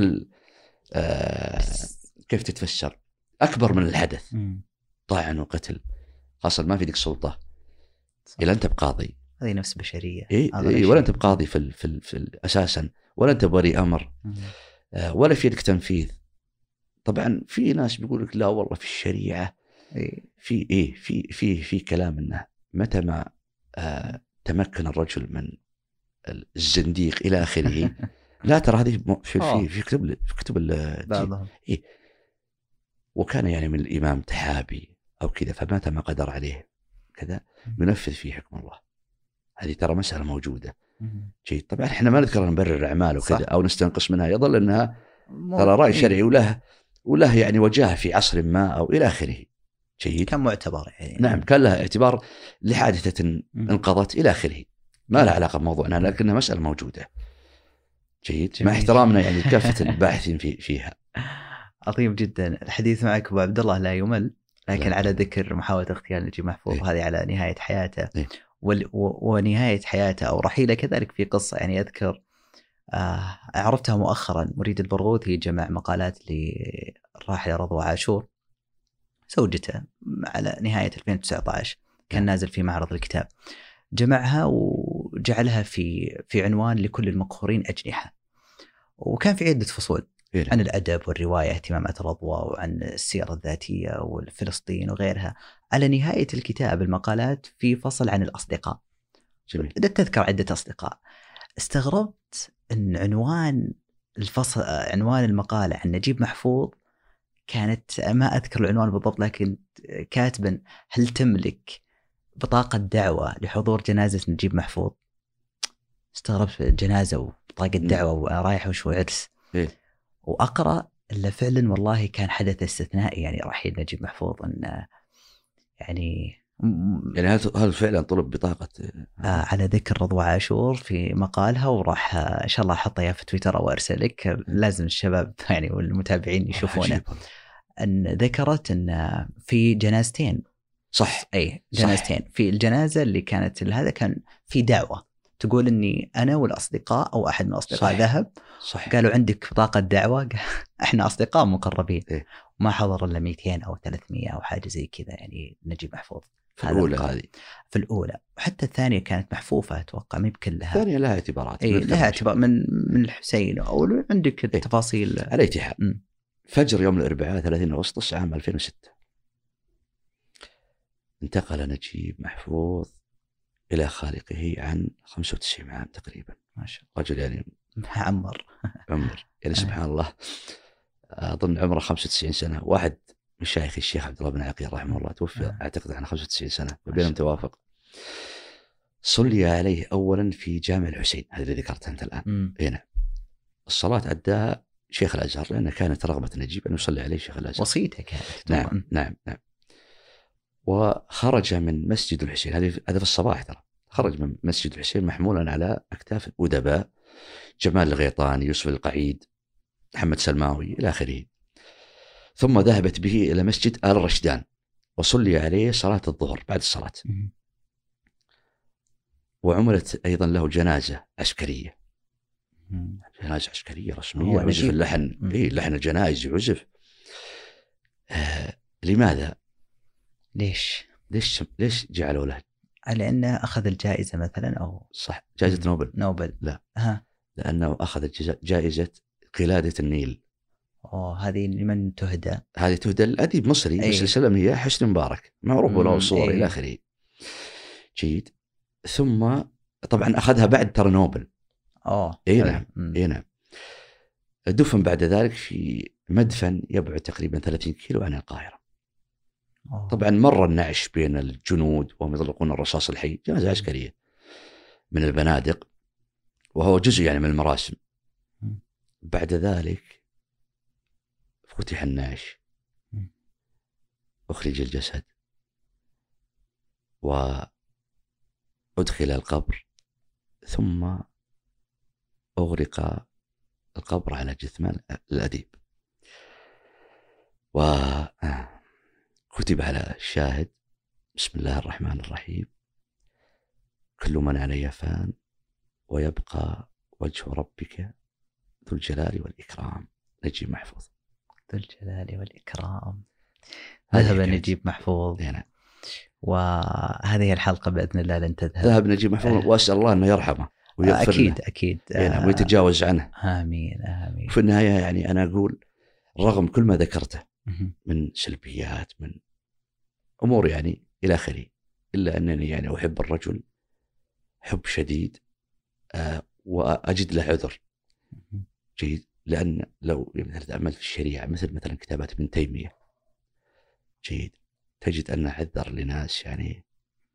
آه كيف تتفسر أكبر من الحدث. مم. طعن وقتل. خاصة ما في ذيك سلطة. إلا أنت بقاضي. هذه نفس بشرية. إيه إيه ولا أنت بقاضي في ال في, ال في ال أساسا، ولا أنت بري أمر. آه ولا في يدك تنفيذ. طبعا في ناس بيقول لك لا والله في الشريعة إيه في إيه في في في كلام إنه متى ما آه تمكن الرجل من الزنديق إلى آخره. لا ترى هذه في في في كتب في كتب بعضهم. إيه. وكان يعني من الإمام تحابي أو كذا، فمتى ما قدر عليه كذا ينفذ فيه حكم الله. هذه ترى مسألة موجودة. جيد. طبعا احنا ما نذكر نبرر الأعمال وكذا أو نستنقص منها، يظل أنها ترى رأي شرعي وله وله يعني وجاهه في عصر ما أو إلى آخره. جيد. كان معتبر يعني. نعم كان لها اعتبار لحادثة انقضت إلى آخره، ما لها علاقة بموضوعنا، لكنها مسألة موجودة. جيد. جميل. مع احترامنا يعني لكافة الباحثين في فيها. عظيم جدا الحديث معك أبو عبد الله، لا يمل. لكن لا. على ذكر محاولة اغتيال نجيب محفوظ، إيه؟ هذه على نهاية حياته. إيه؟ ونهاية حياته أو رحيله كذلك في قصة يعني أذكر آه عرفتها مؤخرا. مريد البرغوثي جمع مقالات للراحلة رضوى عاشور زوجته على نهاية ألفين وتسعة عشر، كان نازل في معرض الكتاب، جمعها وجعلها في في عنوان لكل المقهورين أجنحة. وكان في عدة فصول عن الأدب والرواية، اهتمامات رضوى، وعن السيرة الذاتية والفلسطين وغيرها. على نهاية الكتاب المقالات في فصل عن الأصدقاء. جميل. تذكر عدة أصدقاء. استغربت أن عنوان الفصل عنوان المقالة عن نجيب محفوظ كانت، ما أذكر العنوان بالضبط، لكن كاتبا هل تملك بطاقة دعوة لحضور جنازة نجيب محفوظ؟ استغربت جنازة وبطاقة دعوة ورايح وشو عرس. إيه؟ وأقرأ إلا فعلا والله كان حدث استثنائي يعني رحيل نجيب محفوظ. أن يعني يعني هل فعلا طلب بطاقة آه على ذكر رضوى عاشور في مقالها، وراح إن شاء الله أحطها في تويتر أو أرسلك، لازم الشباب يعني والمتابعين يشوفونه. أن ذكرت أن في جنازتين. صح. أي جنازتين. صح. في الجنازة اللي كانت هذا كان في دعوة تقول أني أنا والأصدقاء أو أحد من الأصدقاء ذهب. صح. قالوا عندك بطاقة دعوة؟ إحنا أصدقاء مقربين. إيه؟ ما حضر إلا مئتين أو ثلاثمئة أو حاجة زي كذا يعني نجيب محفوظ. في الأولى هذه. في الأولى. وحتى الثانية كانت محفوفة أتوقع، ما بكلها. الثانية لها اعتبارات. إيه لها اعتبار من من الحسين أو عندك إيه؟ التفاصيل. على أي حال. فجر يوم الأربعاء ثلاثين أغسطس عام ألفين وستة انتقل نجيب محفوظ إلى خالقه عن خمسة وتسعين عام تقريبا. ما شاء الله. رجل يعني عمر عمر يعني سبحان الله. أظن عمره خمسة وتسعين سنة. واحد من شيخ الشيخ عبد الله بن عقيل رحمه الله توفي آه. أعتقد عن خمسة وتسعين سنة، فبينهم توافق. صلي عليه أولا في جامع الحسين، هذا اللي ذكرته أنت الآن. هنا الصلاة أداها شيخ الأزهر، لأن كانت رغبة نجيب أن يصلي عليه شيخ الأزهر. وصيته كانت. نعم نعم نعم. وخرج من مسجد الحسين، هذا في الصباح ترى، خرج من مسجد الحسين محمولا على أكتاف الأدباء، جمال الغيطاني، يوسف القعيد، محمد سلماوي إلى آخره. ثم ذهبت به إلى مسجد آل رشدان وصلي عليه صلاة الظهر بعد الصلاة. وعملت أيضا له جنازة عسكرية، جنازة عسكرية رسمية، عزف اللحن. إيه لحن الجنائز يعزف. آه لماذا؟ ليش؟ ليش ليش جعلوا له؟ على أنه أخذ الجائزة مثلا أو صح جائزة نوبل. نوبل لا ها. لأنه أخذ جائزة قلادة النيل. أوه هذه لمن تهدى؟ هذه تهدى الأديب مصري. أي. بس السلام هي حسني مبارك، معروف له صور إلى آخره. جيد. ثم طبعا أخذها بعد ترى نوبل. أوه إيه نعم إيه نعم. دفن بعد ذلك في مدفن يبعد تقريبا ثلاثين كيلو عن القاهرة. أوه. طبعا مر النعش بين الجنود وهم يطلقون الرصاص الحي، جنازة عسكرية من البنادق، وهو جزء يعني من المراسم. بعد ذلك فتح النعش، أخرج الجسد، وأدخل القبر، ثم أغرق القبر على جثمان الأديب، وكتب على الشاهد: بسم الله الرحمن الرحيم، كل من عليها فان ويبقى وجه ربك ذو الجلال والإكرام. نجيب محفوظ. ذو الجلال والإكرام. ذهب نجيب محفوظ. هنا. وهذه الحلقة بإذن الله لن تذهب. ذهب نجيب محفوظ. أه. وأسأل الله أنه يرحمه ويغفر أكيد له. أكيد هنا. ويتجاوز عنه. آمين آمين. في النهاية يعني أنا أقول رغم كل ما ذكرته من سلبيات، من أمور يعني إلى آخره، إلا أنني يعني أحب الرجل حب شديد، أه وأجد له عذر جيد. لأن لو مثلا تأملت في الشريعة مثل مثلا كتابات ابن تيمية جيد، تجد أنه عذر لناس يعني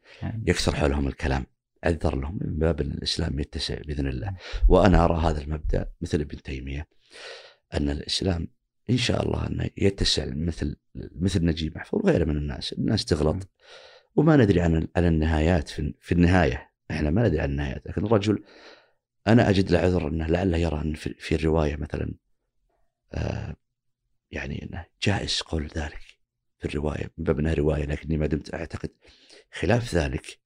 يكثر حولهم الكلام، أعذر لهم من باب أن الإسلام يتسع بإذن الله. وأنا أرى هذا المبدأ مثل ابن تيمية، أن الإسلام إن شاء الله أنه يتسع مثل مثل نجيب محفوظ وغيره من الناس. الناس تغلط وما ندري عن عن النهايات في, في النهاية، إحنا ما ندري عن النهايات. لكن الرجل أنا أجد له عذر أنه لعله يرى أن في, في الرواية مثلا آه يعني أنه جائز قول ذلك في الرواية من باب أنها رواية، لكني ما دمت أعتقد خلاف ذلك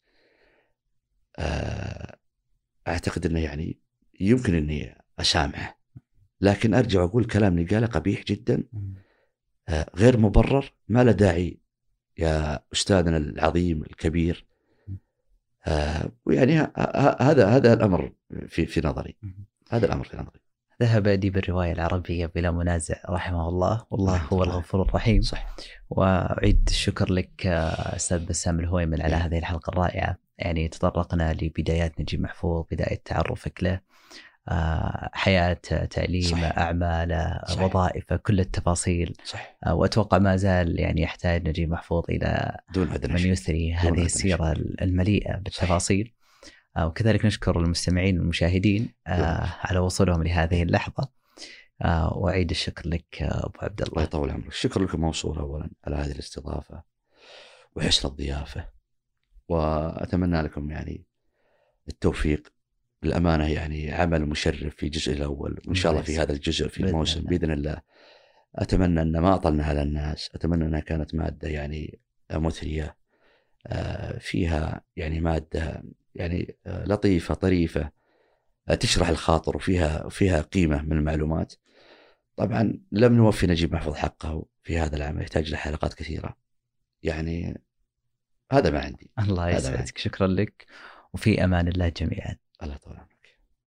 آه أعتقد أنه يعني يمكن أني أسامحه. لكن أرجع أقول كلام اللي قاله قبيح جدا آه غير مبرر، ما له داعي يا أستاذنا العظيم الكبير. آه ويعني هذا هذا الأمر في في نظري، هذا الأمر في نظري. ذهب أديب الرواية العربية بلا منازع رحمه الله، والله هو الغفور الرحيم. صح. وأعيد الشكر لك أستاذ بسام الهويمل على هذه الحلقة الرائعة. يعني تطرقنا لبدايات نجيب محفوظ، بداية تعرفك له، حياة، تعليم، أعمال، وظائف، كل التفاصيل. صح. وأتوقع ما زال يعني يحتاج نجيب محفوظ إلى دون من يثري هذه السيرة المليئة بالتفاصيل. وكذلك نشكر المستمعين والمشاهدين على وصولهم لهذه اللحظة. وأعيد الشكر لك أبو عبد الله. الله يطول عمرك. الشكر لكم موصول أولا على هذه الاستضافة وحسن الضيافة، وأتمنى لكم يعني التوفيق. بالأمانة يعني عمل مشرف في الجزء الأول، وإن شاء الله في هذا الجزء في الموسم بإذن الله. أتمنى أن ما أطلنا على الناس، أتمنى أنها كانت مادة يعني مثرية فيها يعني مادة يعني لطيفة طريفة تشرح الخاطر، وفيها فيها قيمة من المعلومات. طبعا لم نوفي نجيب محفوظ حقه في هذا العمل، يحتاج لحلقات كثيرة. يعني هذا ما عندي. الله يسعدك، شكرا لك، وفي أمان الله جميعا. الله طبعا.